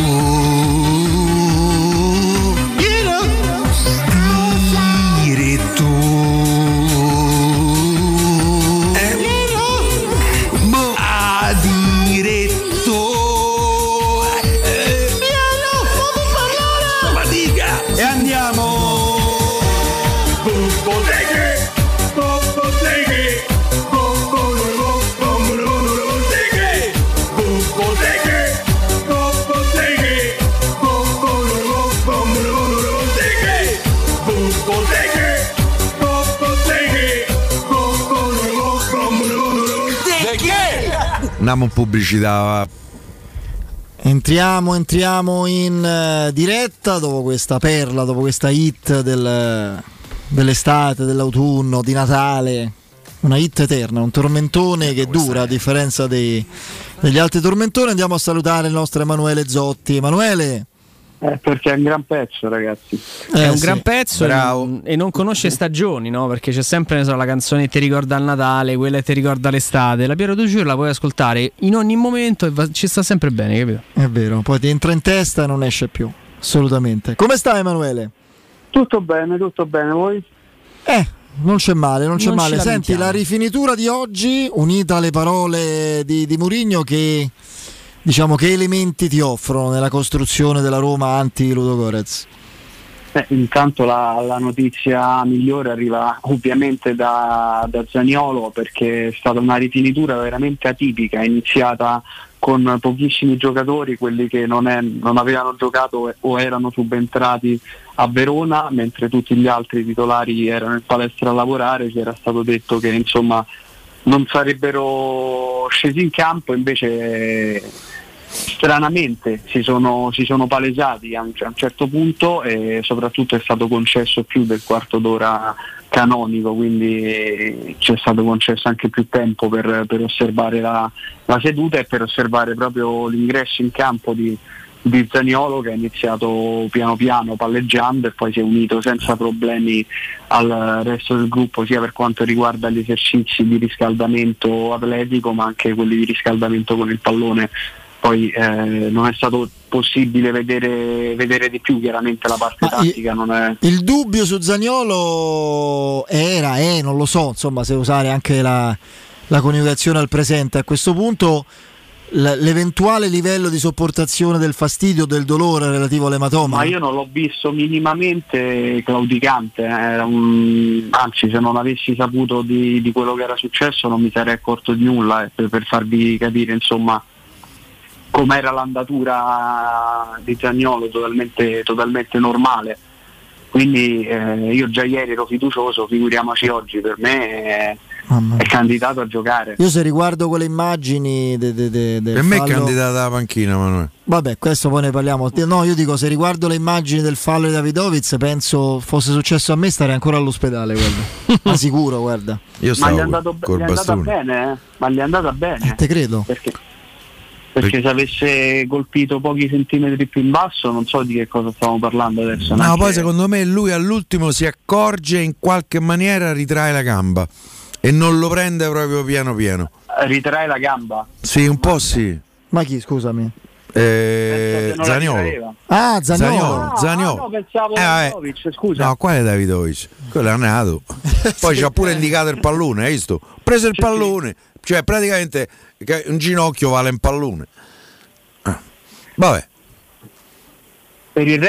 Andiamo in pubblicità. Entriamo, entriamo in uh, diretta dopo questa perla, dopo questa hit del, dell'estate, dell'autunno, di Natale. Una hit eterna, un tormentone che dura a differenza dei, degli altri tormentoni. Andiamo a salutare il nostro Emanuele Zotti. Emanuele. Eh, perché è un gran pezzo, ragazzi. È Eh, un sì. gran pezzo Bravo. e non conosce stagioni, no? Perché c'è sempre, ne so, la canzone che ti ricorda il Natale, quella che ti ricorda l'estate. La Piero Duccio la puoi ascoltare in ogni momento e va- ci sta sempre bene, capito? È vero, poi ti entra in testa e non esce più. Assolutamente. Come stai, Emanuele? Tutto bene, tutto bene, voi? Eh, non c'è male, non c'è Non ci male. Senti, lamentiamo. la rifinitura di oggi, unita alle parole di, di Mourinho, che diciamo che elementi ti offrono nella costruzione della Roma anti-Ludogorets? Eh, intanto la, la notizia migliore arriva ovviamente da, da Zaniolo, perché è stata una rifinitura veramente atipica, iniziata con pochissimi giocatori, quelli che non, è, non avevano giocato o erano subentrati a Verona, mentre tutti gli altri titolari erano in palestra a lavorare. Ci era stato detto che insomma non sarebbero scesi in campo, invece stranamente si sono, si sono palesati a un, a un certo punto, e soprattutto è stato concesso più del quarto d'ora canonico, quindi c'è stato concesso anche più tempo per, per osservare la, la seduta e per osservare proprio l'ingresso in campo di, di Zaniolo, che è iniziato piano piano palleggiando e poi si è unito senza problemi al resto del gruppo, sia per quanto riguarda gli esercizi di riscaldamento atletico ma anche quelli di riscaldamento con il pallone. Poi eh, non è stato possibile vedere, vedere di più, chiaramente la parte Ma tattica il, non è... il dubbio su Zaniolo era, eh, non lo so, insomma, se usare anche la, la coniugazione al presente a questo punto, l- l'eventuale livello di sopportazione del fastidio, del dolore relativo all'ematoma. Ma io non l'ho visto minimamente claudicante, eh. Era un... anzi, se non avessi saputo di, di quello che era successo non mi sarei accorto di nulla, eh, per, per farvi capire insomma com'era l'andatura di Zaniolo, totalmente, totalmente normale. Quindi eh, io già ieri ero fiducioso, figuriamoci oggi. Per me è, è candidato a giocare. Io se riguardo quelle immagini de, de, de, del Per me fallo... è candidato alla panchina, Manuel. Vabbè, questo poi ne parliamo. No, io dico, se riguardo le immagini del fallo di Davidovic, penso fosse successo a me, starei ancora all'ospedale, guarda. Ma sicuro, guarda. Io Ma gli è andato, gli è andata bene, eh? Ma gli è andata bene. Eh, te credo. Perché? Perché se avesse colpito pochi centimetri più in basso non so di che cosa stiamo parlando adesso. No, neanche... poi secondo me lui all'ultimo si accorge e in qualche maniera ritrae la gamba e non lo prende proprio piano pieno. Ritrae la gamba? Sì, un po' sì. Ma chi, scusami? Eh, Zaniolo. Ah, Zaniolo. Zaniolo. Zaniolo. Ah, no, pensavo Eh, Davidovic, scusa. No, quale Davidovic? Quello è nato. Poi ci ha pure indicato il pallone, hai visto? Preso il pallone, cioè praticamente un ginocchio vale un pallone. Ah. Vabbè. Per il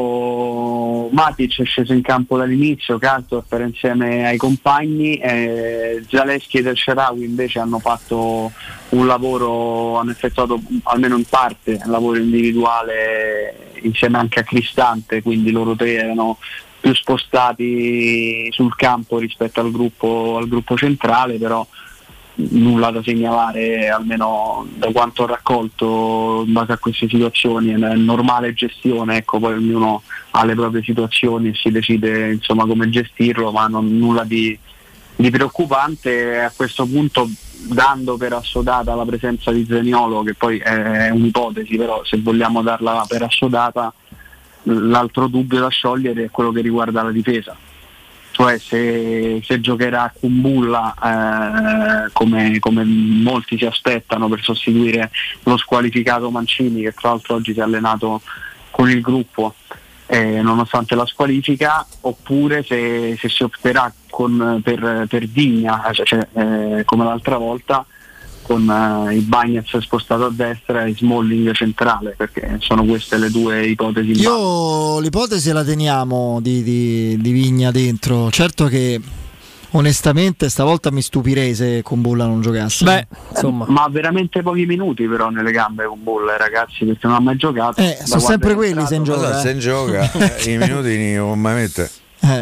resto Matic è sceso in campo dall'inizio, Karsdorp insieme ai compagni, eh, Zalewski ed El Shaarawy invece hanno fatto un lavoro, hanno effettuato almeno in parte un lavoro individuale insieme anche a Cristante, quindi loro tre erano più spostati sul campo rispetto al gruppo, al gruppo centrale, però nulla da segnalare, almeno da quanto ho raccolto in base a queste situazioni. È normale gestione, ecco, poi ognuno ha le proprie situazioni e si decide insomma come gestirlo, ma non nulla di, di preoccupante a questo punto, dando per assodata la presenza di Zaniolo, che poi è un'ipotesi, però se vogliamo darla per assodata, l'altro dubbio da sciogliere è quello che riguarda la difesa. Cioè se, se giocherà Kumbulla eh, come, come molti si aspettano per sostituire lo squalificato Mancini, che tra l'altro oggi si è allenato con il gruppo eh, nonostante la squalifica, oppure se, se si opterà con, per, per Vigna, cioè, eh, come l'altra volta, con uh, il Bagnez spostato a destra e Smalling centrale, perché sono queste le due ipotesi. Io l'ipotesi la teniamo di, di, di Vigna dentro, certo che onestamente stavolta mi stupirei se Kumbulla non giocasse. Beh, insomma. Ma veramente pochi minuti però nelle gambe Kumbulla, ragazzi, perché non ha mai giocato. Eh, sono sempre quelli se in gioca. Se in gioca i minuti non mai mette. Eh.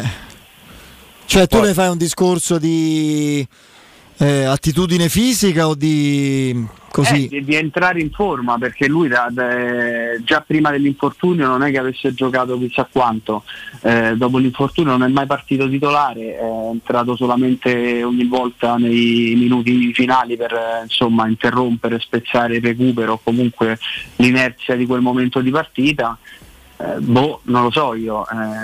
Cioè tu Poi. le fai un discorso di Eh, attitudine fisica o di così? Eh, di, di entrare in forma, perché lui da, da, già prima dell'infortunio non è che avesse giocato chissà quanto, eh, dopo l'infortunio non è mai partito titolare, è entrato solamente ogni volta nei minuti finali per eh, insomma interrompere, spezzare il recupero o comunque l'inerzia di quel momento di partita. Eh, boh, non lo so io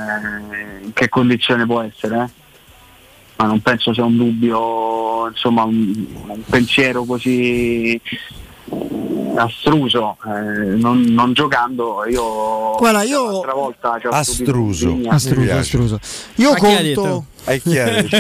eh, in che condizione può essere, eh? Ma non penso sia un dubbio, insomma un, un pensiero così astruso, eh, non, non giocando io guarda io l'altra volta astruso astruso, astruso io Ma conto chi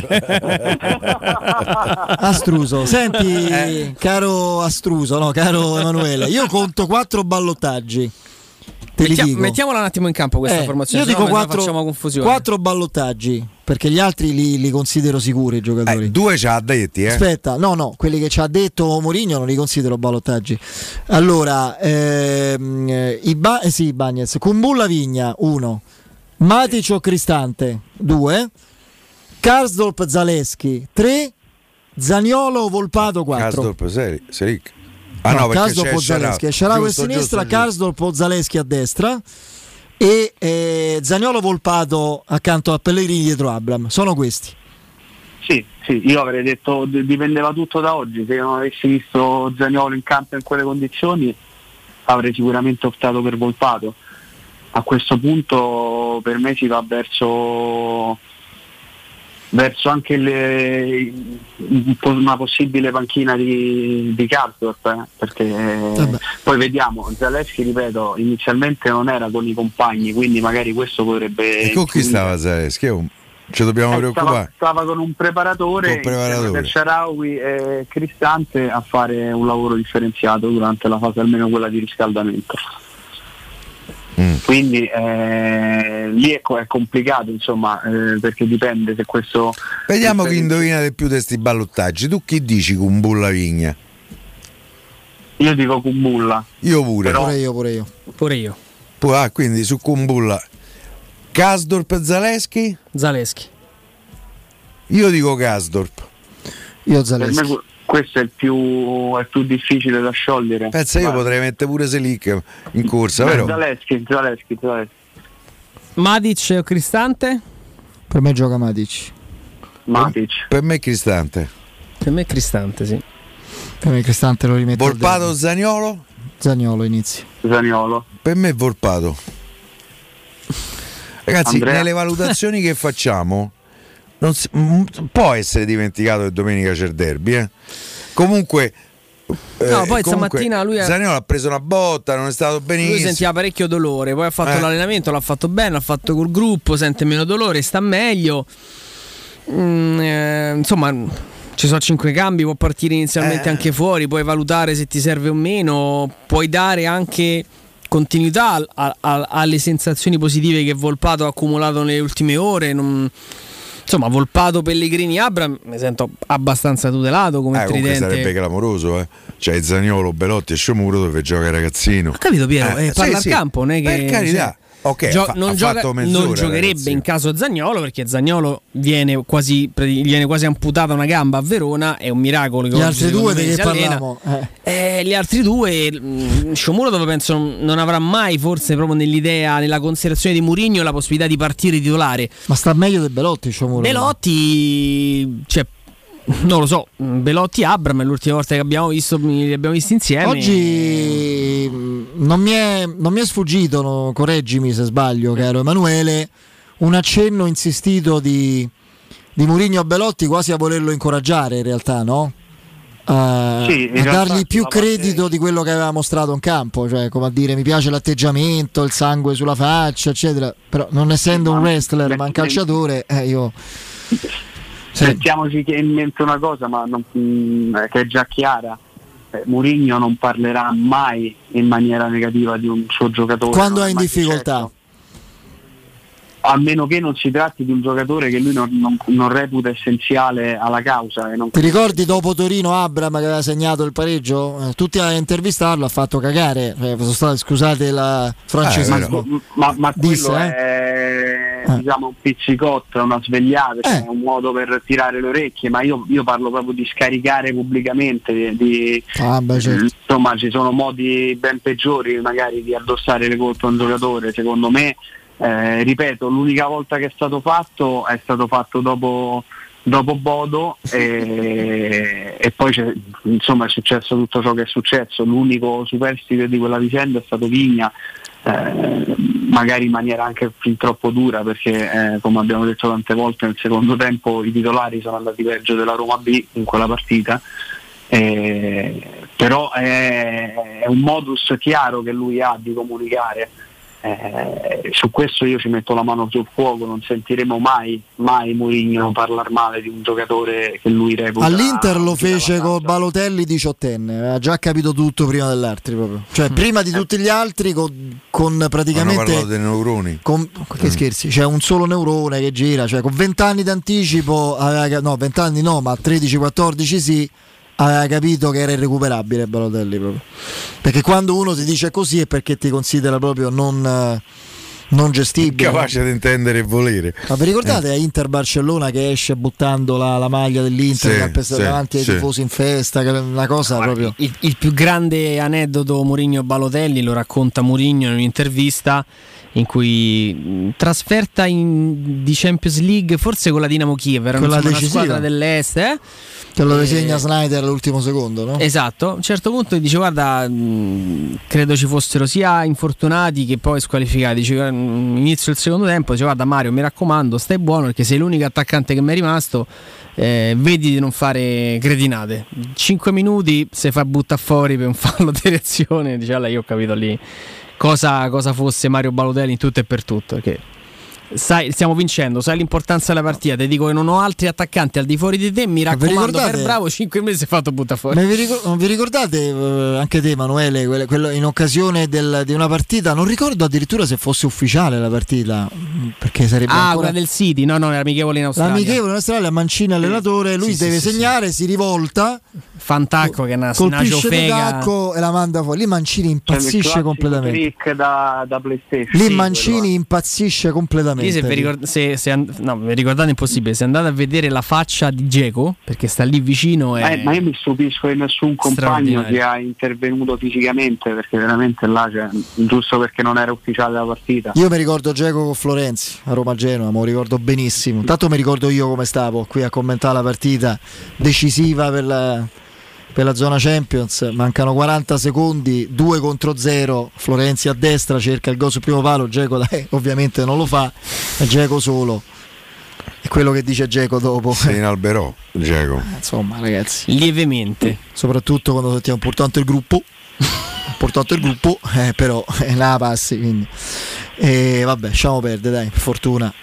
astruso senti eh. caro astruso no caro Emanuele, io conto quattro ballottaggi. Te Mettia, li dico. Mettiamola un attimo in campo questa eh, formazione. Io dico quattro, facciamo confusione. quattro ballottaggi, perché gli altri li, li considero sicuri i giocatori. Eh, due ci ha detti, eh. Aspetta, no, no, quelli che ci ha detto Mourinho non li considero ballottaggi. Allora, ehm, i ba- eh sì, Bagnez, Kumbulla Vigna, uno. Matic o Cristante, due. Karsdorp Zalewski, tre. Zaniolo Volpato, quattro. Karsdorp, Seric. Ah, no, no, Karsdorp o Zalewski, Shaarawy a sinistra, Karsdorp o Zalewski a destra e eh, Zaniolo Volpato accanto a Pellegrini dietro Abram. Sono questi. Sì, sì, io avrei detto dipendeva tutto da oggi. Se io non avessi visto Zaniolo in campo in quelle condizioni avrei sicuramente optato per Volpato. A questo punto per me si va verso verso anche le, una possibile panchina di, di Karsdorp, eh, perché Vabbè. poi vediamo, Zalewski, ripeto, inizialmente non era con i compagni, quindi magari questo potrebbe... E con chi stava Zalewski? Ci dobbiamo eh, preoccupare? Stava, stava con un preparatore, preparatore. Shaarawy e Cristante, a fare un lavoro differenziato durante la fase almeno quella di riscaldamento. Mm. Quindi eh, lì è, è complicato, insomma, eh, perché dipende se questo. Vediamo chi indovina di più di questi ballottaggi. Tu chi dici Kumbulla Vigna? Io dico Kumbulla. Io pure. Però... Pure io, pure io. Pure io. Ah, quindi su Kumbulla. Karsdorp Zalewski? Zalewski. Io dico Karsdorp. Io Zalewski. Per me questo è il più, è il più difficile da sciogliere. Pensa, io potrei mettere pure Selic in corsa, vero? Zalewski, Zalewski, Zalewski. Matic o Cristante? Per me gioca Matic. Matic. Per, per me Cristante. Per me Cristante, sì. Per me Cristante lo rimetto. Volpato Zaniolo? Zaniolo inizia. Zaniolo. Per me Volpato. Ragazzi, Andrea. Nelle valutazioni che facciamo non si, m- può essere dimenticato che domenica c'è il derby, eh? Comunque no, eh, poi comunque, stamattina lui ha... Zaniolo ha preso una botta, non è stato benissimo. Lui sentiva parecchio dolore, poi ha fatto eh. l'allenamento, l'ha fatto bene, l'ha fatto col gruppo, sente meno dolore, sta meglio. Mm, eh, insomma, ci sono cinque cambi, può partire inizialmente eh. anche fuori, puoi valutare se ti serve o meno, puoi dare anche continuità a, a, alle sensazioni positive che Volpato ha accumulato nelle ultime ore. Non, insomma, Volpato, Pellegrini, Abraham mi sento abbastanza tutelato come eh, tridente. Sarebbe clamoroso, eh. Cioè Zaniolo, Belotti e Sciomuro dove gioca il ragazzino. Ho capito Piero, eh, eh, parla sì, al sì. campo, non è che per carità. Cioè, Okay, Gio- fa- non, gioca- mezz'ora, non giocherebbe ragazzi. in caso Zaniolo, perché Zaniolo viene quasi, gli viene quasi amputata una gamba a Verona, è un miracolo che gli oggi, altri due di che si allena. parliamo eh. Eh, gli altri due mh, Sciomuro dove penso non avrà mai, forse proprio nell'idea, nella considerazione di Mourinho, la possibilità di partire titolare. Ma sta meglio di Belotti Sciomuro. Belotti, cioè non lo so, Belotti, Abraham è l'ultima volta che abbiamo visto, li abbiamo visti insieme. Oggi non mi è, non mi è sfuggito, no, correggimi se sbaglio, caro Emanuele, un accenno insistito di, di Mourinho a Belotti, quasi a volerlo incoraggiare in realtà, no? Uh, sì, in a realtà dargli più credito parte... di quello che aveva mostrato in campo, cioè come a dire mi piace l'atteggiamento, il sangue sulla faccia, eccetera. Però non essendo un wrestler ma un calciatore, eh, io... Sì. Mettiamoci in mente una cosa, ma non, mh, che è già chiara. Eh, Mourinho non parlerà mai in maniera negativa di un suo giocatore quando è in difficoltà, successo. A meno che non si tratti di un giocatore che lui non, non, non reputa essenziale alla causa. E non... Ti ricordi dopo Torino Abraham che aveva segnato il pareggio? Eh, tutti a intervistarlo ha fatto cagare, eh, sono state, scusate la francesismo, eh, ma, ma, ma disse, quello eh? è eh. diciamo un pizzicotto, una svegliata, eh. cioè un modo per tirare le orecchie, ma io, io parlo proprio di scaricare pubblicamente di, di, ah, beh, certo. Insomma ci sono modi ben peggiori magari di addossare le colpe a un giocatore, secondo me. Eh, ripeto, l'unica volta che è stato fatto è stato fatto dopo, dopo Bodo e, e poi c'è, insomma è successo tutto ciò che è successo. L'unico superstite di quella vicenda è stato Vigna, eh, magari in maniera anche fin troppo dura perché eh, come abbiamo detto tante volte nel secondo tempo i titolari sono andati peggio della Roma B in quella partita. Eh, però è, è un modus chiaro che lui ha di comunicare. Eh, su questo io ci metto la mano sul fuoco, non sentiremo mai mai Mourinho parlare male di un giocatore che lui reputa. All'Inter lo fece con Balotelli diciottenne, aveva già capito tutto prima dell'altri proprio. Cioè mm. prima di tutti gli altri con, con praticamente hanno parlato dei neuroni. Con, che mm. scherzi, c'è un solo neurone che gira, cioè con vent'anni d'anticipo aveva, no, vent'anni no, ma tredici quattordici sì. Aveva capito che era irrecuperabile Balotelli proprio. Perché quando uno ti dice così è perché ti considera proprio non, non gestibile, capace di intendere e volere. Ma vi ricordate a eh. Inter Barcellona che esce buttando la, la maglia dell'Inter sì, sì, davanti ai sì. tifosi in festa, che è una cosa ma proprio il, il più grande aneddoto Mourinho Balotelli lo racconta Mourinho in un'intervista in cui trasferta in, di Champions League forse con la Dinamo Kiev, era una squadra dell'Est, eh? che lo disegna Snyder all'ultimo secondo, no? Esatto, a un certo punto dice guarda mh, credo ci fossero sia infortunati che poi squalificati, dice, inizio il secondo tempo, dice guarda Mario mi raccomando stai buono perché sei l'unico attaccante che mi è rimasto, eh, vedi di non fare cretinate, cinque minuti se fa butta fuori per un fallo di reazione, dice allora io ho capito lì cosa, cosa fosse Mario Balotelli in tutto e per tutto, perché sai, stiamo vincendo, sai l'importanza della partita, ti dico che non ho altri attaccanti al di fuori di te, mi raccomando per bravo cinque mesi si è fatto buttare fuori. Ma vi ricor- non vi ricordate eh, anche te Emanuele quello, quello in occasione del, di una partita, non ricordo addirittura se fosse ufficiale la partita perché sarebbe ah ancora... quella del City, no no l'amichevole in Australia, l'amichevole in Australia, Mancini allenatore, lui sì, deve sì, segnare sì. Si rivolta Fantacco che nasce colpisce il tacco e la manda fuori, lì Mancini impazzisce cioè, completamente da, da PlayStation lì Mancini però. impazzisce completamente. Se vi, ricord- se, se and- no, vi ricordate impossibile, se andate a vedere la faccia di Dzeko perché sta lì vicino è eh, ma io mi stupisco di nessun compagno che ha intervenuto fisicamente perché veramente là cioè, giusto perché non era ufficiale la partita. Io mi ricordo Dzeko con Florenzi a Roma Genoa, me lo ricordo benissimo, tanto mi ricordo io come stavo qui a commentare la partita decisiva per la, per la zona Champions, mancano quaranta secondi, due contro zero, Florenzi a destra cerca il gol sul primo palo, Dzeko eh, ovviamente non lo fa, è Dzeko solo. E quello che dice Dzeko dopo si inalberò Dzeko. Eh, insomma ragazzi, lievemente, soprattutto quando sentiamo importante il gruppo portato il gruppo eh, però è eh, la passi quindi e eh, vabbè lasciamo perdere dai, per fortuna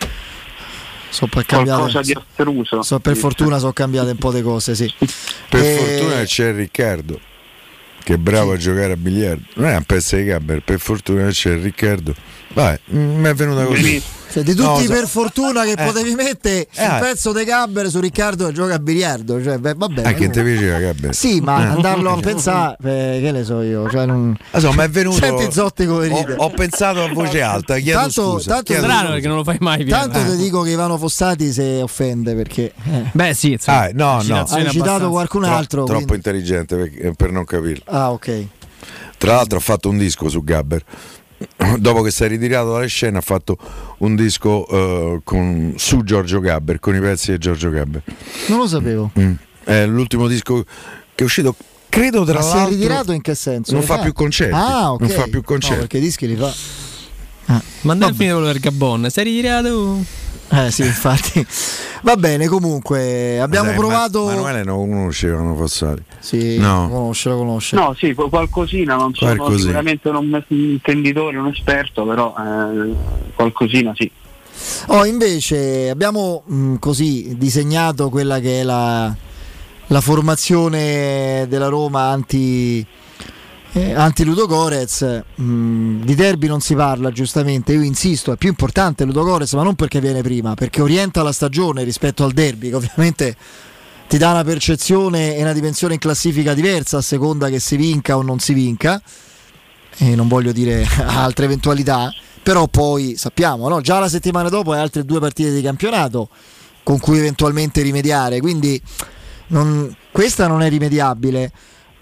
so per qualcosa di astruso so per fortuna sono cambiate un po' di cose sì. Per e... fortuna c'è Riccardo che è bravo sì. a giocare a biliardo. Non è un pezzo di Gabber, per fortuna c'è Riccardo. Vai, mi è venuta così. Cioè, di tutti no, so. per fortuna che eh. potevi mettere eh. il pezzo di Gabber su Riccardo che gioca a biliardo, cioè, beh, vabbè, ah, che te piaceva Gabber? Sì, ma eh. andarlo a pensare, eh, che ne so io, cioè non... so, ma è venuto. Senti Zotti come ride. Ho, ho pensato a voce alta, chiedo tanto, scusa. Tanto chiedo strano perché non lo fai mai. Tanto eh. ti dico che Ivano Fossati se offende perché eh. Beh, sì, insomma, ah, no, no. Hai citato qualcun altro. Tro- troppo quindi... intelligente per, per non capirlo. Ah, ok. Tra l'altro ha fatto un disco su Gabber. Dopo che si è ritirato dalle scene ha fatto un disco uh, con, su Giorgio Gabber, con i pezzi di Giorgio Gabber. Non lo sapevo. Mm. È l'ultimo disco che è uscito, credo, tra Ma l'altro. Si è ritirato in che senso? Non fa più concerti. Ah, ok. Non fa più concerti. No, perché i dischi li fa. Ah. Ma andai a finire quello del Gabon, sei ritirato? Eh sì, infatti. Va bene, comunque abbiamo Dai, provato. Ma Manuele non conoscevano Fossati. Sì, no. lo conosce, lo conosce. No, sì, qualcosina, non sono qualcosina. Sicuramente un intenditore, un esperto, però eh, qualcosina sì. Oh, invece abbiamo mh, così disegnato quella che è la, la formazione della Roma anti Eh, anti Ludogorets. Mh, di derby non si parla, giustamente, io insisto, è più importante Ludogorets, ma non perché viene prima, perché orienta la stagione rispetto al derby, che ovviamente ti dà una percezione e una dimensione in classifica diversa a seconda che si vinca o non si vinca, e non voglio dire altre eventualità, però poi sappiamo, no? Già la settimana dopo hai altre due partite di campionato con cui eventualmente rimediare, quindi non, questa non è rimediabile.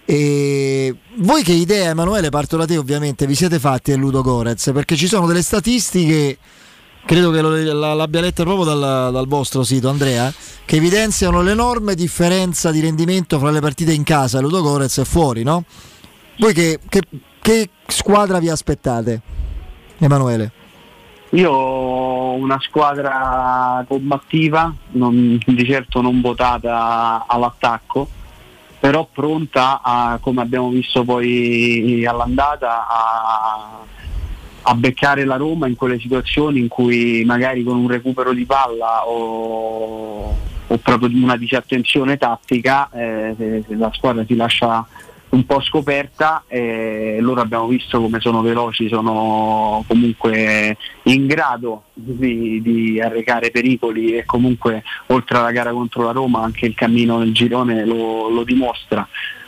E voi che idea, Emanuele, parto da te ovviamente, vi siete fatti del Ludogorets? Perché ci sono delle statistiche, credo che lo, l'abbia letta proprio dal, dal vostro sito, Andrea, che evidenziano l'enorme differenza di rendimento fra le partite in casa, Ludogorets e fuori, no? Voi che, che, che squadra vi aspettate, Emanuele? Io ho una squadra combattiva, non, di certo non votata all'attacco, però pronta a, come abbiamo visto poi all'andata, a, a beccare la Roma in quelle situazioni in cui magari con un recupero di palla o, o proprio una disattenzione tattica eh, la squadra si lascia un po' scoperta, e loro abbiamo visto come sono veloci, sono comunque in grado di, di arrecare pericoli, e comunque oltre alla gara contro la Roma anche il cammino nel girone lo, lo dimostra.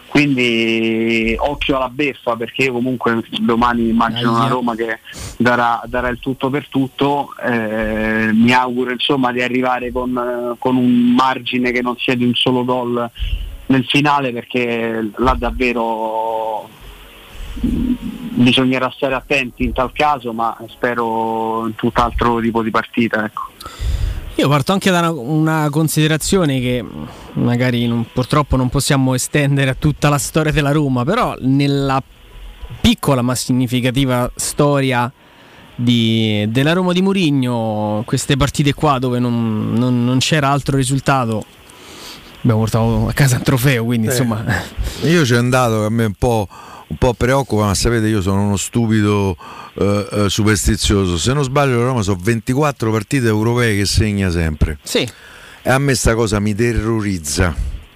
Quindi occhio alla beffa, perché io comunque domani immagino una Roma che darà, darà il tutto per tutto, eh, mi auguro insomma di arrivare con, con un margine che non sia di un solo gol nel finale, perché là davvero bisognerà stare attenti in tal caso, ma spero in tutt'altro tipo di partita, ecco. Io parto anche da una, una considerazione che magari non, purtroppo non possiamo estendere a tutta la storia della Roma, però nella piccola ma significativa storia di, della Roma di Mourinho, queste partite qua dove non, non, non c'era altro risultato, abbiamo portato a casa un trofeo, quindi eh, insomma io ci ho andato, a me un po', un po' preoccupa, ma sapete io sono uno stupido eh, eh, superstizioso, se non sbaglio la Roma sono ventiquattro partite europee che segna sempre, sì. E a me sta cosa mi terrorizza,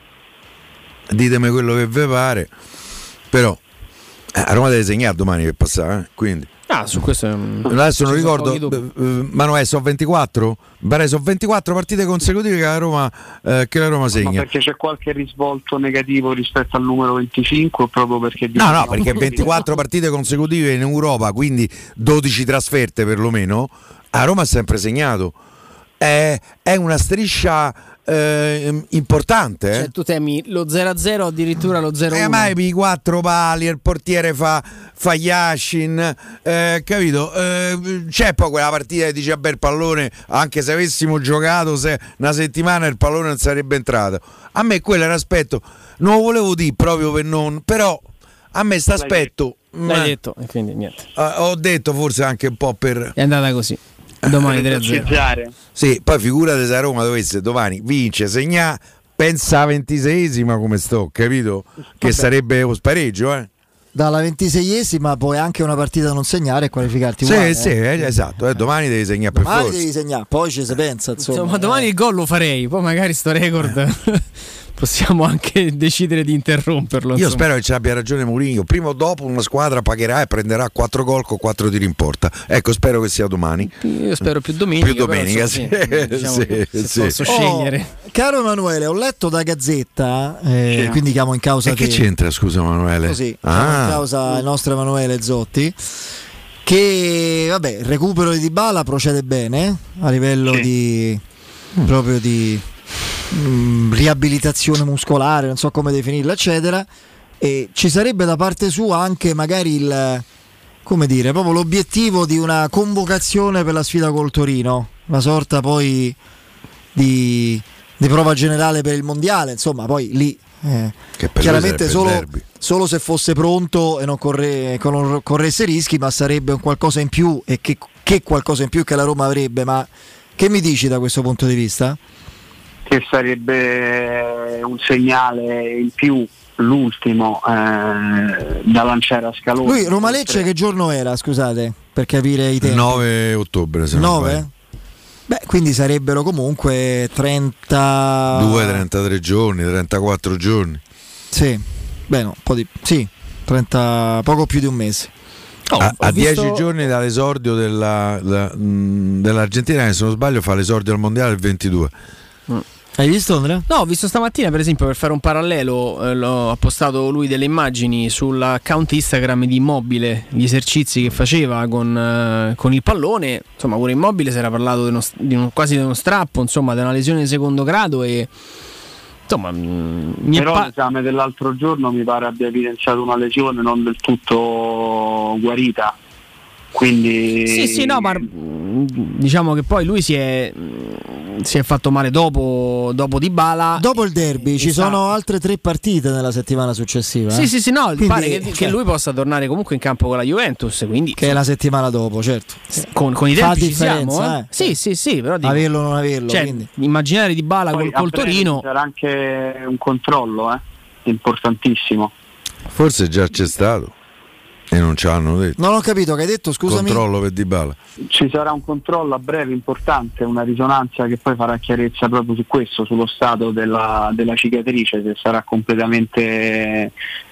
ditemi quello che vi pare, però eh, a Roma deve segnare domani per passare, eh? Quindi ah, su questo adesso non ricordo, eh, ma no, sono ventiquattro? Beh, sono ventiquattro partite consecutive che la Roma, eh, che la Roma segna. Ma perché c'è qualche risvolto negativo rispetto al numero venticinque, o proprio perché no no perché ventiquattro partite consecutive in Europa, quindi dodici trasferte perlomeno, a Roma ha sempre segnato, è, è una striscia Eh, importante, eh? Cioè, tu temi lo zero a zero, addirittura lo zero a uno. Eh, mai i quattro pali, il portiere fa, fa Yashin, eh, capito? Eh, c'è poi quella partita che dice vabbè il pallone, anche se avessimo giocato se una settimana il pallone non sarebbe entrato. A me quello era aspetto, non lo volevo dire proprio per non, però a me sta aspetto l'hai detto e quindi niente. Eh, ho detto forse anche un po' per è andata così. Domani tre a zero. Sì, poi figurate se a Roma dovesse domani vince, segna, pensa a ventiseiesima come sto, capito? Che Vabbè. sarebbe lo spareggio, eh? Dalla ventiseiesima poi anche una partita da non segnare e qualificarti sì, uguale. Sì, eh? esatto, eh, domani devi segnare per domani forza. devi segnare, poi ci si pensa, insomma. insomma domani eh. il gol lo farei, poi magari sto record. possiamo anche decidere di interromperlo. Io insomma. spero che ci abbia ragione Mourinho. Prima o dopo una squadra pagherà e prenderà quattro gol con quattro tiri in porta. Ecco, spero che sia domani. Io spero più domenica. Più domenica, però, sì. sì, diciamo sì, se sì. posso scegliere. Oh, caro Emanuele, ho letto da Gazzetta, eh, Sì. quindi chiamo in causa E che te. c'entra, scusa Emanuele? Così, chiamo in Ah, causa il nostro Emanuele Zotti. Che vabbè, il recupero di Dybala procede bene a livello Sì. di proprio di mh, riabilitazione muscolare, non so come definirla, eccetera. E ci sarebbe da parte sua anche magari il, come dire, proprio l'obiettivo di una convocazione per la sfida col Torino, una sorta poi di, di prova generale per il mondiale, insomma, poi lì eh, che per chiaramente lui sarebbe solo, il derby. solo se fosse pronto e non, corre, che non corresse rischi, ma sarebbe un qualcosa in più, e che, che qualcosa in più che la Roma avrebbe. Ma che mi dici da questo punto di vista? Che sarebbe un segnale in più, l'ultimo eh, da lanciare a Scaloni. Lui Roma Lecce che giorno era, scusate, per capire i tempi? nove ottobre, se non nove? sbaglio. Beh, quindi sarebbero comunque trenta due trentatré giorni, trentaquattro giorni. Sì. Beh, no, un po' di sì, trenta, poco più di un mese. Oh, a ho dieci visto- giorni dall'esordio della, la- mh, dell'Argentina, che se non sbaglio fa l'esordio al mondiale il ventidue. Hai visto, Andrea? No, ho visto stamattina, per esempio, per fare un parallelo, eh, l'ho, ha postato lui delle immagini sull'account Instagram di Immobile, gli esercizi che faceva con, eh, con il pallone. Insomma, pure Immobile si era parlato di, uno, di uno, quasi di uno strappo, insomma, di una lesione di secondo grado e insomma, mh, mi è Però pa- l'esame dell'altro giorno mi pare abbia evidenziato una lesione non del tutto guarita. Quindi Sì, sì, no, ma mh, diciamo che poi lui si è, mh, si è fatto male dopo, dopo Dybala. Dopo il derby ci sta- sono altre tre partite nella settimana successiva. Sì, eh? sì, sì, no, Quindi, pare che, che cioè, lui possa tornare comunque in campo con la Juventus, quindi che è la settimana dopo, certo. con, con i Fa tempi ci differenza, siamo, eh? eh. Sì, sì, sì, però dico, Averlo o non averlo, cioè, quindi. immaginare Dybala poi col, a col breve Torino. c'era anche un controllo, eh? Importantissimo. Forse già c'è stato e non ci hanno detto. Non ho capito che hai detto, scusami. Controllo per Dybala. Ci sarà un controllo a breve importante, una risonanza che poi farà chiarezza proprio su questo, sullo stato della, della cicatrice, se sarà completamente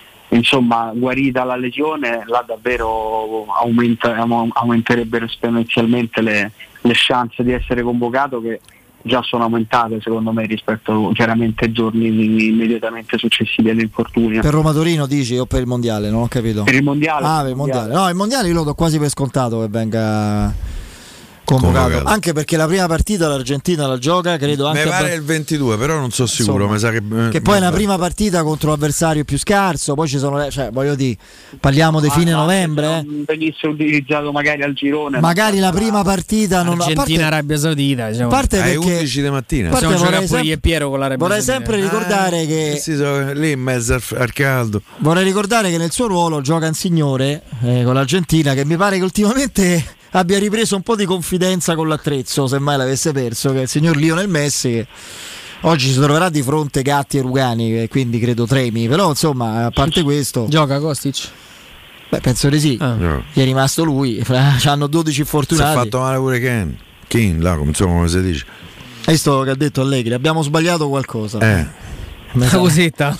insomma guarita la lesione. Là davvero aumenta, aumenterebbero esponenzialmente le, le chance di essere convocato, che già sono aumentate secondo me rispetto chiaramente ai giorni immediatamente successivi all'infortunio. Per Roma Torino dici o per il mondiale? Non ho capito. Per il mondiale. Ah, per il mondiale. No, il mondiale io lo do quasi per scontato che venga convocato. Convocato. Anche perché la prima partita l'Argentina la gioca, credo anche Mi pare abba- il ventidue, però non sono sicuro. Insomma, mi sa che, che poi è una prima partita contro l'avversario più scarso, poi ci sono, cioè voglio dire, parliamo di fine Ah, novembre, se eh. non venisse utilizzato magari al girone, magari la prima partita non a parte, Argentina, Arabia Saudita, diciamo. a parte alle perché undici di mattina. a parte Possiamo vorrei giocare pure sem- io e Piero con l'Arabia vorrei Saudita. sempre ricordare che Eh, sì, sono lì in mezzo al, al caldo. vorrei ricordare che nel suo ruolo gioca un signore eh, con l'Argentina che mi pare che ultimamente abbia ripreso un po' di confidenza con l'attrezzo, se mai l'avesse perso, che è il signor Lionel Messi, che oggi si troverà di fronte Gatti e Rugani, e quindi credo tremi, però insomma, a parte questo, Gioca Kostic? beh, penso di sì. Ah. No. Gli è rimasto lui, hanno dodici Si è infortunati. fatto male pure Ken. King, là, come, insomma, come si dice. Hai visto che ha detto Allegri? Abbiamo sbagliato qualcosa. Eh. Mi Una sa- cosetta.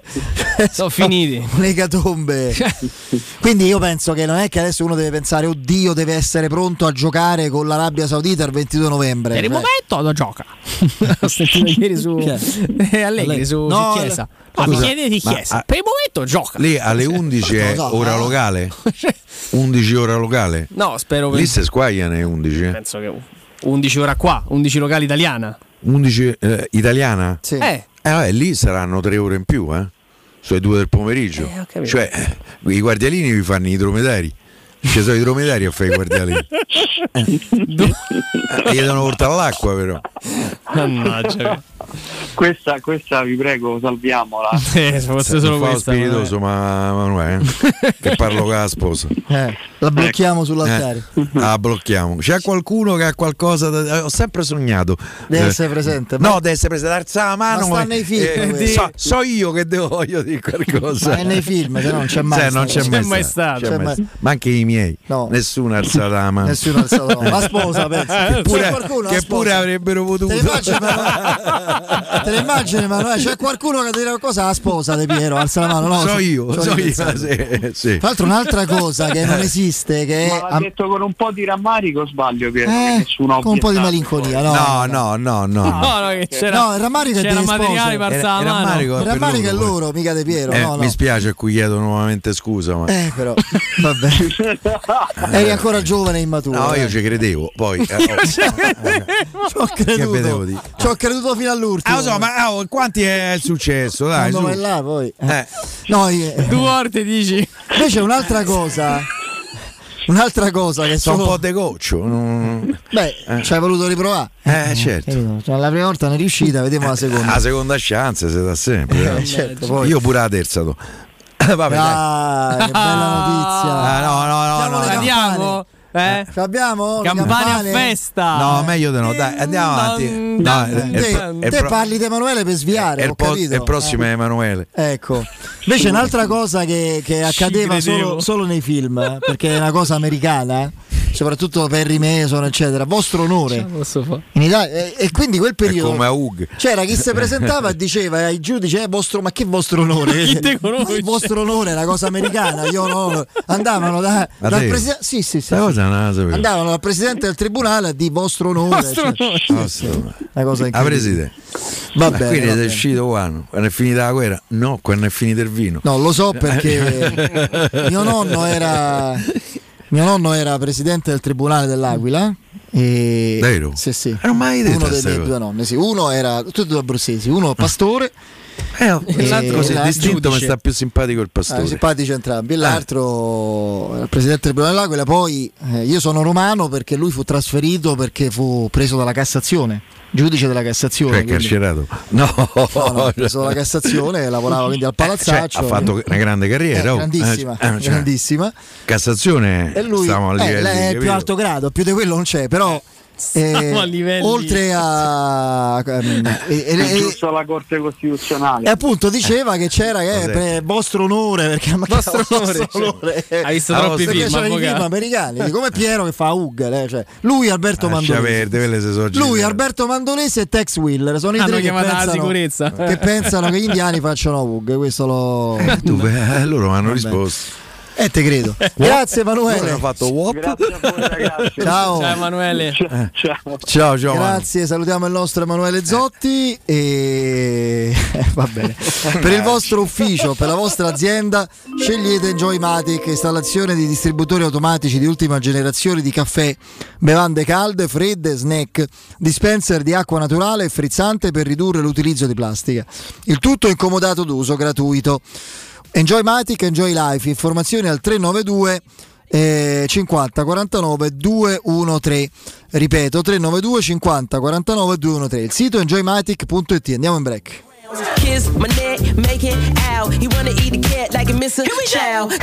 Sono finiti. Un'ecatombe. Quindi io penso che non è che adesso uno deve pensare oddio deve essere pronto a giocare con l'Arabia Saudita il ventidue novembre. Per il Cioè, momento lo gioca. Ho sentito ieri su Chi è? eh, Allegri su, No, su Chiesa. No, scusa, mi chiede di ma- Chiesa. ah, Per il momento gioca. Lì alle undici è No, no, ora no. locale? undici ora locale? No, spero per... Lì si squagliano le undici. eh? Penso che undici ora qua, undici locali italiana. undici eh, italiana? Sì. Eh, Eh vabbè, lì saranno tre ore in più, eh? Sono le due del pomeriggio. Eh, ho capito. Cioè, eh, i guardialini vi fanno i dromedari. Ci sono i dromedari a fare i guardialini. Eh, gli devono portare all'acqua, però. mannaggia. questa, questa vi prego salviamola. Eh, se fosse solo Non fa lo questa. spiritoso, ma Manuele, eh? Che parlo con la sposa. Eh, la blocchiamo sull'altare. Eh, la blocchiamo. C'è qualcuno che ha qualcosa da... Ho sempre sognato. Deve Eh, essere presente. No, ma- deve essere presente. Alza la mano. Ma sta e- nei film, eh, questo. so, so io che devo voglio dire qualcosa. Ma è nei film, se no non c'è mai Sì, stato. non c'è C'è mai, mai stato. stato. C'è C'è mai mai- Ma anche i miei. No. Nessuno ha alzato la mano. Nessuno ha alzato la mano. La sposa, penso. Che pure, C'è qualcuno, la che sposa. pure avrebbero potuto. Te ne faccio, però. te le immagini, ma c'è qualcuno che dirà qualcosa alla sposa di Piero, alza la mano. No, so io, so io. Sì, sì. Tra l'altro un'altra cosa che non esiste, che ma l'ha è detto con un po' di rammarico, sbaglio Piero, eh, nessuno con un po' di malinconia, no? No, no, no, no. No, no, che c'era, no, il rammarico c'era è materiale parza la mano. Il rammarico è loro, mica di Piero. Eh, no, no. Mi spiace a cui chiedo nuovamente scusa, ma eh, però vabbè. Eri ancora giovane e immaturo. No, io eh. ci credevo, poi eh, oh. ci ho creduto. Ci ho creduto fino all'ultimo. Ah, lo so, ma oh, quanti è il successo? Dai, quando su. vai là poi. Eh. No, io... due volte dici. Invece un'altra cosa. Un'altra cosa che sono solo... un po' de goccio. Non... Beh, eh. ci hai voluto riprovare. Eh, certo. Cioè, la prima volta non è riuscita, vediamo la seconda. La seconda chance si dà sempre. Eh, certo, poi. Io pure la terza. Do. Vabbè, ah, che bella notizia. Ah, no, no, no, no. Andiamo. Eh? Abbiamo campane a festa. No, meglio di no, dai, andiamo avanti. No, te il, il, te il parli di Emanuele per sviare. È il, po- il prossimo eh. è Emanuele. Ecco. Invece un'altra cosa che, che accadeva solo, solo nei film, perché è una cosa americana, soprattutto Perry Mason, eccetera. Vostro onore. In Italia, e, e quindi quel periodo. È come a Hug. C'era chi si presentava e diceva ai giudici: eh, vostro, ma che vostro onore? Chi te conosce? Il vostro onore è una cosa americana. Io no. Andavano da, dal presidente. Sì, sì, sì. sì. Andavano dal presidente del tribunale a di vostro onore. Vostro cioè, onore. sì, sì. Una cosa a presidente. Va bene. Quindi va è bene. uscito quando? Quando è finita la guerra? No, quando è finito il vino. No, lo so perché mio nonno era mio nonno era presidente del tribunale dell'Aquila. E vero? Sì, sì. Non mai detto uno dei miei due nonni, sì. Uno era tutti e due abruzzesi, uno pastore. Eh, e l'altro così distinto mi sta più simpatico il pastore. Ah, simpatici entrambi. E l'altro eh. il presidente del tribunale dell'Aquila. Poi eh, io sono romano perché lui fu trasferito perché fu preso dalla Cassazione. Giudice della Cassazione. Cioè carcerato? No, no, no, preso dalla Cassazione, lavorava quindi al palazzaccio. Eh, cioè, ha fatto una grande carriera. Eh, grandissima, eh, cioè, grandissima. Cassazione, e lui stiamo a livelli, eh, è il più alto grado, più di quello non c'è, però. Eh, a livelli. Oltre a um, e, e, e, giusto alla Corte Costituzionale e appunto diceva che c'era che per vostro onore perché ma vostro onore, onore cioè, hai visto troppi film, film americani come Piero che fa Ugel, cioè, lui Alberto Mandolese verde, lui Alberto Mandolese e Tex Willer sono i tre che pensano, sicurezza. che pensano che gli indiani facciano Ugel, questo lo tu, beh, loro mi hanno risposto. Eh, te credo. Grazie Emanuele. Hanno fatto wop. Grazie a voi ragazzi. Ciao. Ciao Emanuele. Ciao. Ciao, ciao. Grazie, Manu. Salutiamo il nostro Emanuele Zotti e va bene. Per il vostro ufficio, per la vostra azienda, scegliete Enjoymatic, installazione di distributori automatici di ultima generazione di caffè, bevande calde, fredde, snack, dispenser di acqua naturale e frizzante per ridurre l'utilizzo di plastica. Il tutto in comodato d'uso gratuito. Enjoymatic, Enjoy Life, informazioni al tre nove due eh, cinquanta quarantanove duecentotredici, ripeto tre nove due cinquanta quarantanove duecentotredici, il sito enjoymatic punto it. Andiamo in break. Kiss my neck, make it out. He wanna eat a cat like a missing child.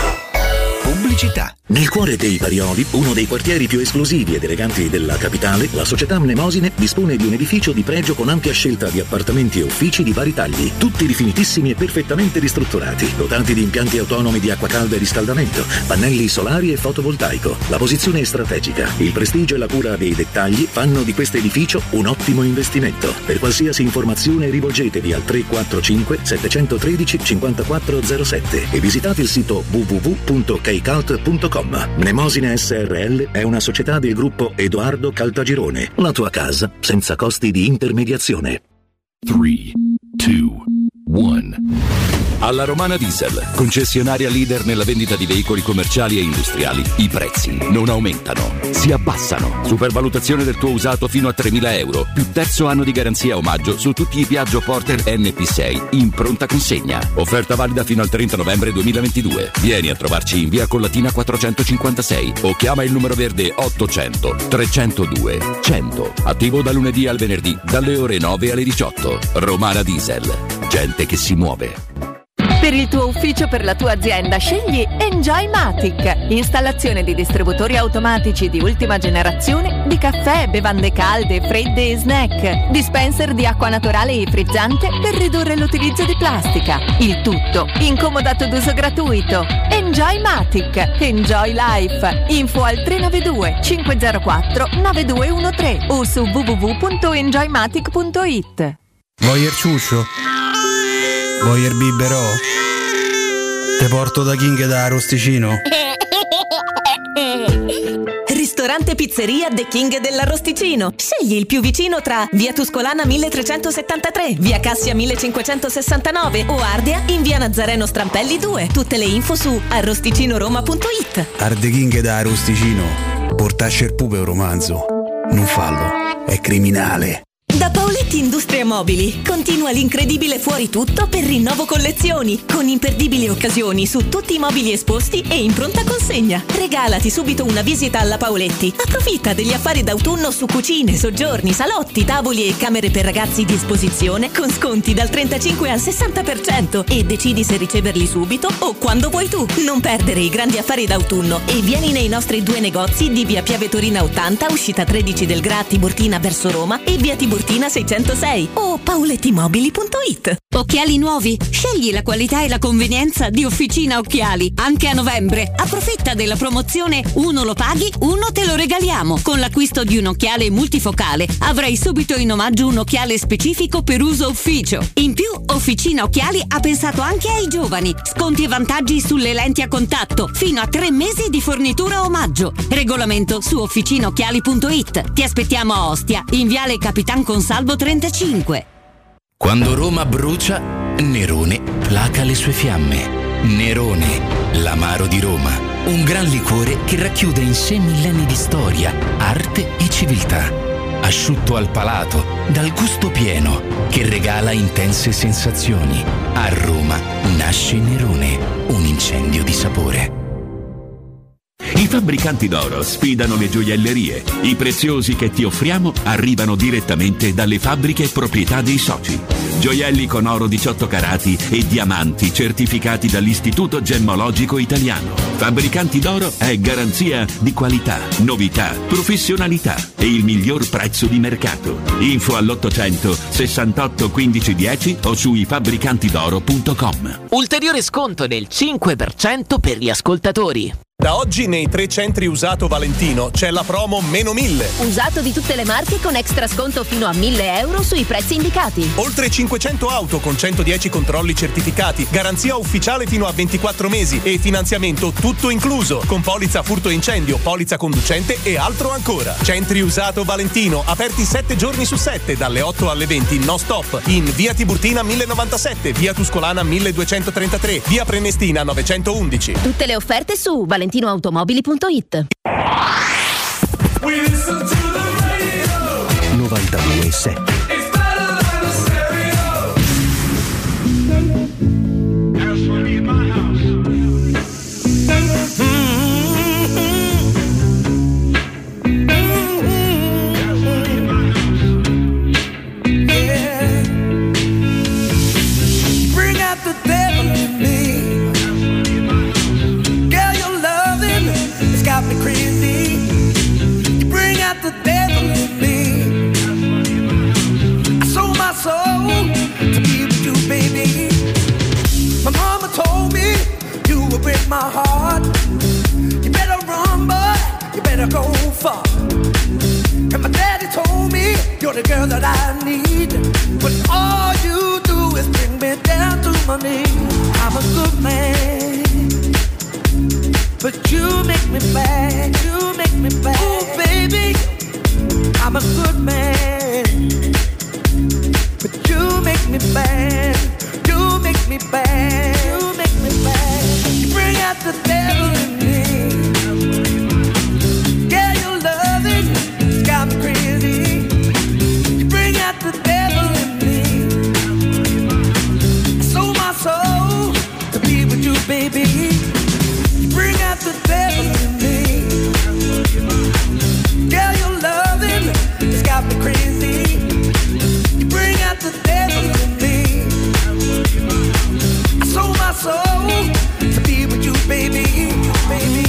Pubblicità. Nel cuore dei Parioli, uno dei quartieri più esclusivi ed eleganti della capitale, la società Mnemosine dispone di un edificio di pregio con ampia scelta di appartamenti e uffici di vari tagli, tutti rifinitissimi e perfettamente ristrutturati, dotati di impianti autonomi di acqua calda e riscaldamento, pannelli solari e fotovoltaico. La posizione è strategica, il prestigio e la cura dei dettagli fanno di questo edificio un ottimo investimento. Per qualsiasi informazione rivolgetevi al tre quattro cinque sette uno tre cinque quattro zero sette e visitate il sito w w w punto kcult punto com. Mnemosine S R L è una società del gruppo Edoardo Caltagirone. La tua casa senza costi di intermediazione. tre, due, uno. Alla Romana Diesel, concessionaria leader nella vendita di veicoli commerciali e industriali, i prezzi non aumentano, si abbassano. Supervalutazione del tuo usato fino a tremila euro, più terzo anno di garanzia omaggio su tutti i Piaggio Porter N P sei in pronta consegna. Offerta valida fino al trenta novembre duemilaventidue. Vieni a trovarci in via Collatina quattrocentocinquantasei o chiama il numero verde ottocento trecentodue cento. Attivo da lunedì al venerdì dalle ore nove alle diciotto. Romana Diesel, gente che si muove. Per il tuo ufficio, per la tua azienda, scegli Enjoymatic. Installazione di distributori automatici di ultima generazione di caffè, bevande calde, fredde e snack. Dispenser di acqua naturale e frizzante per ridurre l'utilizzo di plastica. Il tutto in comodato d'uso gratuito. Enjoymatic. Enjoy Life. Info al tre nove due cinque zero quattro nove due uno tre o su w w w punto enjoymatic punto it. Vuoi il ciuccio? Vuoi il biberò? Te porto da King da Arrosticino? Ristorante Pizzeria The King dell'Arrosticino. Scegli il più vicino tra via Tuscolana milletrecentosettantatré, via Cassia millecinquecentosessantanove o Ardea in via Nazareno Strampelli due. Tutte le info su arrosticinoroma punto it. Ar The King da Arrosticino. Portasce il pupe un romanzo. Non fallo, è criminale. Da Paoletti Industria Mobili continua l'incredibile fuori tutto per rinnovo collezioni, con imperdibili occasioni su tutti i mobili esposti e in pronta consegna. Regalati subito una visita alla Paoletti. Approfitta degli affari d'autunno su cucine, soggiorni, salotti, tavoli e camere per ragazzi di esposizione con sconti dal trentacinque al sessanta per cento e decidi se riceverli subito o quando vuoi tu. Non perdere i grandi affari d'autunno e vieni nei nostri due negozi di via Piave Torina ottanta, uscita tredici del Gra Tiburtina verso Roma e via Tiburtina seicentosei o paolettimobili punto it. Occhiali nuovi? Scegli la qualità e la convenienza di Officina Occhiali. Anche a novembre approfitta della promozione uno lo paghi, uno te lo regaliamo. Con l'acquisto di un occhiale multifocale avrai subito in omaggio un occhiale specifico per uso ufficio. In più Officina Occhiali ha pensato anche ai giovani. Sconti e vantaggi sulle lenti a contatto, fino a tre mesi di fornitura omaggio. Regolamento su officinaocchiali punto it. Ti aspettiamo a Ostia, in viale Capitan Consalvo trentacinque. Quando Roma brucia, Nerone placa le sue fiamme. Nerone, l'amaro di Roma. Un gran liquore che racchiude in sé millenni di storia, arte e civiltà. Asciutto al palato, dal gusto pieno, che regala intense sensazioni. A Roma nasce Nerone, un incendio di sapore. I fabbricanti d'oro sfidano le gioiellerie. I preziosi che ti offriamo arrivano direttamente dalle fabbriche proprietà dei soci. Gioielli con oro diciotto carati e diamanti certificati dall'Istituto Gemmologico Italiano. Fabbricanti d'oro è garanzia di qualità, novità, professionalità e il miglior prezzo di mercato. Info all'ottocento sessantotto quindici dieci o su i fabbricantidoro punto com. Ulteriore sconto del cinque per cento per gli ascoltatori. Da oggi nei tre centri usato Valentino c'è la promo meno mille. Usato di tutte le marche con extra sconto fino a mille euro sui prezzi indicati. Oltre cinquecento auto con centodieci controlli certificati, garanzia ufficiale fino a ventiquattro mesi e finanziamento tutto incluso, con polizza furto e incendio, polizza conducente e altro ancora. Centri usato Valentino, aperti sette giorni su sette, dalle otto alle venti, no stop, in via Tiburtina mille novantasette, via Tuscolana milleduecentotrentatré, via Prenestina novecentoundici. Tutte le offerte su valentinoautomobili punto it. novantadue e sette. My heart, you better run, boy, you better go far. And my daddy told me you're the girl that I need, but all you do is bring me down to my knees. I'm a good man, but you make me bad, you make me bad. Ooh, baby, I'm a good man, but you make me bad, you make me bad, you make me bad. Bring out the devil in me. Yeah, your loving has got me crazy. You bring out the devil in me. I sold my soul to be with you, baby. You bring out the devil in me. Yeah, your loving has got me crazy. You bring out the devil in me. I sold my soul to be with you, baby, baby.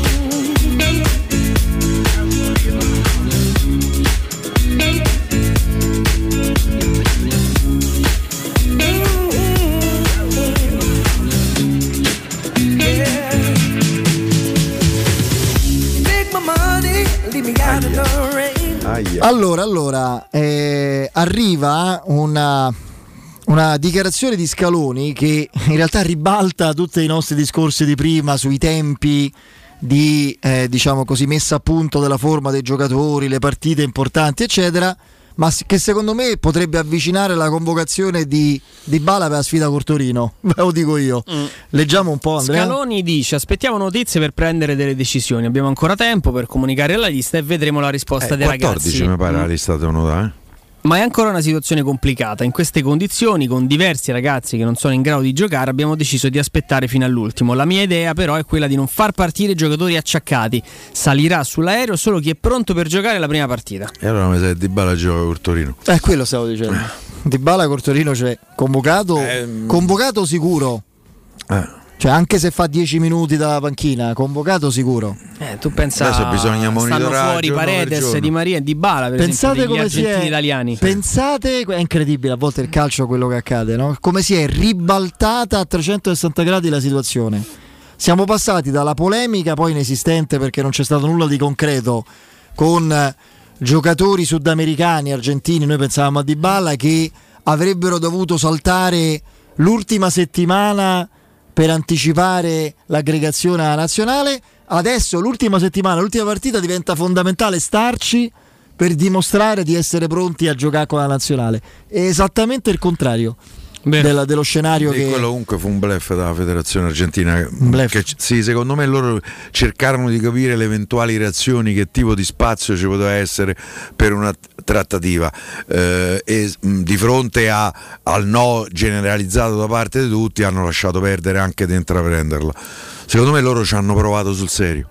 Yeah. Take my money, leave me out in the rain. Aia. Allora, allora eh, arriva una, una dichiarazione di Scaloni che in realtà ribalta tutti i nostri discorsi di prima sui tempi di eh, diciamo così messa a punto della forma dei giocatori, le partite importanti eccetera, ma che secondo me potrebbe avvicinare la convocazione di Dybala per la sfida col Torino. Ve lo dico io. Mm. Leggiamo un po', Andrea. Scaloni dice: aspettiamo notizie per prendere delle decisioni, abbiamo ancora tempo per comunicare la lista e vedremo la risposta eh, dei quattordici ragazzi. mi pare la lista devono dare, eh? Ma è ancora una situazione complicata. In queste condizioni, con diversi ragazzi che non sono in grado di giocare, abbiamo deciso di aspettare fino all'ultimo. La mia idea però è quella di non far partire giocatori acciaccati. Salirà sull'aereo solo chi è pronto per giocare la prima partita. E allora mi sa che Dybala gioca col Torino. Eh, quello stavo dicendo. Dybala col Torino c'è convocato, eh, convocato sicuro. Eh. Cioè, anche se fa dieci minuti dalla panchina, convocato sicuro. Eh, tu pensa, adesso bisogna monitorare, stanno fuori Paredes, Di Maria e Dybala, per pensate esempio, come argentini si è, italiani. Pensate, è incredibile a volte il calcio quello che accade, no? Come si è ribaltata a trecentosessanta gradi la situazione. Siamo passati dalla polemica poi inesistente perché non c'è stato nulla di concreto con giocatori sudamericani, argentini, noi pensavamo a Dybala, che avrebbero dovuto saltare l'ultima settimana per anticipare l'aggregazione alla nazionale. Adesso l'ultima settimana, l'ultima partita diventa fondamentale starci per dimostrare di essere pronti a giocare con la nazionale. È esattamente il contrario della, dello scenario e che... quello comunque fu un bluff dalla federazione argentina che, sì, secondo me loro cercarono di capire le eventuali reazioni, che tipo di spazio ci poteva essere per una trattativa eh, e mh, di fronte a, al no generalizzato da parte di tutti hanno lasciato perdere anche di intraprenderla. Secondo me loro ci hanno provato sul serio.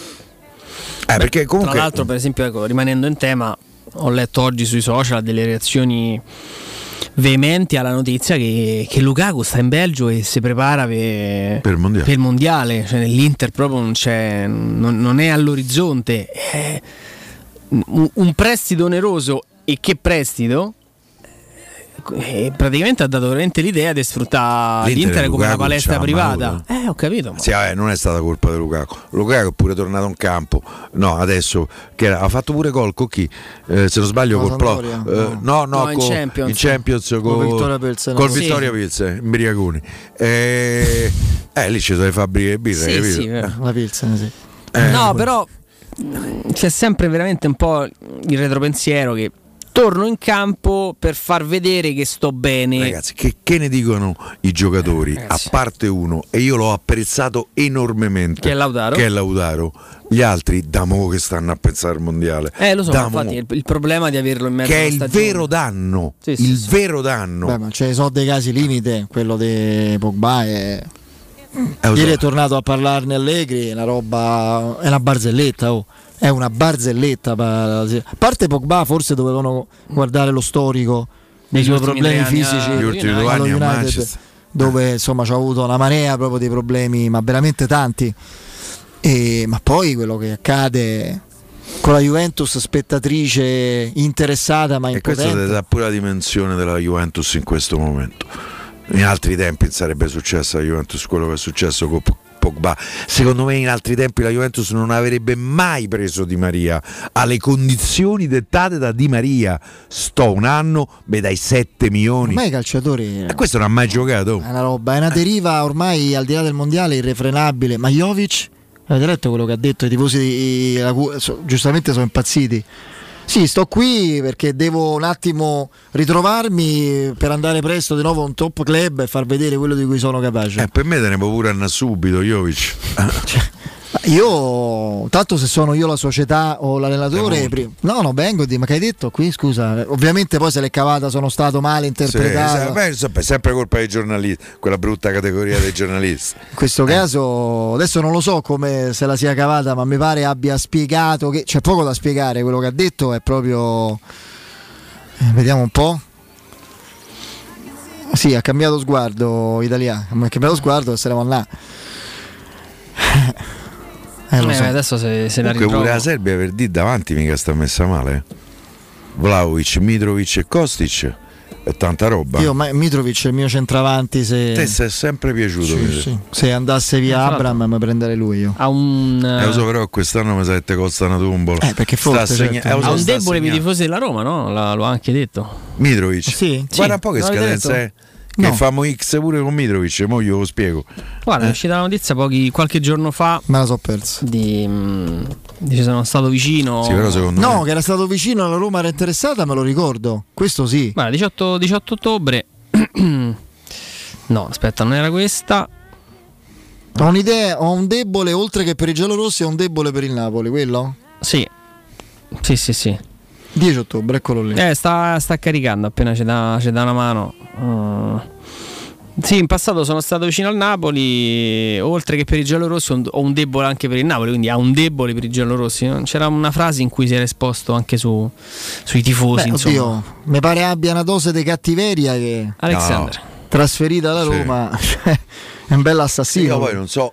Eh, Beh, perché comunque... Tra l'altro, per esempio, ecco, rimanendo in tema, ho letto oggi sui social delle reazioni veementi alla notizia che, che Lukaku sta in Belgio e si prepara per, per il mondiale, per il mondiale. Cioè, nell'Inter proprio non c'è, non, non è all'orizzonte. È un, un prestito oneroso, e che prestito? E praticamente ha dato veramente l'idea di sfruttare l'Inter, l'Inter come una palestra privata. Eh, ho capito. Sì, vabbè, non è stata colpa di Lukaku. Lukaku è pure tornato in campo. No, adesso che era, ha fatto pure gol con chi? Eh, se non sbaglio, col Pro. Eh, no, no, no con, in Champions, in Champions con, con Vittoria Pilsen. Col Sì. Vittoria Pilsen, in Briagoni. Eh, eh, lì ci sono le fabbriche di birra, sì, capito? sì, eh, la Pilsen, sì. Eh, no, però c'è sempre veramente un po' il retropensiero che torno in campo per far vedere che sto bene. Ragazzi, che, che ne dicono i giocatori? Eh, a parte uno, e io l'ho apprezzato enormemente, che è Lautaro, che è Lautaro. Gli altri da mo' che stanno a pensare al mondiale. Eh, lo so, da infatti mo'. il, il problema di averlo in mezzo che è alla il stagione. vero danno. Sì, sì, il sì. vero danno. Beh, ma ce ne sono dei casi limite, quello di Pogba è... Eh, Ieri so. è tornato a parlarne Allegri, è una roba, è una barzelletta, oh. È una barzelletta. A parte Pogba, forse dovevano guardare lo storico dei suoi problemi fisici gli ultimi due anni a Manchester, dove insomma c'ha avuto una marea proprio di problemi, ma veramente tanti. E, ma poi quello che accade con la Juventus, spettatrice interessata ma e impotente. questo ti dà pure la dimensione della Juventus in questo momento. In altri tempi sarebbe successo alla Juventus quello che è successo con Pogba. Secondo me in altri tempi la Juventus non avrebbe mai preso Di Maria alle condizioni dettate da Di Maria. Sto un anno, beh, dai sette milioni. Ormai i calciatori, e questo non ha mai giocato. È una roba, è una deriva ormai al di là del mondiale irrefrenabile. Ma Jovic, avete letto quello che ha detto? I tifosi di, giustamente sono impazziti. Sì, sto qui perché devo un attimo ritrovarmi per andare presto di nuovo a un top club e far vedere quello di cui sono capace. Eh, per me te ne può pure andare subito Jovic. Cioè, io, tanto se sono io la società o l'allenatore, pri- no, no, vengo di, ma che hai detto qui? Scusa, ovviamente poi se l'è cavata, sono stato male interpretato. Sì, beh, è sempre colpa dei giornalisti, quella brutta categoria dei giornalisti. In questo eh. caso, adesso non lo so come se la sia cavata, ma mi pare abbia spiegato che c'è poco da spiegare. Quello che ha detto è proprio. Eh, vediamo un po'. Sì, ha cambiato sguardo italiano, ha cambiato sguardo e saremo là. Eh, lo so. eh, adesso se, se la ritrovo. Pure la Serbia per dire davanti mica sta messa male. Vlahovic, Mitrovic e Kostic è tanta roba. Io ma Mitrovic è il mio centravanti, se te sei sempre piaciuto, sì, sì. Se andasse via Abram mi prenderei lui io. Ha un eh, lo so, però quest'anno mi sa che te costa una tombola. Eh, perché forse segna- certo. eh, ha un debole per i tifosi della Roma, no? L- lo ha anche detto. Mitrovic. Sì. Guarda Sì. un po' che Non l'avete scadenza detto? è. Che No. famo X pure con Mitrovic, mo io lo spiego. Guarda, Eh. è uscita la notizia pochi, qualche giorno fa. Me la so persa. Di, mh, di ci sono stato vicino. Sì, però secondo No, me che era stato vicino alla Roma, era interessata, me lo ricordo. Questo sì. Guarda, diciotto, diciotto ottobre. No, aspetta, non era questa. Ho un'idea, ho un debole, oltre che per i giallorossi, ho un debole per il Napoli, quello? Sì. Sì, sì, sì. dieci ottobre, eccolo lì. Eh, sta, sta caricando, appena ci dà, ci dà una mano. Uh, sì, in passato sono stato vicino al Napoli, oltre che per i giallorossi ho un- ho un debole anche per il Napoli, quindi ha un debole per i giallorossi. C'era una frase in cui si era esposto anche su, sui tifosi, Beh, insomma. oddio, mi pare abbia una dose di cattiveria che Alexander. trasferita alla Sì. Roma cioè, è un bel assassino. io poi non so.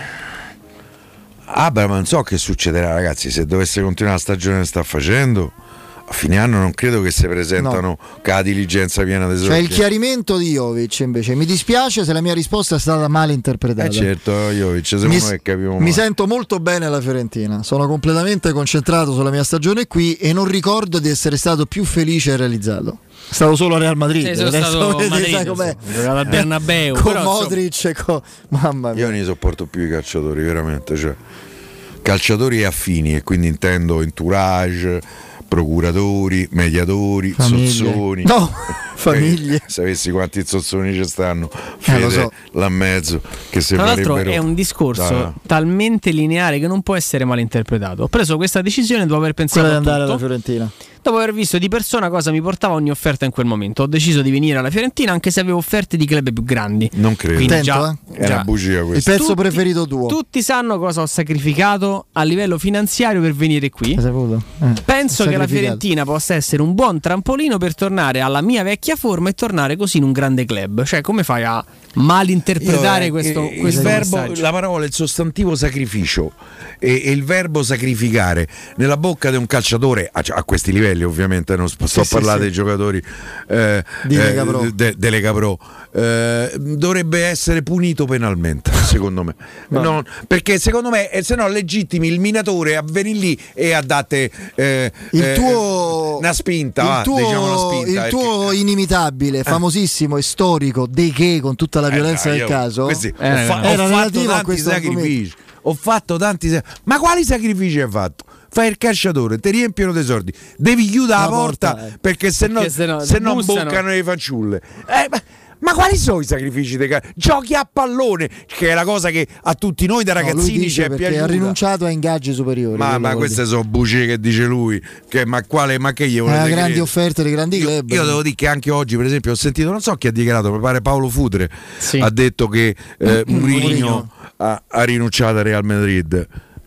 Abram, non so che succederà, ragazzi, se dovesse continuare la stagione che sta facendo. A fine anno non credo che si presentano con la diligenza piena di soldi. Cioè il chiarimento di Jovic invece mi dispiace se la mia risposta è stata male interpretata. Eh certo, Jovic, se mi, uno che capivo mi male. sento molto bene alla Fiorentina, sono completamente concentrato sulla mia stagione qui e non ricordo di essere stato più felice e realizzato. È stato solo a Real Madrid. Sì, sono Adesso stato a vedete, Madrid, sai com'è. ho giocato al Bernabeu, con però, Modric e con... mamma mia. Io non ne sopporto più i calciatori, veramente. Cioè, calciatori affini, e quindi intendo entourage, procuratori, mediatori, Famiglie. zozzoni. No, famiglie. Sapessi quanti zozzoni ci stanno, Eh, Fede, lo so. là in mezzo, che se Tra l'altro farebbero- è un discorso Da- talmente lineare che non può essere mal interpretato. Ho preso questa decisione dopo aver pensato Quella di a andare alla tutto, Fiorentina. dopo aver visto di persona cosa mi portava ogni offerta in quel momento. Ho deciso di venire alla Fiorentina anche se avevo offerte di club più grandi. Non credo. Quindi Attento, già, eh. È già. una bugia Il questa. pezzo Tutti- preferito tuo. Tutti sanno cosa ho sacrificato a livello finanziario per venire qui. Hai saputo? Eh, Penso che la sacrificato. Fiorentina possa essere un buon trampolino per tornare alla mia vecchia forma e tornare così in un grande club. Cioè, come fai a malinterpretare Io, eh, questo, il questo verbo, messaggio? la parola, il sostantivo sacrificio e, e il verbo sacrificare nella bocca di un calciatore a, a questi livelli, ovviamente non sto Sì, a sì, parlare sì. dei giocatori eh, Di eh, Lega Pro. de- delle Capro, eh, dovrebbe essere punito penalmente, secondo me. Non- perché secondo me eh, se no legittimi il minatore a venire lì e a date eh, Il eh, tuo una spinta, il va, tuo, diciamo una spinta, il perché- tuo inimitabile, famosissimo e storico De Che, con tutta la violenza Eh, del io- caso, questi- Eh, ho, fa- era ho fatto relativo a tanti questo sacrifici. Ho fatto tanti sa- ma quali sacrifici hai fatto? Fai il calciatore, ti riempiono dei soldi, devi chiudere la, La porta, porta, eh. perché se no, Perché se no se no bussano. boccano le fanciulle. Eh, ma, ma quali sono i sacrifici dei calciatori? Giochi a pallone, che è la cosa che a tutti noi da No, lui ragazzini ci dice è perché piaciuta. ha rinunciato a ingaggi superiori. Ma, quello ma vuol queste dire. sono bugie che dice lui. Che, ma quale, ma che gli Eh, volete grandi credere? offerte dei grandi Io, club. io devo dire che anche oggi, per esempio, ho sentito, non so chi ha dichiarato, mi pare Paolo Futre, Sì. ha detto che eh, Mourinho Mourinho. ha, ha rinunciato al Real Madrid.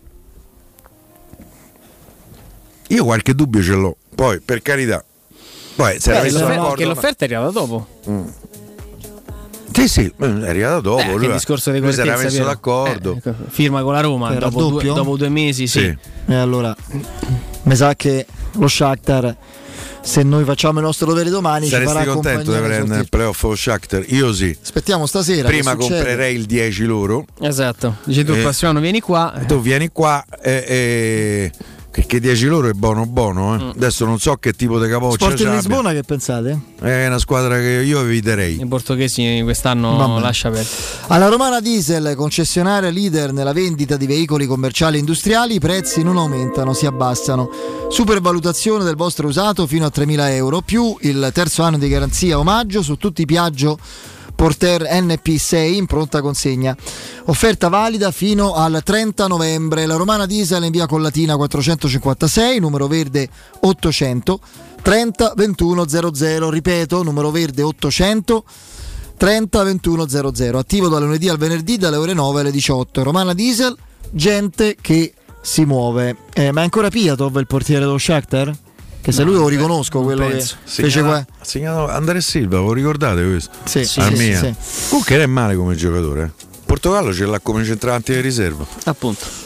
Io qualche dubbio ce l'ho, poi per carità. Poi se era Beh, messo l'offerta- d'accordo. che l'offerta è arrivata dopo. Sì, sì, è arrivato dopo. Eh, anche lui, il discorso di lui si era correttezza, messo vero? d'accordo. Eh, ecco, firma con la Roma Per dopo due, raddoppio? dopo due mesi, sì. Sì. E allora mi sa che lo Shakhtar, se noi facciamo il nostro dovere domani, ci Saresti farà contento di compagnia prendere nel il playoff o Shakhtar? Io sì. Aspettiamo stasera. Prima che succede? comprerei il dieci loro. Esatto. Dici tu, Eh, il prossimo anno vieni qua. Tu vieni qua e, e perché dieci loro è buono buono eh. Mm. Adesso non so che tipo di capoccia Sport in c'abbia. Lisbona, che pensate? È una squadra che io eviterei. I portoghesi quest'anno Vabbè. lascia perdere. Alla Romana Diesel, concessionaria leader nella vendita di veicoli commerciali e industriali, i prezzi non aumentano, si abbassano. Supervalutazione del vostro usato fino a tremila euro, più il terzo anno di garanzia omaggio su tutti i Piaggio Porter N P sei in pronta consegna. Offerta valida fino al trenta novembre. La Romana Diesel in via Collatina quattrocentocinquantasei, numero verde ottocento trenta ventuno zero zero. Ripeto, numero verde ottocento trenta ventuno zero zero. Attivo dal lunedì al venerdì dalle ore nove alle diciotto. Romana Diesel, gente che si muove. Eh, ma è ancora Piatov il portiere dello Shakhtar? Che se No, lui lo beh, riconosco, non quello penso. che fece Segnala- qua. ha segnato Andrea Silva, lo ricordate questo? Sì, sì, Al sì, mia. sì, Comunque non è male come giocatore. eh. Portogallo ce l'ha come centravanti di riserva. Appunto.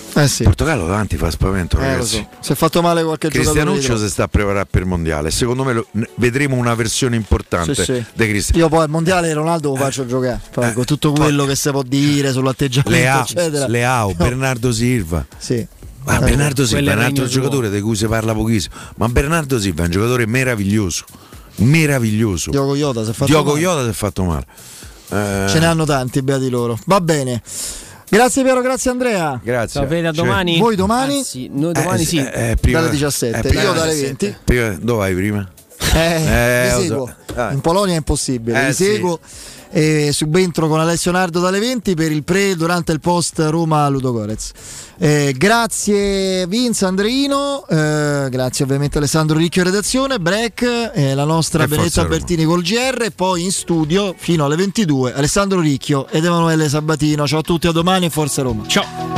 Eh sì. Il Portogallo davanti fa spavento, Eh, ragazzi. lo so. Si è fatto male qualche giocatore. Cristianuccio si sta a preparare per il mondiale. Secondo me lo, n- vedremo una versione importante Sì, sì. di Cristiano. Io poi al mondiale Ronaldo lo faccio giocare. Poi con tutto quello che si può dire sull'atteggiamento, Leao, eccetera. Leao, No. Bernardo Silva. Sì. Ma Eh, Bernardo Silva quello è un è altro regno giocatore di cui si parla pochissimo. Ma Bernardo Silva è un giocatore meraviglioso. Meraviglioso. Diogo Jota si è fatto Diogo male. Jota si è fatto male. Eh, Ce ne hanno tanti, beati loro. Va bene. Grazie Piero, grazie Andrea. Grazie. Ciao, Fede, a domani. Voi domani? Anzi, noi domani Eh, sì. eh, prima- Dalle diciassette, eh, prima- io dalle venti. Prima- dove vai prima? Eh, Eh, vi lo seguo. so. Ah. In Polonia è impossibile, Eh, vi sì. seguo e subentro con Alessio Nardo dalle venti per il pre, durante il post Roma Ludogorets. Eh, grazie Vince, Andreino, eh, grazie ovviamente Alessandro Ricchio redazione, break, eh, la nostra E forza Benetta Roma. Bertini col G R e poi in studio fino alle ventidue Alessandro Ricchio ed Emanuele Sabatino. Ciao a tutti, a domani e forza Roma. Ciao.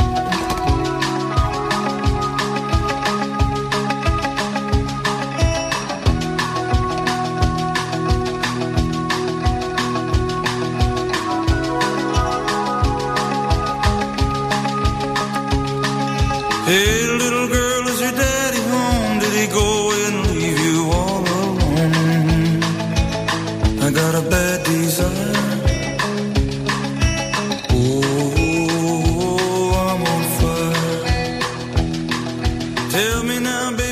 Hey, little girl, is your daddy home? Did he go and leave you all alone? I got a bad desire. Oh, I'm on fire. Tell me now, baby.